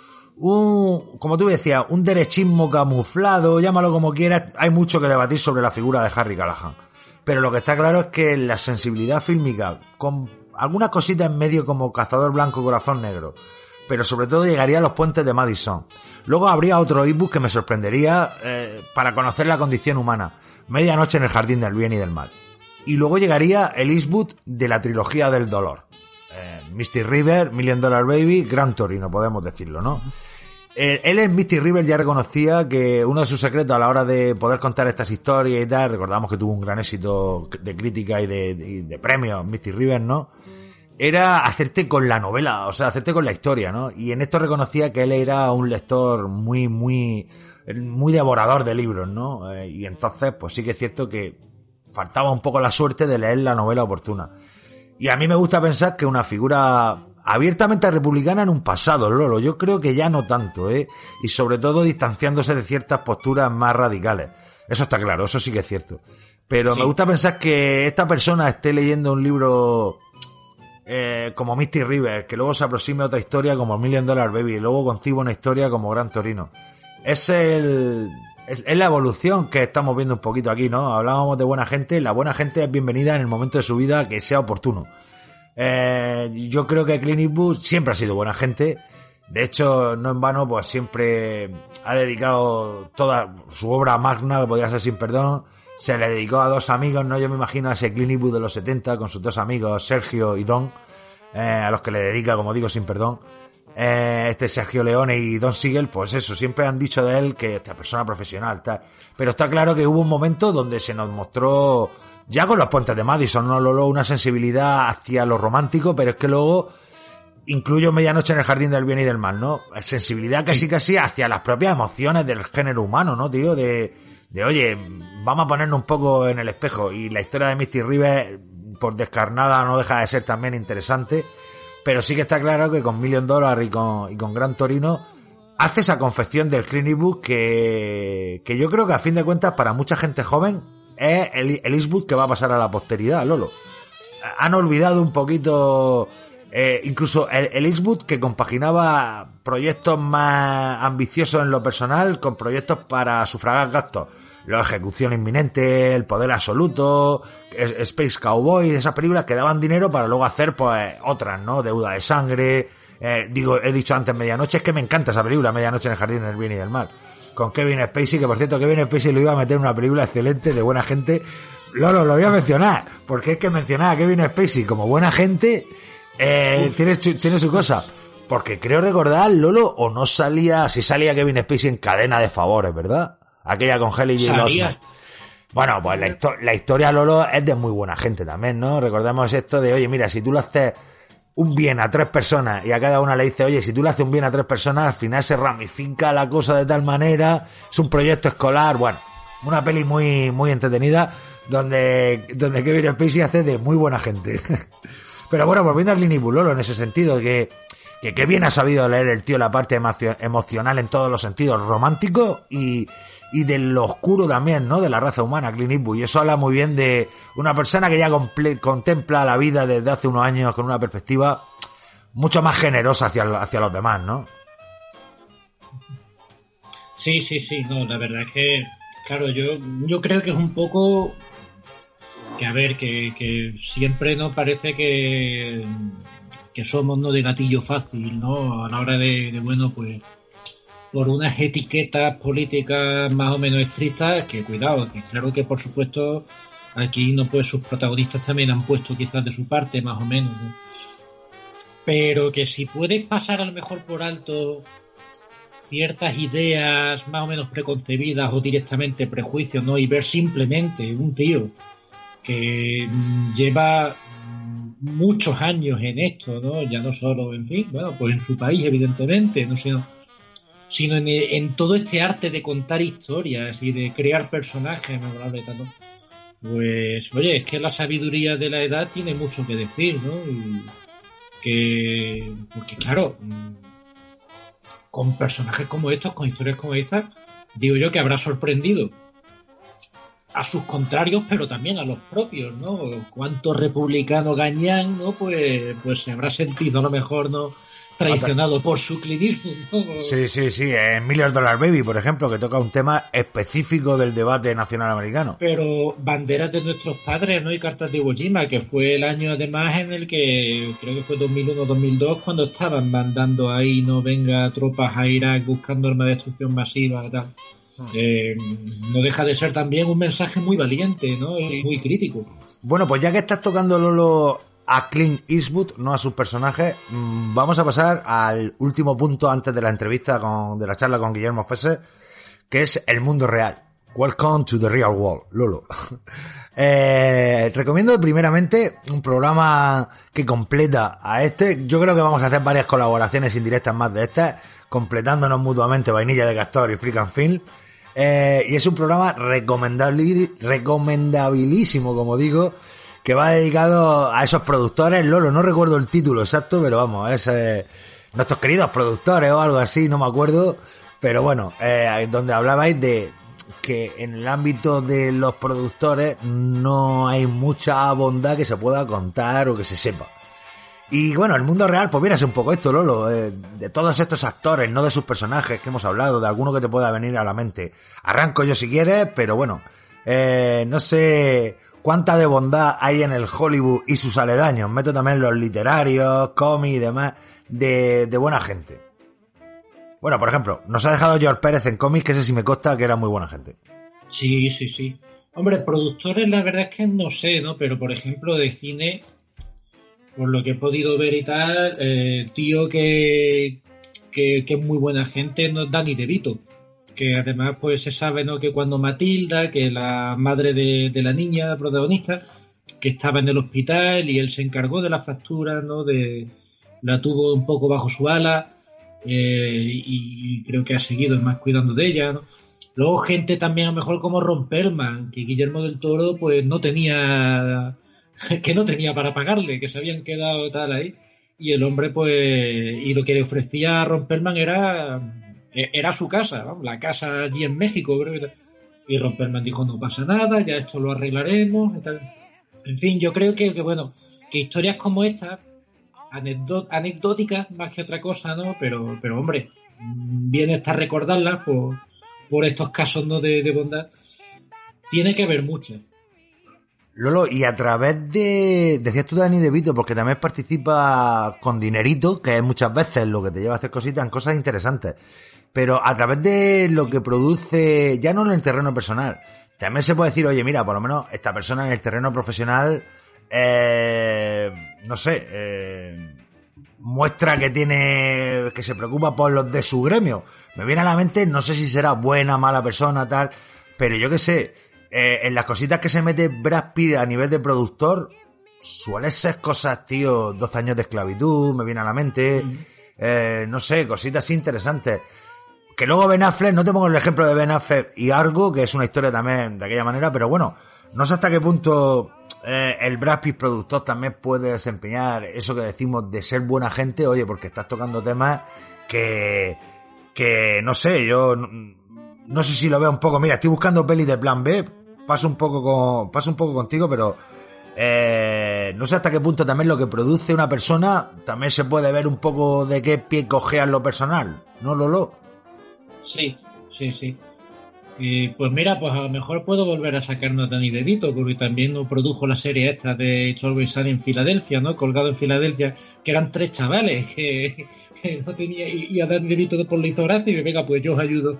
como tú decías, un derechismo camuflado, llámalo como quieras. Hay mucho que debatir sobre la figura de Harry Callahan. Pero lo que está claro es que la sensibilidad fílmica, con algunas cositas en medio como Cazador Blanco y Corazón Negro, pero sobre todo llegaría a Los Puentes de Madison. Luego habría otro Eastwood que me sorprendería para conocer la condición humana, Medianoche en el Jardín del Bien y del Mal. Y luego llegaría el Eastwood de la trilogía del dolor. Misty River, $1 Million Baby, Gran Torino, podemos decirlo, ¿no? Él en Misty River ya reconocía que uno de sus secretos a la hora de poder contar estas historias y tal, recordamos que tuvo un gran éxito de crítica y de premios, Misty River, ¿no?, era hacerte con la novela, o sea, hacerte con la historia, ¿no? Y en esto reconocía que él era un lector muy devorador de libros, ¿no? Y entonces, pues sí que es cierto que faltaba un poco la suerte de leer la novela oportuna. Y a mí me gusta pensar que una figura abiertamente republicana en un pasado, Lolo, yo creo que ya no tanto, y sobre todo distanciándose de ciertas posturas más radicales. Eso está claro, eso sí que es cierto. Pero sí, me gusta pensar que esta persona esté leyendo un libro como Misty River, que luego se aproxime a otra historia como $1 Million Baby, y luego conciba una historia como Gran Torino. Es la evolución que estamos viendo un poquito aquí, ¿no? Hablábamos de buena gente. La buena gente es bienvenida en el momento de su vida que sea oportuno. Yo creo que Clint Eastwood siempre ha sido buena gente. De hecho, no en vano, pues siempre ha dedicado toda su obra magna, que podría ser Sin Perdón, se le dedicó a dos amigos, ¿no? Yo me imagino a ese Clint Eastwood de los 70 con sus dos amigos, Sergio y Don, a los que le dedica, como digo, Sin Perdón. Sergio Leone y Don Siegel, pues eso, siempre han dicho de él que esta persona profesional, tal. Pero está claro que hubo un momento donde se nos mostró, ya con Los Puentes de Madison, ¿no, Lolo?, una sensibilidad hacia lo romántico, pero es que luego incluyo Medianoche en el Jardín del Bien y del Mal, ¿no? Sensibilidad casi hacia las propias emociones del género humano, ¿no, tío? De oye, vamos a ponernos un poco en el espejo. Y la historia de Misty River, por descarnada, no deja de ser también interesante. Pero sí que está claro que con $1 Million y con Gran Torino hace esa confección del Clint Eastwood que yo creo que a fin de cuentas para mucha gente joven es el Eastwood que va a pasar a la posteridad, Lolo. Han olvidado un poquito incluso el Eastwood que compaginaba proyectos más ambiciosos en lo personal con proyectos para sufragar gastos. La ejecución inminente, El poder absoluto, Space Cowboy, esas películas que daban dinero para luego hacer pues otras, ¿no? Deuda de sangre, he dicho antes Medianoche, es que me encanta esa película, Medianoche en el Jardín del Bien y del Mal, con Kevin Spacey, que por cierto Kevin Spacey lo iba a meter en una película excelente de buena gente. Lolo, lo voy a mencionar, porque es que mencionar a Kevin Spacey como buena gente tiene su cosa. Porque creo recordar, Lolo, o no salía, si salía Kevin Spacey en Cadena de Favores, ¿verdad? Aquella con Haley J. Osment. Bueno, pues la historia, Lolo, es de muy buena gente también, ¿no? Recordemos esto de, oye, mira, si tú le haces un bien a 3 personas y a cada una le dices, oye, si tú le haces un bien a 3 personas, al final se ramifica la cosa de tal manera, es un proyecto escolar, bueno, una peli muy entretenida donde Kevin Spacey hace de muy buena gente. Pero bueno, volviendo a Clint Eastwood, Lolo, en ese sentido, que bien ha sabido leer el tío la parte emocional en todos los sentidos, romántico y y de lo oscuro también, ¿no? De la raza humana, Clint Eastwood. Y eso habla muy bien de una persona que ya contempla la vida desde hace unos años con una perspectiva mucho más generosa hacia los demás, ¿no? Sí, no, la verdad es que, claro, yo creo que es un poco que, a ver, que siempre nos parece que somos, ¿no?, de gatillo fácil, ¿no? A la hora de bueno, pues, por unas etiquetas políticas más o menos estrictas, que cuidado, que claro que por supuesto aquí, no, pues sus protagonistas también han puesto quizás de su parte, más o menos, ¿no? Pero que si puedes pasar a lo mejor por alto ciertas ideas más o menos preconcebidas o directamente prejuicios, ¿no? Y ver simplemente un tío que lleva muchos años en esto, ¿no? Ya no solo, en fin, bueno, pues en su país, evidentemente, no sé, sino en todo este arte de contar historias y de crear personajes memorables, ¿no? Pues, oye, es que la sabiduría de la edad tiene mucho que decir, ¿no? Y porque claro, con personajes como estos, con historias como estas, digo yo que habrá sorprendido a sus contrarios, pero también a los propios, ¿no? Cuánto republicano gañán, ¿no? Pues se habrá sentido a lo mejor, ¿no?, traicionado por su clinismo, ¿no? Sí, en $1 Million Baby, por ejemplo, que toca un tema específico del debate nacional americano. Pero Banderas de nuestros padres, ¿no?, y Cartas de Iwo Jima, que fue el año además en el que, creo que fue 2001-2002, cuando estaban mandando ahí, no venga, tropas a Irak buscando armas de destrucción masiva y tal. No deja de ser también un mensaje muy valiente, ¿no?, y muy crítico. Bueno, pues ya que estás tocando, Lolo, a Clint Eastwood, no a sus personajes, vamos a pasar al último punto antes de la entrevista de la charla con Guillermo Fesser, que es el mundo real. Welcome to the real world, Lolo. Recomiendo primeramente un programa que completa a este. Yo creo que vamos a hacer varias colaboraciones indirectas más de estas, completándonos mutuamente Vainilla de Castor y Freak and Film. Y es un programa recomendabilísimo, como digo, que va dedicado a esos productores. Lolo, no recuerdo el título exacto, pero vamos, es nuestros queridos productores o algo así, no me acuerdo, pero bueno, donde hablabais de que en el ámbito de los productores no hay mucha bondad que se pueda contar o que se sepa. Y bueno, el mundo real, pues mira, es un poco esto, Lolo, de todos estos actores, no de sus personajes que hemos hablado, de alguno que te pueda venir a la mente. Arranco yo si quieres, pero bueno, no sé cuánta de bondad hay en el Hollywood y sus aledaños. Meto también los literarios, cómics y demás, de buena gente. Bueno, por ejemplo, nos ha dejado George Pérez en cómics, que ese sí me consta que era muy buena gente. Sí. Hombre, productores la verdad es que no sé, ¿no? Pero por ejemplo de cine, por lo que he podido ver y tal, tío que es muy buena gente, no es Danny DeVito, que además pues se sabe, ¿no?, que cuando Matilda, que la madre de la niña protagonista, que estaba en el hospital y él se encargó de la fractura, ¿no?, la tuvo un poco bajo su ala, y creo que ha seguido más cuidando de ella, ¿no? Luego gente también a lo mejor como Ron Perlman, que Guillermo del Toro pues no tenía para pagarle, que se habían quedado tal ahí, y el hombre pues, y lo que le ofrecía a Ron Perlman era su casa, ¿no?, la casa allí en México, creo, y Ron Perlman dijo no pasa nada, ya esto lo arreglaremos y tal. En fin, yo creo que bueno, que historias como estas, anecdóticas más que otra cosa, ¿no? Pero hombre, viene hasta recordarlas por estos casos, ¿no?, de bondad. Tiene que haber muchas. Lolo, y a través decías tú Danny DeVito, porque también participa con dinerito, que es muchas veces lo que te lleva a hacer cositas en cosas interesantes, pero a través de lo que produce, ya no en el terreno personal, también se puede decir, oye, mira, por lo menos esta persona en el terreno profesional, no sé, muestra que se preocupa por los de su gremio. Me viene a la mente, no sé si será buena, mala persona, tal, pero yo qué sé, en las cositas que se mete Brad Pitt a nivel de productor, suele ser cosas, tío, 12 años de esclavitud, me viene a la mente, no sé, cositas interesantes. Que luego Ben Affleck, no te pongo el ejemplo de Ben Affleck y Argo, que es una historia también de aquella manera, pero bueno, no sé hasta qué punto el Brad Pitt productor también puede desempeñar eso que decimos de ser buena gente, oye, porque estás tocando temas que no sé, yo no sé si lo veo un poco, mira, estoy buscando pelis de plan B, paso un poco contigo, pero no sé hasta qué punto también lo que produce una persona también se puede ver un poco de qué pie cojea en lo personal, ¿no, Lolo? Sí. Pues mira, pues a lo mejor puedo volver a sacarnos a Danny DeVito, porque también nos produjo la serie esta de It's Always Sunny en Filadelfia, ¿no? Colgado en Filadelfia, que eran 3 chavales que no tenía, y a Danny DeVito por le hizo gracia y venga, pues yo os ayudo.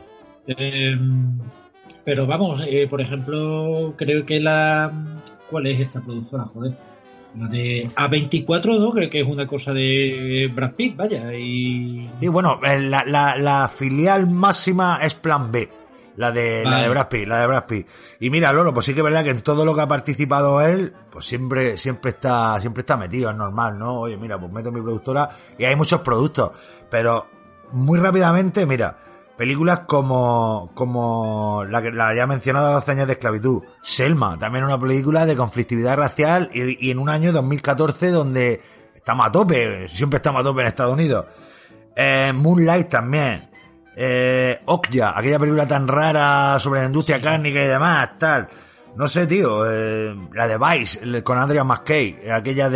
Pero vamos, por ejemplo, creo que ¿cuál es esta productora? Joder. La de A24, ¿no? Creo que es una cosa de Brad Pitt, vaya. Y bueno, la filial máxima es Plan B. La de Brad Pitt. Y mira, Lolo, pues sí que es verdad que en todo lo que ha participado él, pues siempre está metido, es normal, ¿no? Oye, mira, pues meto mi productora y hay muchos productos. Pero muy rápidamente, mira, películas como la ya mencionada 12 años de esclavitud. Selma, también una película de conflictividad racial y en un año 2014 donde estamos a tope, siempre estamos a tope en Estados Unidos. Moonlight también. Okja, aquella película tan rara sobre la industria cárnica y demás, tal. No sé, tío, la de Vice, con Adrian McKay, aquella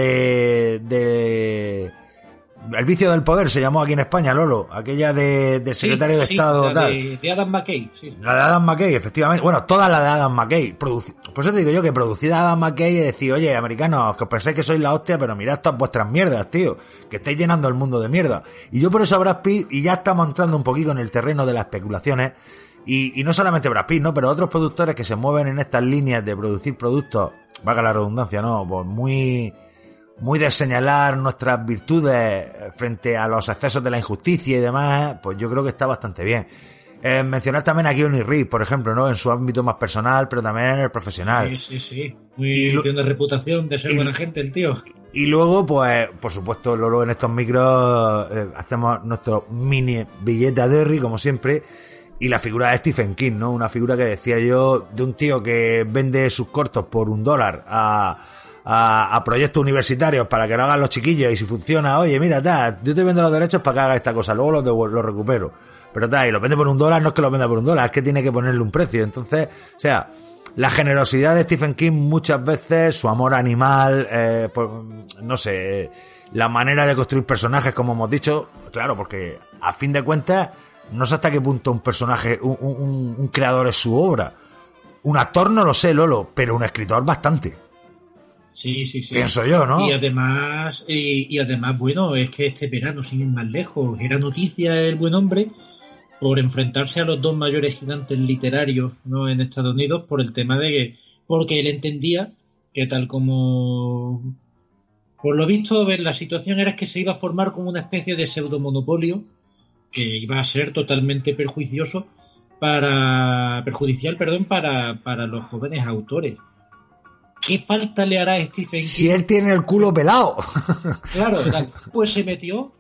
de El vicio del poder se llamó aquí en España, Lolo, aquella del secretario de Estado, tal. De Adam McKay, sí. La de Adam McKay, efectivamente. Bueno, toda la de Adam McKay. Por eso te digo yo que producida Adam McKay y decir, oye, americanos, que os pensáis que sois la hostia, pero mirad todas vuestras mierdas, tío, que estáis llenando el mundo de mierda. Y yo por eso a Brad Pitt, y ya estamos entrando un poquito en el terreno de las especulaciones, y no solamente Brad Pitt, ¿no? Pero otros productores que se mueven en estas líneas de producir productos, valga la redundancia, ¿no? Pues muy de señalar nuestras virtudes frente a los excesos de la injusticia y demás, pues yo creo que está bastante bien. Mencionar también a Keanu Reeves, por ejemplo, ¿no? En su ámbito más personal, pero también en el profesional. Sí. Tiene reputación de ser buena gente el tío. Y luego, pues, por supuesto, Lolo, en estos micros hacemos nuestro mini billete a Derry, como siempre, y la figura de Stephen King, ¿no? Una figura que decía yo, de un tío que vende sus cortos por $1 a proyectos universitarios para que lo hagan los chiquillos, y si funciona, oye, mira, yo te vendo los derechos para que haga esta cosa, luego los recupero. Pero y lo vende por $1, no es que lo venda por $1, es que tiene que ponerle un precio. Entonces, o sea, la generosidad de Stephen King muchas veces, su amor animal, pues, no sé, la manera de construir personajes, como hemos dicho, claro, porque a fin de cuentas, no sé hasta qué punto un personaje, un creador es su obra. Un actor no lo sé, Lolo, pero un escritor bastante. Sí. Pienso yo, ¿no? Y además, bueno, es que este verano, sin ir más lejos, era noticia el buen hombre por enfrentarse a los 2 mayores gigantes literarios, ¿no? En Estados Unidos, por el tema de que, porque él entendía que tal como, por lo visto, la situación era que se iba a formar como una especie de pseudomonopolio que iba a ser totalmente perjudicial, para los jóvenes autores. ¿Qué falta le hará a Stephen King? Si él tiene el culo pelado. Claro, pues se metió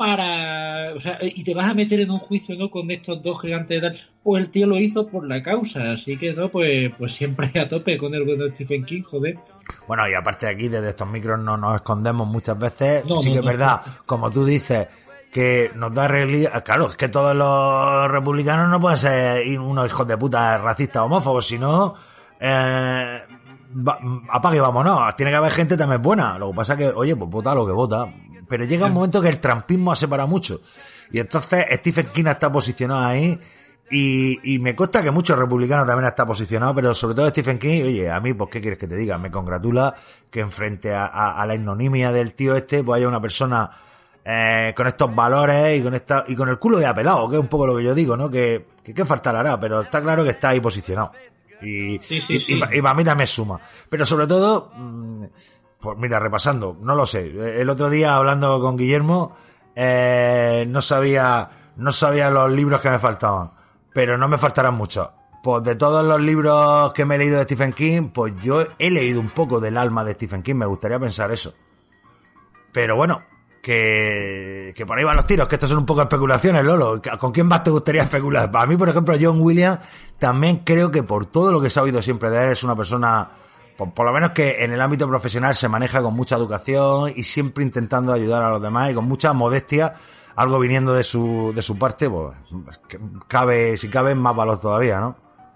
y te vas a meter en un juicio, ¿no? Con estos 2 gigantes de tal. Pues el tío lo hizo por la causa, así que no, pues siempre a tope con el bueno Stephen King, joder. Bueno, y aparte de aquí, desde estos micros no nos escondemos muchas veces. Sí que es verdad, como tú dices, que nos da realidad. Claro, es que todos los republicanos no pueden ser unos hijos de puta racistas homófobos, sino apague y vámonos. Tiene que haber gente también buena. Lo que pasa es que, oye, pues vota lo que vota. Pero llega un momento que el trumpismo ha separado mucho. Y entonces Stephen King está posicionado ahí. Y me consta que muchos republicanos también están posicionados, pero sobre todo Stephen King, oye, a mí, pues, ¿qué quieres que te diga? Me congratula que enfrente a la ignominia del tío pues haya una persona con estos valores y con el culo de apelado, que es un poco lo que yo digo, ¿no? Que qué falta le hará, pero está claro que está ahí posicionado. Y para mí también suma. Pero sobre todo, pues mira, repasando, no lo sé. El otro día hablando con Guillermo, no sabía los libros que me faltaban, pero no me faltarán muchos. Pues de todos los libros que me he leído de Stephen King, pues yo he leído un poco del alma de Stephen King, me gustaría pensar eso. Pero bueno, que por ahí van los tiros, que estos son un poco especulaciones, Lolo. ¿Con quién más te gustaría especular? Para mí, por ejemplo, John Williams, también creo que por todo lo que se ha oído siempre de él, es una persona, por lo menos que en el ámbito profesional se maneja con mucha educación y siempre intentando ayudar a los demás y con mucha modestia algo viniendo de su parte, pues cabe, si cabe, más valor todavía, ¿no?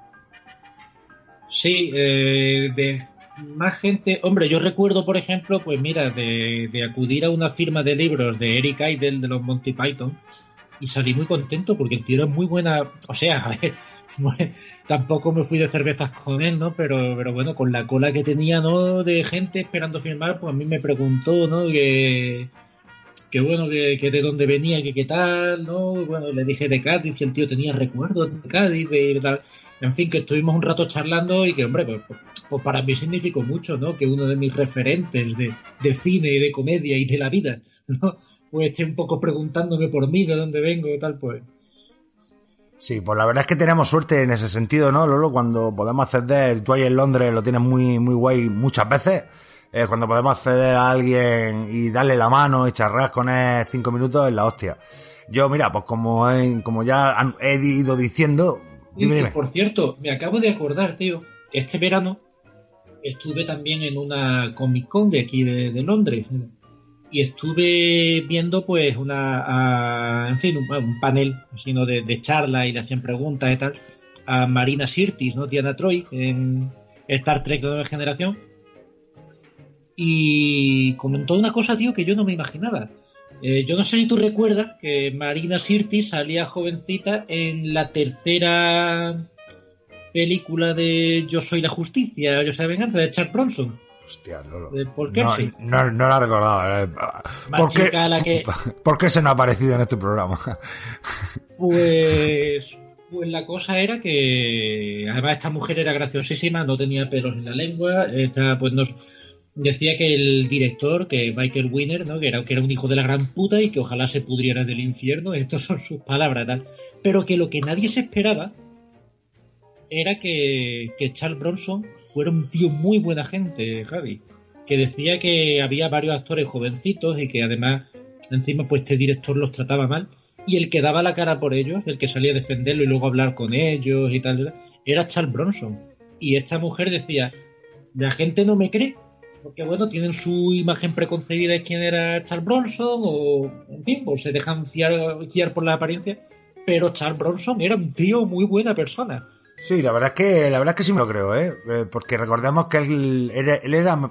Sí, de más gente. Hombre, yo recuerdo, por ejemplo, pues mira, de acudir a una firma de libros de Eric Idle de los Monty Python y salí muy contento porque el tío era muy buena. O sea, a ver, tampoco me fui de cervezas con él, ¿no? Pero bueno, con la cola que tenía, ¿no? De gente esperando firmar, pues a mí me preguntó, ¿no? Que bueno, que de dónde venía, que qué tal, ¿no? Bueno, le dije de Cádiz y el tío tenía recuerdos de Cádiz, de tal. En fin, que estuvimos un rato charlando y que, hombre, pues para mí significó mucho, ¿no? Que uno de mis referentes de cine y de comedia y de la vida, ¿no? Pues esté un poco preguntándome por mí, de dónde vengo y tal, pues. Sí, pues la verdad es que tenemos suerte en ese sentido, ¿no, Lolo? Cuando podemos acceder, tú ahí en Londres lo tienes muy, muy guay muchas veces. Cuando podemos acceder a alguien y darle la mano y charlar con él 5 minutos es la hostia. Yo, mira, pues como ya he ido diciendo... Dime. Por cierto, me acabo de acordar, tío, que este verano estuve también en una Comic Con de aquí de Londres y estuve viendo pues un panel sino de charla y le hacían preguntas y tal a Marina Sirtis, ¿no? Diana Troy en Star Trek de Nueva Generación. Y comentó una cosa, tío, que yo no me imaginaba. Yo no sé si tú recuerdas que Marina Sirtis salía jovencita en la tercera película de Yo soy la justicia, Yo soy la venganza, de Charles Bronson. Hostia, Lolo. De Paul Kersey. No la recordaba. ¿Por qué se no ha aparecido en este programa? Pues la cosa era que además esta mujer era graciosísima, no tenía pelos en la lengua, decía que el director, que Michael Winner, ¿no? que era un hijo de la gran puta y que ojalá se pudriera del infierno, estas son sus palabras, tal. Pero que lo que nadie se esperaba era que Charles Bronson fuera un tío muy buena gente, Javi. Que decía que había varios actores jovencitos y que además encima pues este director los trataba mal y el que daba la cara por ellos, el que salía a defenderlo y luego hablar con ellos y tal, era Charles Bronson. Y esta mujer decía, la gente no me cree porque bueno, tienen su imagen preconcebida de quién era Charles Bronson o, en fin, pues se dejan guiar por la apariencia, pero Charles Bronson era un tío muy buena persona. Sí, la verdad es que sí me lo creo, porque recordemos que él era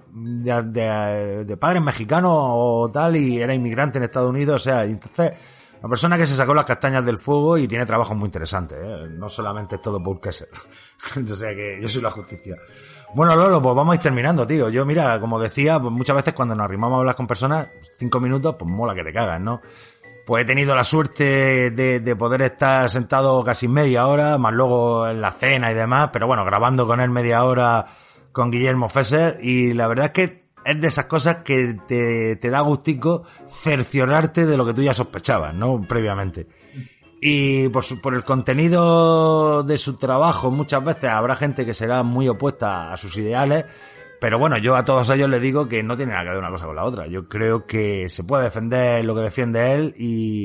de padres mexicanos o tal y era inmigrante en Estados Unidos, o sea, entonces una persona que se sacó las castañas del fuego y tiene trabajos muy interesantes, no solamente es todo Paul Kessel. O sea que yo soy la justicia. Bueno, Lolo, pues vamos a ir terminando, tío. Yo, mira, como decía, pues muchas veces cuando nos arrimamos a hablar con personas, 5 minutos, pues mola que te cagas, ¿no? Pues he tenido la suerte de poder estar sentado casi media hora, más luego en la cena y demás, pero bueno, grabando con él media hora con Guillermo Fesser, y la verdad es que es de esas cosas que te da gustico cerciorarte de lo que tú ya sospechabas, ¿no? Previamente. Y por el contenido de su trabajo, muchas veces habrá gente que será muy opuesta a sus ideales, pero bueno, yo a todos ellos les digo que no tiene nada que ver una cosa con la otra. Yo creo que se puede defender lo que defiende él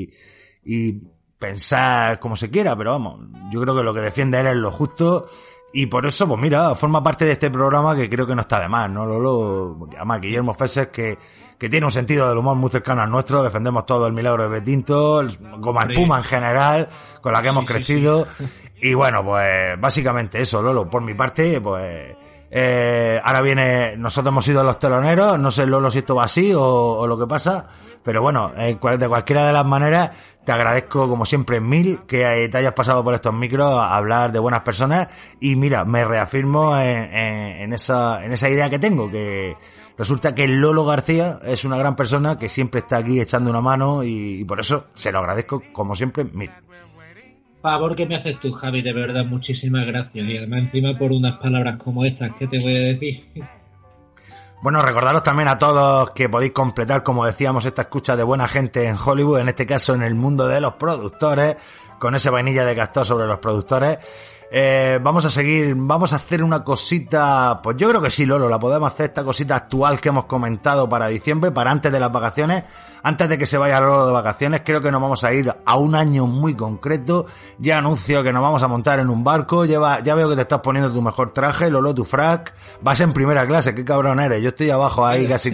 y pensar como se quiera, pero vamos, yo creo que lo que defiende él es lo justo. Y por eso, pues mira, forma parte de este programa que creo que no está de más, ¿no, Lolo? Además, Guillermo Fesser, que tiene un sentido del humor muy cercano al nuestro, defendemos todo el milagro de Betinto, Goma Espuma en general, con la que hemos crecido. Sí. Y bueno, pues básicamente eso, Lolo. Por mi parte, pues ahora viene, nosotros hemos sido los teloneros, no sé, Lolo, si esto va así o lo que pasa, pero bueno, de cualquiera de las maneras, te agradezco como siempre mil que te hayas pasado por estos micros a hablar de buenas personas y mira, me reafirmo en esa idea que tengo, que resulta que Lolo García es una gran persona que siempre está aquí echando una mano y por eso se lo agradezco como siempre mil. Favor que me haces tú, Javi, de verdad, muchísimas gracias. Y además encima por unas palabras como estas, ¿qué te voy a decir? Bueno, recordaros también a todos que podéis completar, como decíamos, esta escucha de buena gente en Hollywood, en este caso en el mundo de los productores, con ese vainilla de Castor sobre los productores. Vamos a hacer una cosita, pues yo creo que sí, Lolo, la podemos hacer, esta cosita actual que hemos comentado para diciembre, para antes de las vacaciones, antes de que se vaya Lolo de vacaciones. Creo que nos vamos a ir a un año muy concreto. Ya anuncio que nos vamos a montar en un barco. Ya veo que te estás poniendo tu mejor traje, Lolo, tu frac. Vas en primera clase, qué cabrón eres. Yo estoy abajo ahí casi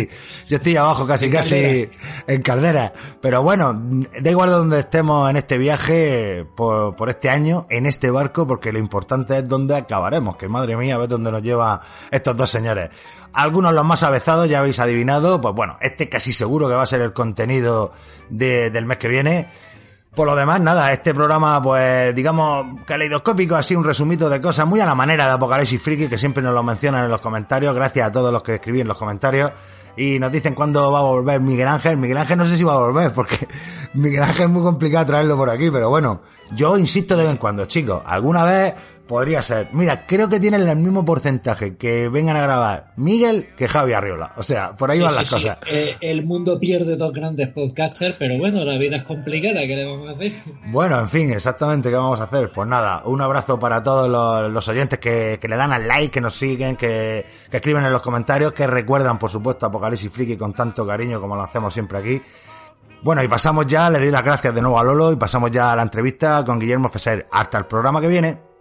en caldera. Pero bueno, da igual de donde estemos en este viaje, por este año, en este barco, porque lo importante es dónde acabaremos, que madre mía, a ver dónde nos lleva estos dos señores. Algunos los más avezados ya habéis adivinado, pues bueno, este casi seguro que va a ser el contenido del mes que viene. Por lo demás, nada, este programa, pues digamos, caleidoscópico, así un resumito de cosas, muy a la manera de Apocalipsis Friki, que siempre nos lo mencionan en los comentarios. Gracias a todos los que escribí en los comentarios y nos dicen cuándo va a volver Miguel Ángel. Miguel Ángel no sé si va a volver, porque Miguel Ángel es muy complicado traerlo por aquí, pero bueno, yo insisto de vez en cuando, chicos, alguna vez podría ser. Mira, creo que tienen el mismo porcentaje que vengan a grabar Miguel que Javi Arriola. O sea, por ahí van las cosas. El mundo pierde dos grandes podcasters, pero bueno, la vida es complicada, ¿qué le vamos a hacer? Bueno, en fin, exactamente, ¿qué vamos a hacer? Pues nada, un abrazo para todos los oyentes que le dan al like, que nos siguen, que escriben en los comentarios, que recuerdan, por supuesto, Apocalipsis Friki con tanto cariño como lo hacemos siempre aquí. Bueno, y pasamos ya, le doy las gracias de nuevo a Lolo, y pasamos ya a la entrevista con Guillermo Fesser. Hasta el programa que viene.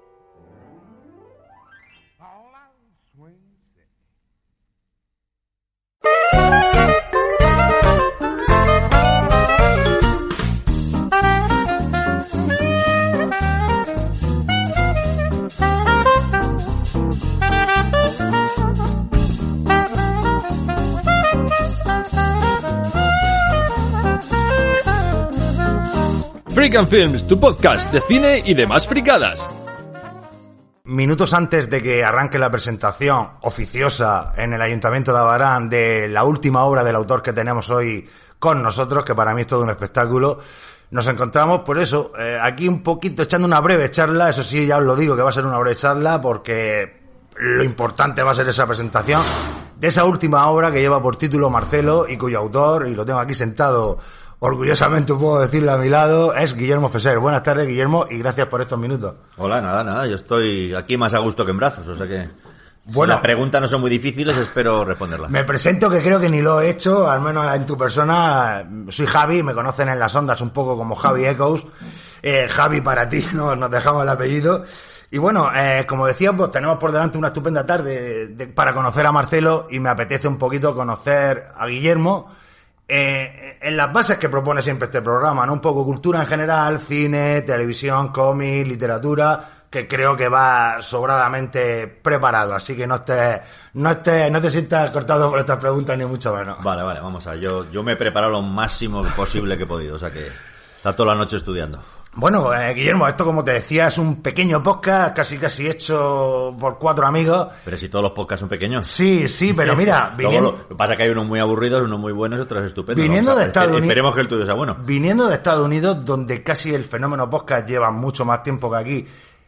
Freak and Films, tu podcast de cine y demás fricadas. Minutos antes de que arranque la presentación oficiosa en el Ayuntamiento de Abarán de la última obra del autor que tenemos hoy con nosotros, que para mí es todo un espectáculo, nos encontramos, por eso, aquí un poquito echando una breve charla. Eso sí, ya os lo digo que va a ser una breve charla, porque lo importante va a ser esa presentación de esa última obra que lleva por título Marcelo y cuyo autor, y lo tengo aquí sentado orgullosamente, puedo decirlo a mi lado, es Guillermo Fesser. Buenas tardes, Guillermo, y gracias por estos minutos. Hola, nada, yo estoy aquí más a gusto que en brazos, o sea que... Bueno, si las preguntas no son muy difíciles, espero responderlas. Me presento, que creo que ni lo he hecho, al menos en tu persona. Soy Javi, me conocen en las ondas un poco como Javi Echoes. Javi para ti, nos dejamos el apellido. Y bueno, como decía, pues tenemos por delante una estupenda tarde para conocer a Marcelo, y me apetece un poquito conocer a Guillermo en las bases que propone siempre este programa, ¿no? Un poco cultura en general, cine, televisión, cómic, literatura, que creo que va sobradamente preparado, así que no te sientas cortado por estas preguntas, ni mucho menos. Vale, vamos a yo me he preparado lo máximo posible que he podido, o sea que está toda la noche estudiando. Bueno, Guillermo, esto, como te decía, es un pequeño podcast, casi hecho por 4 amigos. Pero si todos los podcasts son pequeños. Sí, pero mira... Lo que pasa es que hay unos muy aburridos, unos muy buenos, otros estupendos. Viniendo de Estados Unidos... Esperemos que el tuyo sea bueno. Viniendo de Estados Unidos, donde casi el fenómeno podcast lleva mucho más tiempo que aquí,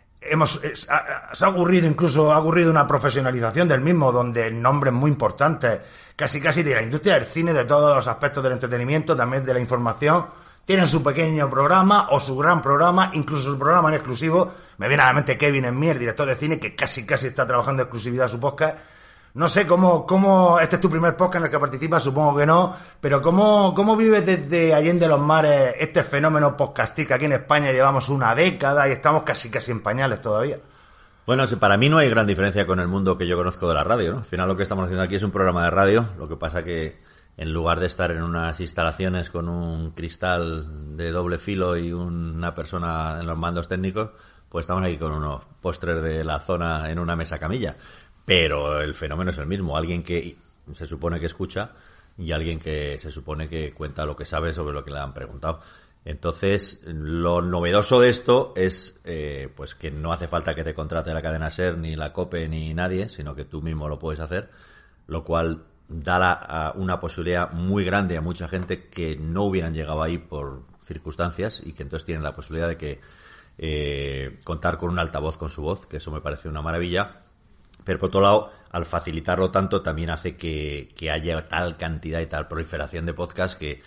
ha ocurrido una profesionalización del mismo, donde nombres muy importantes, casi de la industria del cine, de todos los aspectos del entretenimiento, también de la información, tienen su pequeño programa o su gran programa, incluso su programa en exclusivo. Me viene a la mente Kevin Enmier, director de cine, que casi está trabajando en exclusividad su podcast. No sé cómo este es tu primer podcast en el que participas, supongo que no, pero cómo vives desde Allende los Mares este fenómeno podcastic. Aquí en España llevamos una década y estamos casi en pañales todavía. Bueno, para mí no hay gran diferencia con el mundo que yo conozco de la radio, ¿no? Al final lo que estamos haciendo aquí es un programa de radio, lo que pasa que en lugar de estar en unas instalaciones con un cristal de doble filo y una persona en los mandos técnicos, pues estamos aquí con unos postres de la zona en una mesa camilla. Pero el fenómeno es el mismo. Alguien que se supone que escucha y alguien que se supone que cuenta lo que sabe sobre lo que le han preguntado. Entonces, lo novedoso de esto es pues que no hace falta que te contrate la cadena SER, ni la COPE, ni nadie, sino que tú mismo lo puedes hacer, lo cual da una posibilidad muy grande a mucha gente que no hubieran llegado ahí por circunstancias y que entonces tienen la posibilidad de que contar con un altavoz con su voz, que eso me parece una maravilla. Pero por otro lado, al facilitarlo tanto, también hace que haya tal cantidad y tal proliferación de podcasts que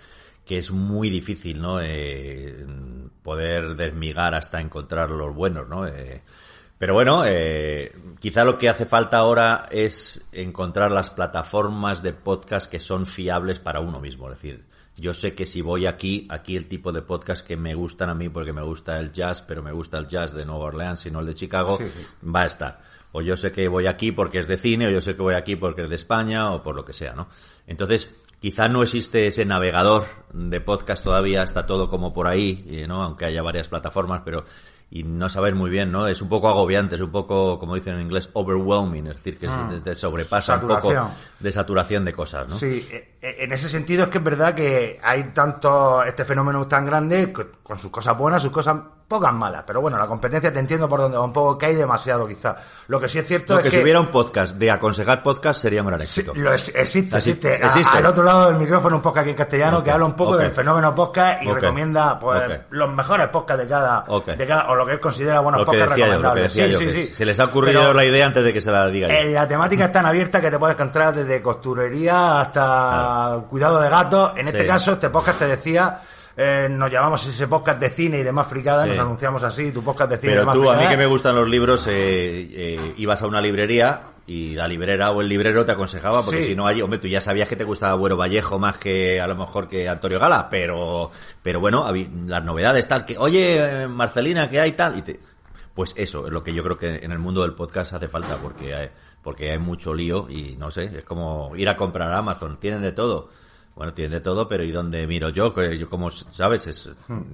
es muy difícil, ¿no? Poder desmigar hasta encontrar los buenos, ¿no? Pero bueno, quizá lo que hace falta ahora es encontrar las plataformas de podcast que son fiables para uno mismo. Es decir, yo sé que si voy aquí el tipo de podcast que me gustan a mí, porque me gusta el jazz, pero me gusta el jazz de Nueva Orleans y no el de Chicago, va a estar. O yo sé que voy aquí porque es de cine, o yo sé que voy aquí porque es de España, o por lo que sea, ¿no? Entonces, quizá no existe ese navegador de podcast todavía, está todo como por ahí, ¿no? Aunque haya varias plataformas, pero y no saber muy bien, ¿no? Es un poco agobiante, es un poco, como dicen en inglés, overwhelming, es decir, que te sobrepasa saturación. Un poco de saturación de cosas, ¿no? Sí, en ese sentido es que es verdad que hay tanto este fenómeno tan grande, con sus cosas buenas, sus cosas pocas malas, pero bueno, la competencia te entiendo por donde va un poco, que hay demasiado quizá. Lo que sí es cierto es que si hubiera un podcast de aconsejar podcast sería un gran éxito. Sí, existe. Al otro lado del micrófono un podcast aquí en castellano que habla un poco del fenómeno podcast y recomienda pues los mejores podcasts de cada o lo que él considera buenos podcasts recomendables. Se les ha ocurrido la idea antes de que se la diga yo. La temática es tan abierta que te puedes encontrar desde costurería hasta cuidado de gatos. En este caso, este podcast te decía... nos llamamos ese podcast de cine y demás fricadas, nos anunciamos así, tu podcast de cine y demás fricadas. Pero tú, a mí que me gustan los libros, ibas a una librería y la librera o el librero te aconsejaba, porque si no, hombre, tú ya sabías que te gustaba Buero Vallejo más que a lo mejor que Antonio Gala, pero bueno, las novedades tal, que oye, Marcelina, ¿qué hay tal? Pues eso es lo que yo creo que en el mundo del podcast hace falta, porque hay mucho lío y no sé, es como ir a comprar a Amazon, tienen de todo. Bueno, tiene de todo, pero ¿y dónde miro yo? Yo como sabes, es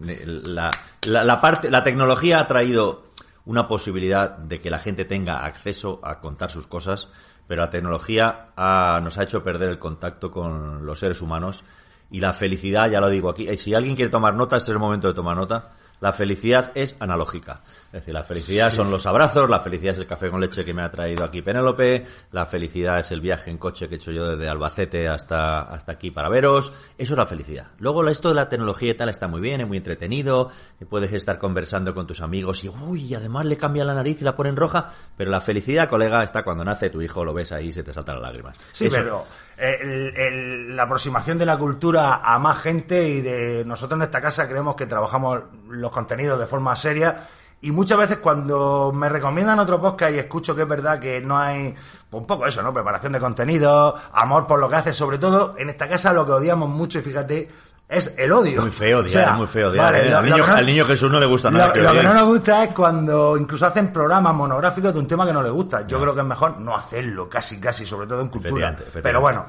la tecnología ha traído una posibilidad de que la gente tenga acceso a contar sus cosas, pero la tecnología nos ha hecho perder el contacto con los seres humanos y la felicidad, ya lo digo aquí, si alguien quiere tomar nota, este es el momento de tomar nota. La felicidad es analógica. Es decir, la felicidad son los abrazos, la felicidad es el café con leche que me ha traído aquí Penélope, la felicidad es el viaje en coche que he hecho yo desde Albacete hasta aquí para veros. Eso es la felicidad. Luego esto de la tecnología y tal está muy bien, es muy entretenido, puedes estar conversando con tus amigos y además le cambian la nariz y la ponen roja, pero la felicidad, colega, está cuando nace tu hijo, lo ves ahí y se te saltan las lágrimas. Sí, eso. Pero la aproximación de la cultura a más gente y de nosotros en esta casa creemos que trabajamos los contenidos de forma seria y muchas veces cuando me recomiendan otro podcast y escucho que es verdad que no hay pues un poco eso, ¿no? Preparación de contenido, amor por lo que haces, sobre todo en esta casa lo que odiamos mucho y fíjate es el odio. Muy feo odiar, es muy feo odiar. Vale, al niño Jesús no le gusta nada. Lo que no nos gusta es cuando incluso hacen programas monográficos de un tema que no les gusta. Yo creo que es mejor no hacerlo, casi, sobre todo en cultura. Pero bueno,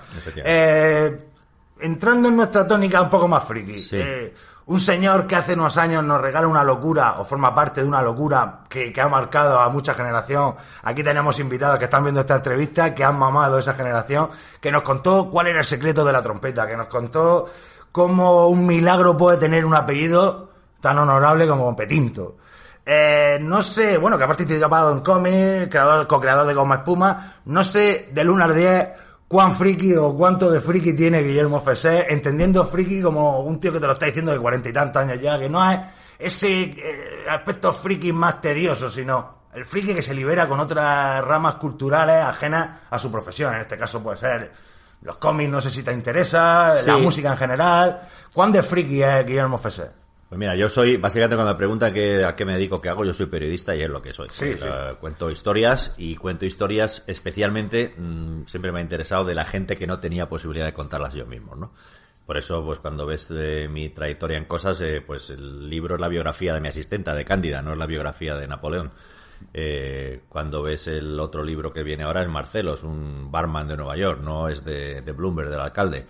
entrando en nuestra tónica un poco más friki. Un señor que hace unos años nos regala una locura, o forma parte de una locura que ha marcado a mucha generación. Aquí tenemos invitados que están viendo esta entrevista, que han mamado esa generación, que nos contó cuál era el secreto de la trompeta, que nos contó cómo un milagro puede tener un apellido tan honorable como Petinto. No sé, bueno, que ha participado en cómics, co-creador de Goma Espuma. No sé, del 1 al 10, cuán friki o cuánto de friki tiene Guillermo Fesser, entendiendo friki como un tío que te lo está diciendo de 40 y tantos años ya, que no es ese aspecto friki más tedioso, sino el friki que se libera con otras ramas culturales ajenas a su profesión. En este caso puede ser los cómics, no sé si te interesa, la música en general. ¿Cuán de friki es Guillermo Fesser? Pues mira, yo soy, básicamente cuando me preguntan a qué me dedico, qué hago, yo soy periodista y es lo que soy. Cuento historias especialmente, siempre me ha interesado de la gente que no tenía posibilidad de contarlas yo mismo, ¿no? Por eso, pues cuando ves mi trayectoria en cosas, pues el libro es la biografía de mi asistenta, de Cándida, no es la biografía de Napoleón. Cuando ves el otro libro que viene ahora es Marcelo, es un barman de Nueva York, no es de Bloomberg, del alcalde.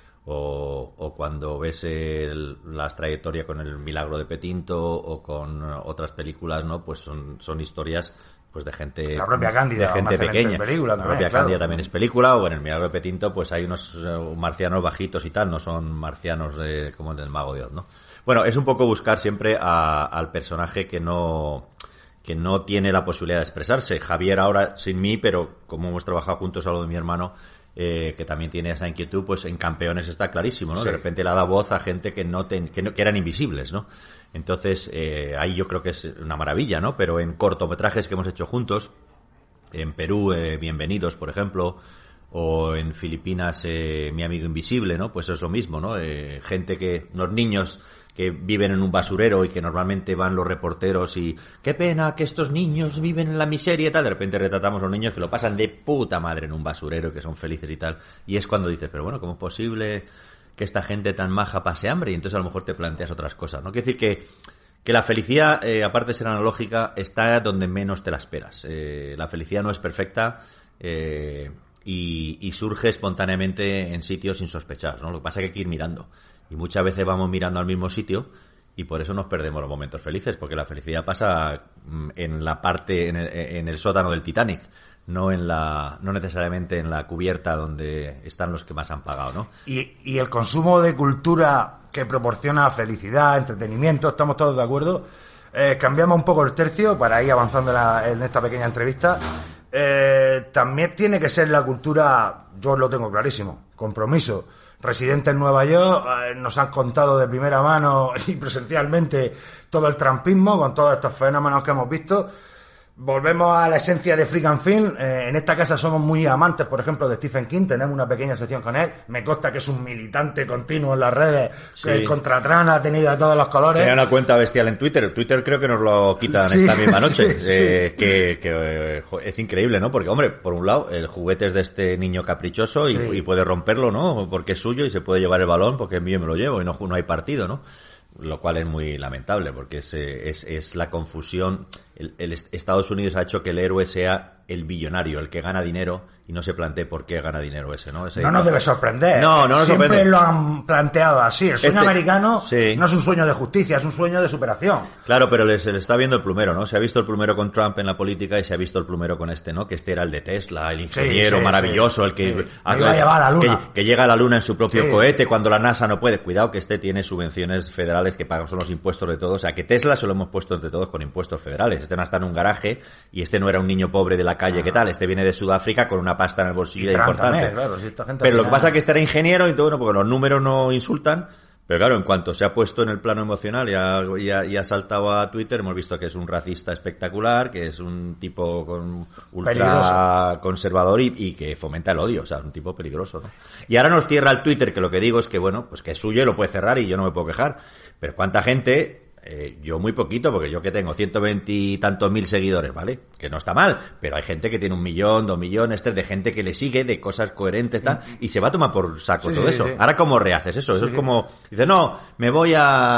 O cuando ves las trayectorias con El milagro de Petinto o con otras películas, ¿no? Pues son historias pues de gente, la propia Cándida, de gente pequeña. Película la propia Cándida también es película, o en El milagro de Petinto pues hay unos marcianos bajitos y tal, no son marcianos como en El mago de Oz, ¿no? Bueno, es un poco buscar siempre al personaje que no tiene la posibilidad de expresarse. Javier ahora sin mí, pero como hemos trabajado juntos a lo de mi hermano, que también tiene esa inquietud, pues en Campeones está clarísimo, ¿no? Sí. De repente le ha dado voz a gente que eran invisibles, ¿no? Entonces, ahí yo creo que es una maravilla, ¿no? Pero en cortometrajes que hemos hecho juntos, en Perú, Bienvenidos, por ejemplo, o en Filipinas Mi amigo invisible, ¿no? Pues es lo mismo, ¿no? Unos niños que viven en un basurero y que normalmente van los reporteros y qué pena que estos niños viven en la miseria y tal, de repente retratamos a los niños que lo pasan de puta madre en un basurero, que son felices y tal, y es cuando dices, pero bueno, ¿cómo es posible que esta gente tan maja pase hambre? Y entonces a lo mejor te planteas otras cosas, ¿no? Quiere decir que la felicidad, aparte de ser analógica, está donde menos te la esperas. La felicidad no es perfecta y surge espontáneamente en sitios insospechados, ¿no? Lo que pasa es que hay que ir mirando. Y muchas veces vamos mirando al mismo sitio y por eso nos perdemos los momentos felices, porque la felicidad pasa en la parte, en el sótano del Titanic, no necesariamente en la cubierta donde están los que más han pagado, ¿no? Y el consumo de cultura que proporciona felicidad, entretenimiento, estamos todos de acuerdo. Cambiamos un poco el tercio para ir avanzando en esta pequeña entrevista. También tiene que ser la cultura, yo lo tengo clarísimo, compromiso. Residentes en Nueva York nos han contado de primera mano y presencialmente todo el trumpismo con todos estos fenómenos que hemos visto. Volvemos a la esencia de Freak and Film. En esta casa somos muy amantes, por ejemplo, de Stephen King. Tenemos una pequeña sección con él. Me consta que es un militante continuo en las redes. Sí. Que el Contratrán ha tenido de todos los colores. Tenía una cuenta bestial en Twitter. Twitter creo que nos lo quitan esta misma noche. Sí. Que es increíble, ¿no? Porque, hombre, por un lado, el juguete es de este niño caprichoso y puede romperlo, ¿no? Porque es suyo y se puede llevar el balón porque es mío y me lo llevo y no hay partido, ¿no? Lo cual es muy lamentable porque es la confusión. Estados Unidos ha hecho que el héroe sea el billonario, el que gana dinero y no se plantee por qué gana dinero ese, ¿no? No nos debe sorprender. No nos Siempre sorprende. Lo han planteado así. El sueño americano no es un sueño de justicia, es un sueño de superación. Claro, pero se le está viendo el plumero, ¿no? Se ha visto el plumero con Trump en la política y se ha visto el plumero con este, ¿no? Que este era el de Tesla, el ingeniero maravilloso, el que iba a llevar a la luna. Que llega a la luna en su propio cohete cuando la NASA no puede. Cuidado que este tiene subvenciones federales que pagan, son los impuestos de todos. O sea, que Tesla se lo hemos puesto entre todos con impuestos federales. Este no está en un garaje y este no era un niño pobre de la calle, ¿qué tal? Este viene de Sudáfrica con una pasta en el bolsillo importante. También, claro, si esta gente pero lo que pasa es que este era ingeniero y todo, bueno, porque los números no insultan. Pero claro, en cuanto se ha puesto en el plano emocional y ha saltado a Twitter, hemos visto que es un racista espectacular, que es un tipo ultra conservador y que fomenta el odio, o sea, un tipo peligroso, ¿no? Y ahora nos cierra el Twitter, que lo que digo es que, bueno, pues que es suyo y lo puede cerrar y yo no me puedo quejar. Pero ¿cuánta gente? Yo muy poquito, porque yo que tengo 120 y tantos mil seguidores, ¿vale? Que no está mal, pero hay gente que tiene 1 millón, 2 millones, 3, de gente que le sigue, de cosas coherentes, tal, y se va a tomar por saco todo eso. Sí. Ahora, ¿cómo rehaces eso? Eso es como, dice, no, me voy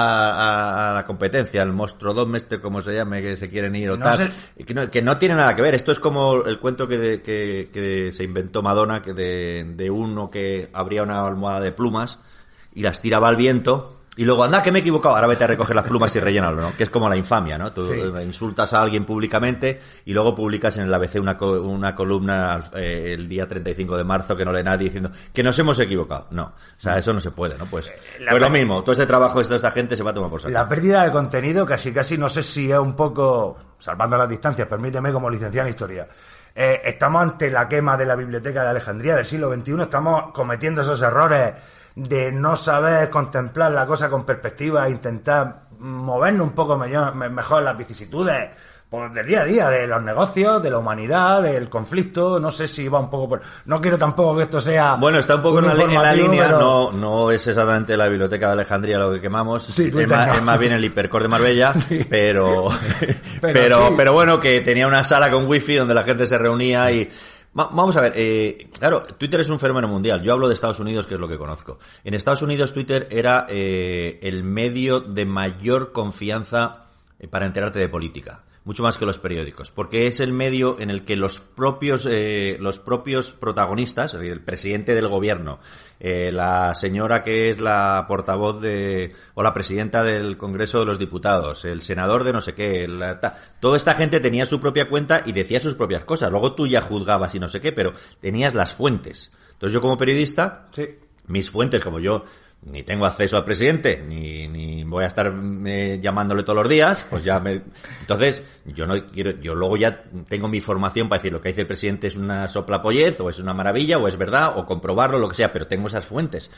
a la competencia, al Monstrodome como se llame, que se quieren ir o no tal, que no tiene nada que ver. Esto es como el cuento que se inventó Madonna, que de uno que abría una almohada de plumas y las tiraba al viento. Y luego, anda, que me he equivocado, ahora vete a recoger las plumas y rellénalo, ¿no? Que es como la infamia, ¿no? Tú insultas a alguien públicamente y luego publicas en el ABC una columna el día 35 de marzo que no lee nadie diciendo que nos hemos equivocado. No, o sea, eso no se puede, ¿no? Pues lo mismo, todo ese trabajo de esta gente se va a tomar por saco. La pérdida de contenido casi no sé si es un poco, salvando las distancias, permíteme como licenciado en Historia. Estamos ante la quema de la Biblioteca de Alejandría del siglo XXI, estamos cometiendo esos errores de no saber contemplar la cosa con perspectiva e intentar movernos un poco mejor las vicisitudes pues, del día a día, de los negocios, de la humanidad, del conflicto. No sé si va un poco por... No quiero tampoco que esto sea... Bueno, está un poco en la línea, pero... no es exactamente la Biblioteca de Alejandría lo que quemamos, sí, es más bien el Hipercor de Marbella, sí. pero bueno, que tenía una sala con wifi donde la gente se reunía y... Vamos a ver, claro, Twitter es un fenómeno mundial. Yo hablo de Estados Unidos, que es lo que conozco. En Estados Unidos Twitter era el medio de mayor confianza para enterarte de política, mucho más que los periódicos, porque es el medio en el que los propios protagonistas, es decir, el presidente del gobierno, la señora que es la portavoz o la presidenta del Congreso de los Diputados, el senador de no sé qué, toda esta gente tenía su propia cuenta y decía sus propias cosas. Luego tú ya juzgabas y no sé qué, pero tenías las fuentes. Entonces yo como periodista, mis fuentes, como yo ni tengo acceso al presidente, ni voy a estar llamándole todos los días, pues entonces yo luego ya tengo mi formación para decir lo que dice el presidente es una soplapollez, o es una maravilla, o es verdad, o comprobarlo, lo que sea, pero tengo esas fuentes.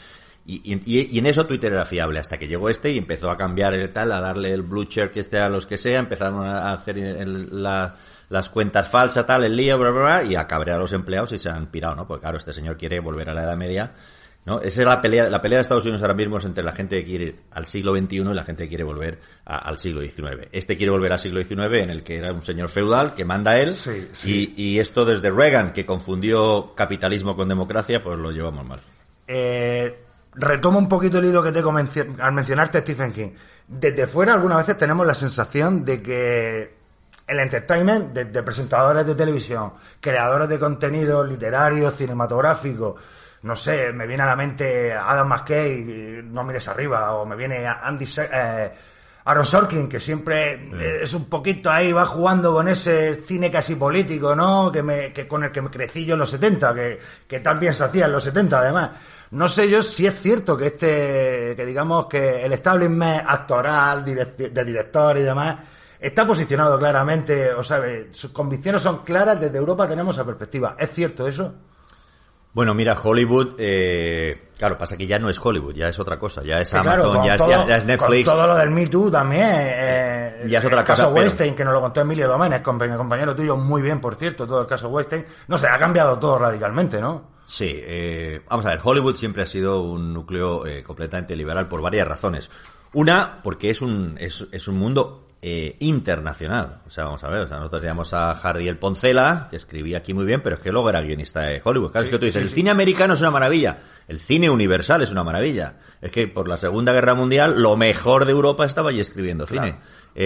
Y en eso Twitter era fiable, hasta que llegó y empezó a cambiar a darle el blue check a los que sea, empezaron a hacer la las cuentas falsas, tal, el lío, bla, bla, bla, y a cabrear a los empleados y se han pirado, ¿no? Porque claro, este señor quiere volver a la Edad Media, ¿no? Esa es la pelea de Estados Unidos ahora mismo, es entre la gente que quiere ir al siglo XXI y la gente que quiere volver al siglo XIX. Este quiere volver al siglo XIX, en el que era un señor feudal que manda él, y esto desde Reagan, que confundió capitalismo con democracia, pues lo llevamos mal. Retomo un poquito el hilo que te al mencionarte Stephen King. Desde fuera algunas veces tenemos la sensación de que el entertainment de presentadores de televisión, creadores de contenido literario, cinematográfico, no sé, me viene a la mente Adam McKay, No mires arriba, o me viene Aaron Sorkin, que siempre es un poquito ahí, va jugando con ese cine casi político, ¿no? Que con el que me crecí yo en los 70, que tan bien se hacía en los 70 además. No sé yo si es cierto que digamos que el establishment actoral, de director y demás, está posicionado claramente, o sea, sus convicciones son claras, desde Europa tenemos esa perspectiva. ¿Es cierto eso? Bueno, mira, Hollywood, claro, pasa que ya no es Hollywood, ya es otra cosa, ya es Amazon, claro, ya es Netflix. Con todo lo del Me Too también, ya es otra el caso cosa, Weinstein, que nos lo contó Emilio Doménez, compañero tuyo, muy bien, por cierto, todo el caso Weinstein. No sé, ha cambiado todo radicalmente, ¿no? Sí, vamos a ver, Hollywood siempre ha sido un núcleo completamente liberal por varias razones. Una, porque es un mundo internacional. O sea, vamos a ver, o sea, nosotros teníamos a Jardiel Poncela, que escribía aquí muy bien, pero es que luego era guionista de Hollywood. Claro, es que tú dices, el cine americano es una maravilla, el cine universal es una maravilla. Es que por la Segunda Guerra Mundial, lo mejor de Europa estaba allí escribiendo cine.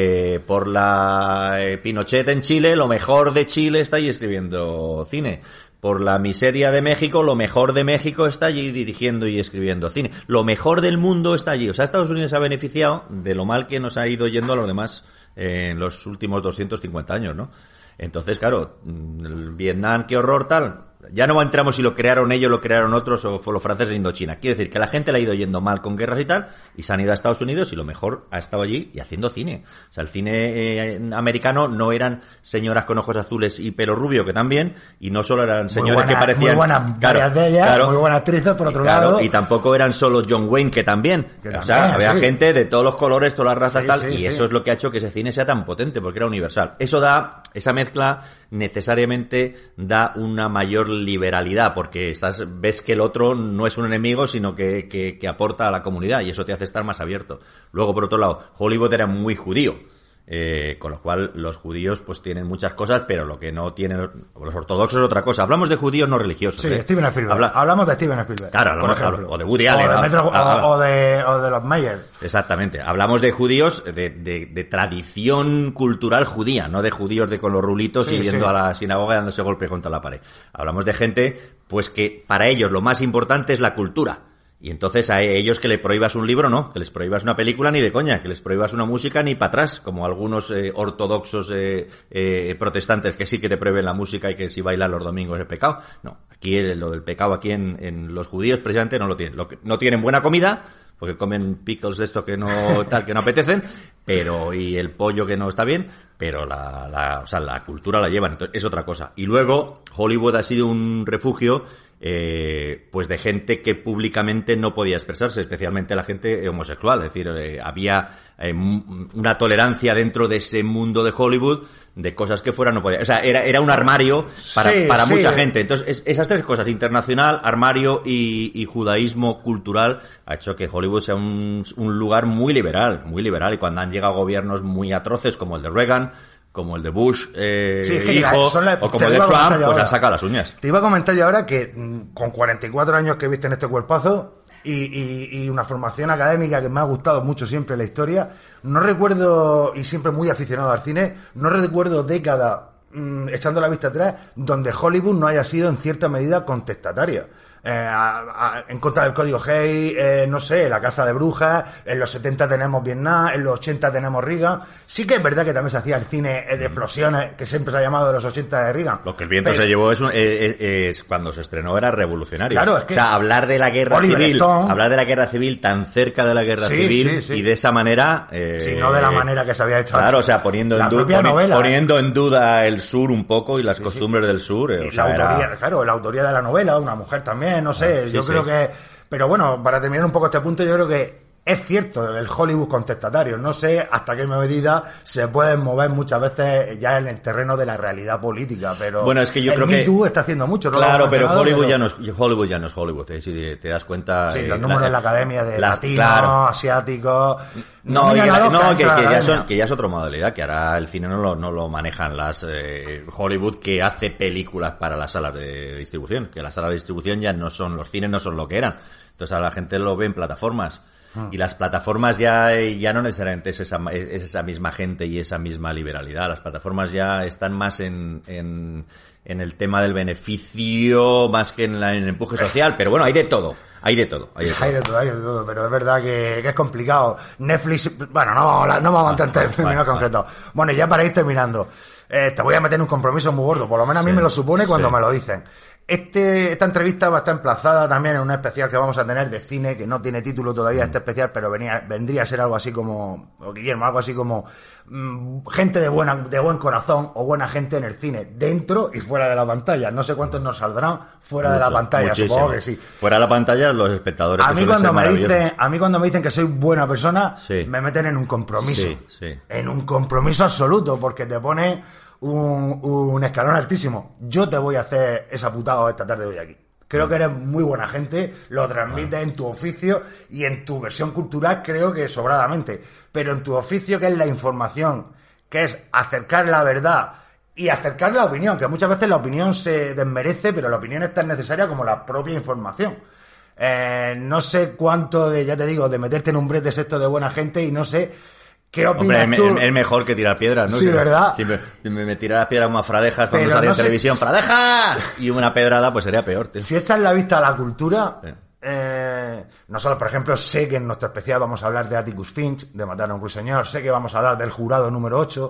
Por la Pinochet en Chile, lo mejor de Chile está allí escribiendo cine. Por la miseria de México, lo mejor de México está allí dirigiendo y escribiendo cine. Lo mejor del mundo está allí. O sea, Estados Unidos se ha beneficiado de lo mal que nos ha ido yendo a los demás en los últimos 250 años, ¿no? Entonces, claro, el Vietnam, qué horror, tal. Ya no entramos si lo crearon ellos, lo crearon otros o fue los franceses en Indochina. Quiere decir que la gente le ha ido yendo mal con guerras y tal, y se han ido a Estados Unidos y lo mejor ha estado allí y haciendo cine. O sea, el cine americano no eran señoras con ojos azules y pelo rubio, que también, y no solo eran señores que parecían... Muy buenas, varias de ellas, muy buenas actrices, por otro lado. Y tampoco eran solo John Wayne, que también. O sea, había gente de todos los colores, todas las razas, tal, y eso es lo que ha hecho que ese cine sea tan potente, porque era universal. Eso da, esa mezcla necesariamente da una mayor liberalidad, porque ves que el otro no es un enemigo, sino que aporta a la comunidad, y eso te hace estar más abierto. Luego, por otro lado, Hollywood era muy judío, con lo cual los judíos pues tienen muchas cosas, pero lo que no tienen los ortodoxos es otra cosa. Hablamos de judíos no religiosos. Sí, Steven Spielberg. Hablamos de Steven Spielberg. Claro, o de Woody Allen. O de los Mayer. Exactamente. Hablamos de judíos de tradición cultural judía, no de judíos de con los rulitos y yendo a la sinagoga y dándose golpes contra la pared. Hablamos de gente pues que para ellos lo más importante es la cultura. Y entonces a ellos que le prohíbas un libro, no, que les prohíbas una película ni de coña, que les prohíbas una música ni para atrás, como algunos ortodoxos protestantes que sí que te prohíben la música y que si bailan los domingos es pecado. No, aquí lo del pecado aquí en los judíos precisamente no lo tienen. No tienen buena comida, porque comen pickles de esto que no apetecen, pero y el pollo que no está bien, pero la cultura la llevan, entonces es otra cosa. Y luego Hollywood ha sido un refugio pues de gente que públicamente no podía expresarse, especialmente la gente homosexual. Es decir, había una tolerancia dentro de ese mundo de Hollywood de cosas que fuera no podía. O sea, era un armario para mucha gente. Entonces, esas tres cosas, internacional, armario y judaísmo cultural, ha hecho que Hollywood sea un lugar muy liberal. Y cuando han llegado gobiernos muy atroces como el de Reagan, como el de Bush, hijo, o como el de Trump, pues han sacado las uñas. Te iba a comentar yo ahora que con 44 años que viste en este cuerpazo y una formación académica que me ha gustado mucho siempre la historia, no recuerdo, y siempre muy aficionado al cine, no recuerdo década, echando la vista atrás, donde Hollywood no haya sido en cierta medida contestataria. En contra del código Hays, no sé, la caza de brujas, en los 70 tenemos Vietnam, en los 80 tenemos Reagan. Sí que es verdad que también se hacía el cine de explosiones, que siempre se ha llamado de los 80 de Reagan. Lo que el viento se llevó es cuando se estrenó era revolucionario. Claro, es que, o sea, hablar de la guerra civil tan cerca de la guerra civil y de esa manera... no de la manera que se había hecho. Claro, o sea, poniendo en duda el sur un poco y las costumbres del sur. Y la autoría de la novela, una mujer también, no sé, creo que... Pero bueno, para terminar un poco este punto, yo creo que es cierto, el Hollywood contestatario. No sé hasta qué medida se pueden mover muchas veces ya en el terreno de la realidad política, pero bueno, es que yo creo Me que Too está haciendo mucho. ¿No? Claro, pero Hollywood ya no es Hollywood. Si te das cuenta... Sí, los números de la academia de latinos, claro, asiáticos... Que ya es otra modalidad, que ahora el cine no lo manejan las Hollywood, que hace películas para las salas de distribución, que las salas de distribución ya no son, los cines no son lo que eran. Entonces ahora la gente lo ve en plataformas. Y las plataformas ya no necesariamente es esa misma gente y esa misma liberalidad. Las plataformas ya están más en el tema del beneficio, más que en el empuje social. Pero bueno, hay de todo, pero es verdad que es complicado. Netflix, bueno, no vamos a entender en términos concretos. Bueno, y ya para ir terminando, te voy a meter en un compromiso muy gordo, por lo menos a mí me lo supone cuando me lo dicen. Esta entrevista va a estar emplazada también en un especial que vamos a tener de cine, que no tiene título todavía este especial, pero vendría a ser algo así como, o Guillermo, algo así como gente de buen corazón o buena gente en el cine, dentro y fuera de la pantalla. No sé cuántos nos saldrán fuera de la pantalla, muchísimo. Supongo que sí. Fuera de la pantalla, los espectadores a mí cuando me dicen que soy buena persona, me meten en un compromiso. En un compromiso absoluto, porque te pone un escalón altísimo. Yo te voy a hacer esa putada esta tarde de hoy aquí. Creo que eres muy buena gente, lo transmites en tu oficio y en tu versión cultural creo que sobradamente, pero en tu oficio, que es la información, que es acercar la verdad y acercar la opinión, que muchas veces la opinión se desmerece, pero la opinión es tan necesaria como la propia información. No sé cuánto ya te digo, de meterte en un brete sexto de buena gente, y no sé ¿qué opinas tú? Es mejor que tirar piedras, ¿no? Sí, ¿verdad? Si me tirara piedras como a Fradejas cuando salía en televisión, ¡Fradejas! Y una pedrada, pues sería peor, tío. Si echas la vista a la cultura, nosotros, por ejemplo, sé que en nuestro especial vamos a hablar de Atticus Finch, de Matar a un Ruiseñor, sé que vamos a hablar del Jurado número 8,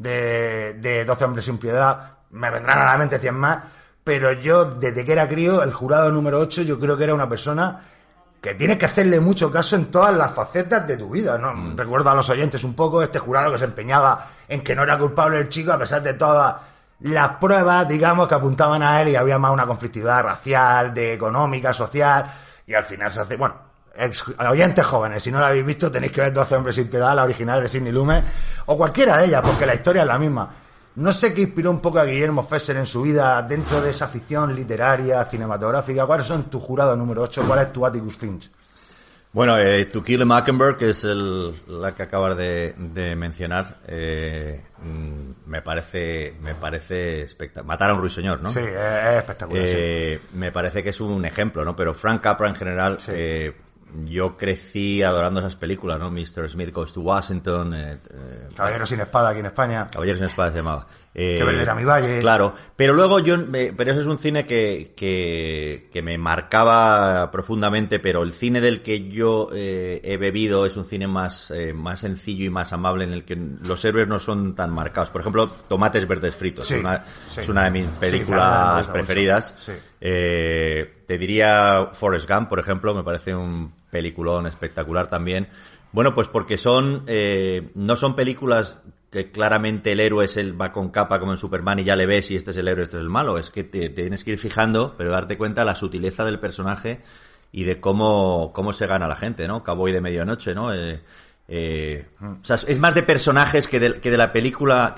de 12 hombres sin piedad, me vendrán a la mente 100 más, pero yo, desde que era crío, el Jurado número 8, yo creo que era una persona que tienes que hacerle mucho caso en todas las facetas de tu vida, ¿no? Recuerdo a los oyentes un poco este jurado que se empeñaba en que no era culpable el chico, a pesar de todas las pruebas, digamos, que apuntaban a él, y había más una conflictividad racial, económica, social, y al final se hace... Bueno, oyentes jóvenes, si no la habéis visto, tenéis que ver 12 hombres sin piedad, la original de Sidney Lumet, o cualquiera de ellas, porque la historia es la misma. No sé qué inspiró un poco a Guillermo Fesser en su vida dentro de esa ficción literaria, cinematográfica. ¿Cuáles son tu jurado número 8? ¿Cuál es tu Atticus Finch? Bueno, To Kill a Mockingbird, que es la que acabas de mencionar, me parece espectacular. Matar a un ruiseñor, ¿no? Sí, es espectacular. Sí. Me parece que es un ejemplo, ¿no? Pero Frank Capra en general... Sí. Yo crecí adorando esas películas, ¿no? Mr. Smith Goes to Washington. Caballero sin espada aquí en España. Caballero sin espada se llamaba. Que verde era mi valle. Claro. Pero luego pero ese es un cine que me marcaba profundamente, pero el cine del que yo he bebido es un cine más sencillo y más amable, en el que los héroes no son tan marcados. Por ejemplo, Tomates Verdes Fritos. Sí, es una de mis películas preferidas. Sí. Te diría Forrest Gump, por ejemplo, me parece un peliculón espectacular también. Bueno, pues porque no son películas que claramente el héroe va con capa como en Superman y ya le ves y este es el héroe, este es el malo. Es que te tienes que ir fijando, pero darte cuenta de la sutileza del personaje y de cómo se gana la gente, ¿no? Cowboy de medianoche, ¿no? O sea, es más de personajes que de la película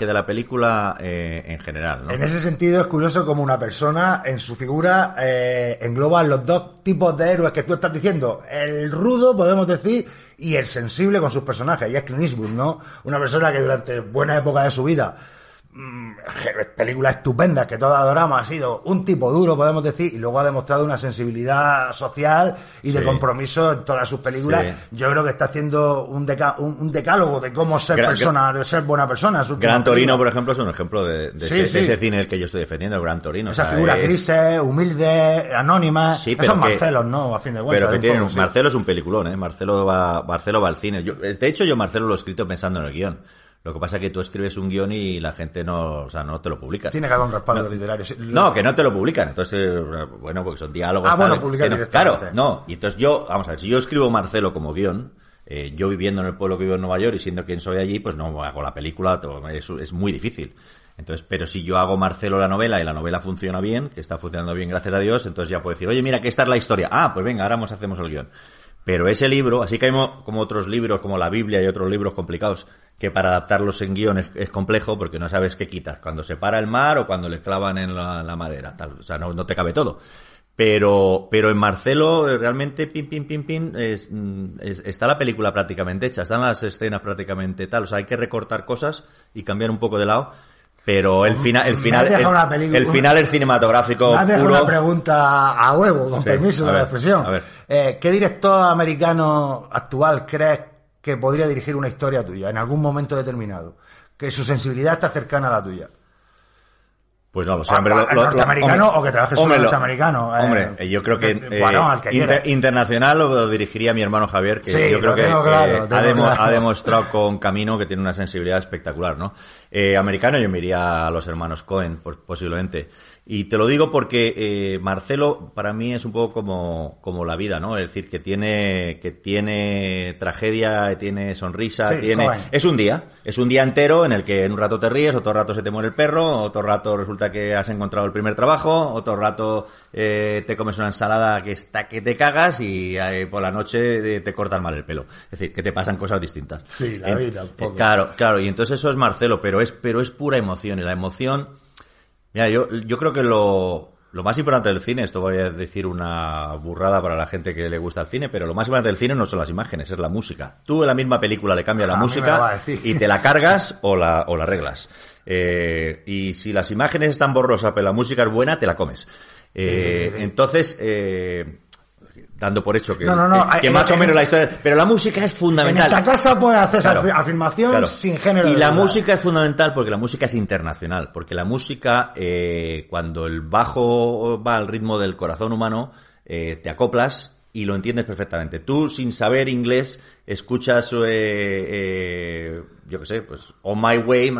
en general, ¿no? En ese sentido es curioso como una persona en su figura engloba los dos tipos de héroes que tú estás diciendo, el rudo, podemos decir, y el sensible con sus personajes, y es Clint Eastwood, ¿no? Una persona que durante buena época de su vida, películas estupendas que todos adoramos, ha sido un tipo duro, podemos decir, y luego ha demostrado una sensibilidad social y de compromiso en todas sus películas. Sí. Yo creo que está haciendo un decálogo de cómo ser de ser buena persona. Gran Torino, por ejemplo, es un ejemplo de ese cine del que yo estoy defendiendo, el Gran Torino. Esa figura grises, humilde, anónima. Sí, esos Marcelos, ¿no? A fin de cuentas. Pero que Marcelo es un peliculón, ¿eh? Marcelo va al cine. De hecho, yo Marcelo lo he escrito pensando en el guión. Lo que pasa es que tú escribes un guión y la gente no te lo publica. Tiene que haber un respaldo literario. No, que no te lo publican. Entonces, bueno, porque son diálogos. Publicar directamente. Claro, no. Y entonces vamos a ver, si yo escribo Marcelo como guión, yo viviendo en el pueblo que vivo en Nueva York y siendo quien soy allí, pues no hago la película, es muy difícil. Entonces, pero si yo hago Marcelo la novela y la novela funciona bien, que está funcionando bien, gracias a Dios, entonces ya puedo decir, oye, mira, que esta es la historia. Pues venga, ahora hacemos el guión. Pero ese libro, así que hay como otros libros, como la Biblia y otros libros complicados, que para adaptarlos en guión es complejo porque no sabes qué quitas, cuando se para el mar o cuando le clavan en la madera, tal. O sea, no te cabe todo. Pero en Marcelo realmente pin, está la película prácticamente hecha, están las escenas prácticamente tal, o sea, hay que recortar cosas y cambiar un poco de lado. Pero el final es cinematográfico. Me has dejado puro. una pregunta a huevo, con permiso de la expresión. A ver. ¿Qué director americano actual crees que podría dirigir una historia tuya en algún momento determinado? Que su sensibilidad está cercana a la tuya. Pues no, siempre norteamericano o que trabaje solo norteamericano. Hombre, yo creo que internacional lo dirigiría mi hermano Javier, que sí, yo creo que ha demostrado con Camino que tiene una sensibilidad espectacular, ¿no? Americano yo me iría a los hermanos Coen, posiblemente. Y te lo digo porque Marcelo para mí es un poco como la vida, ¿no? Es decir, que tiene tragedia, tiene sonrisa, sí, es un día entero en el que en un rato te ríes, otro rato se te muere el perro, otro rato resulta que has encontrado el primer trabajo, otro rato te comes una ensalada que te cagas y por la noche te cortan mal el pelo. Es decir, que te pasan cosas distintas. Sí, la vida un poco. Claro, y entonces eso es Marcelo, pero es pura emoción, y la emoción... Mira, yo creo que lo más importante del cine, esto voy a decir una burrada para la gente que le gusta el cine, pero lo más importante del cine no son las imágenes, es la música. Tú en la misma película le cambias la música y te la cargas o la arreglas. Y si las imágenes están borrosas pero la música es buena, te la comes. Sí. Entonces... dando por hecho que más o menos la historia... Pero la música es fundamental. En esta casa puedes hacer afirmación sin género. Y la música es fundamental porque la música es internacional. Porque la música, cuando el bajo va al ritmo del corazón humano, te acoplas y lo entiendes perfectamente. Tú, sin saber inglés, escuchas, yo qué sé, pues On My Way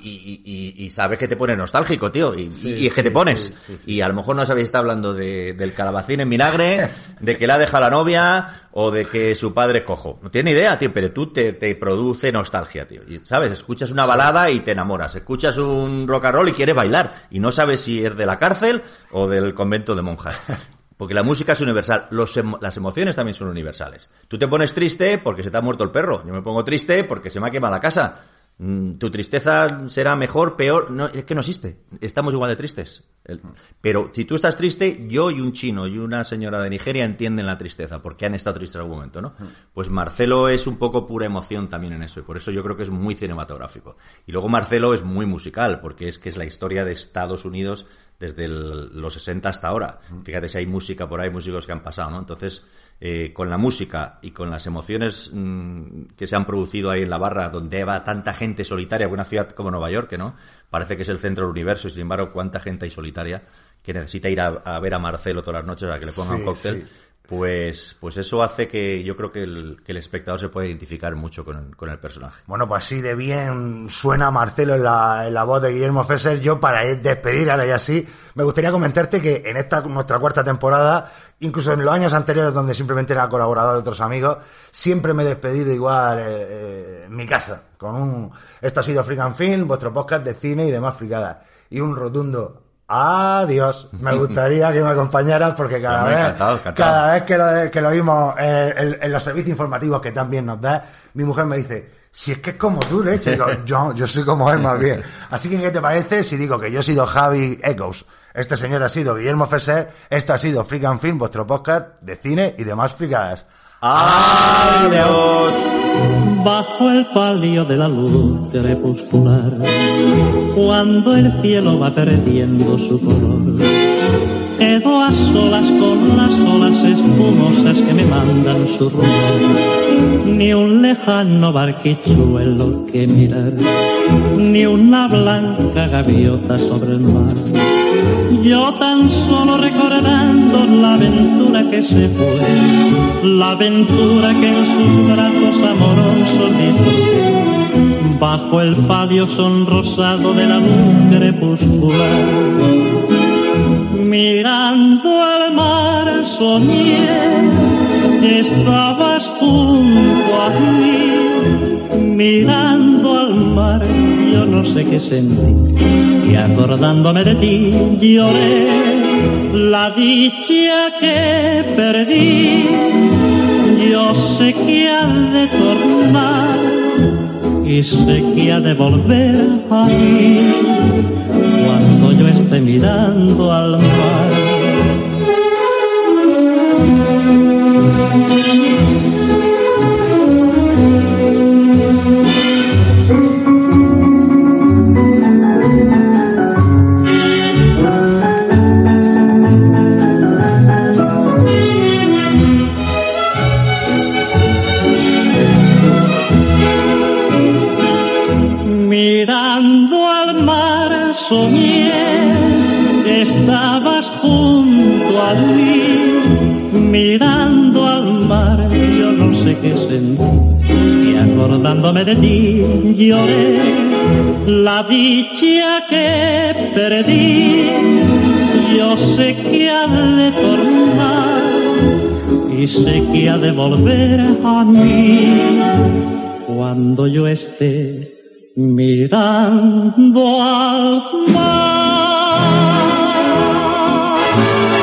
y sabes que te pone nostálgico, tío. Y es que te pones. Sí. Y a lo mejor no sabéis, está hablando del calabacín en vinagre, de que le ha dejado la novia o de que su padre es cojo. No tienes ni idea, tío, pero tú te produce nostalgia, tío. Y, ¿sabes? Escuchas una balada y te enamoras. Escuchas un rock and roll y quieres bailar. Y no sabes si es de la cárcel o del convento de monjas. Porque la música es universal. Las emociones también son universales. Tú te pones triste porque se te ha muerto el perro. Yo me pongo triste porque se me ha quemado la casa. Tu tristeza será mejor, peor. No, es que no existe. Estamos igual de tristes. Pero si tú estás triste, yo y un chino y una señora de Nigeria entienden la tristeza porque han estado tristes en algún momento, ¿no? Pues Marcelo es un poco pura emoción también en eso. Y por eso yo creo que es muy cinematográfico. Y luego Marcelo es muy musical porque es la historia de Estados Unidos desde los 60 hasta ahora. Fíjate si hay música por ahí, músicos que han pasado, ¿no? Entonces, con la música y con las emociones que se han producido ahí en la barra, donde va tanta gente solitaria, una ciudad como Nueva York, ¿no? Parece que es el centro del universo y, sin embargo, cuánta gente hay solitaria que necesita ir a ver a Marcelo todas las noches a que le ponga un cóctel. Sí. Pues eso hace que yo creo que el espectador se puede identificar mucho con el personaje. Bueno, pues así de bien suena Marcelo en la voz de Guillermo Fesser. Yo, para despedir ahora ya sí, me gustaría comentarte que en nuestra cuarta temporada, incluso en los años anteriores donde simplemente era colaborador de otros amigos, siempre me he despedido igual en mi casa, esto ha sido Freak and Film, vuestro podcast de cine y demás fricadas. Y un rotundo adiós. Me gustaría que me acompañaras porque cada vez que lo oímos en los servicios informativos que tan bien nos da, mi mujer me dice, si es que es como tú, leche. Digo, yo soy como él más bien. Así que, ¿qué te parece si digo que yo he sido Javi Echoes? Este señor ha sido Guillermo Fesser, esto ha sido Freak and Film, vuestro podcast de cine y demás fricadas. ¡Adiós! Bajo el palio de la luz crepuscular, cuando el cielo va perdiendo su color, quedo a solas con las olas espumosas que me mandan su rumor. Ni un lejano barquichuelo que mirar, ni una blanca gaviota sobre el mar. Yo tan solo recordando la aventura que se fue, la aventura que en sus brazos amorosos disfruté, bajo el palio sonrosado de la luz crepuscular. Mirando al mar soñé que estabas junto a mí, mirando al mar yo no sé qué sentí, y acordándome de ti lloré la dicha que perdí. yo sé que ha de tornar y sé que ha de volver a mí cuando yo esté mirando al mar. Soñé que estabas junto a mí, mirando al mar, yo no sé qué sentí, y acordándome de ti lloré la dicha que perdí. Yo sé que ha de tornar y sé que ha de volver a mí cuando yo esté mirando al mar.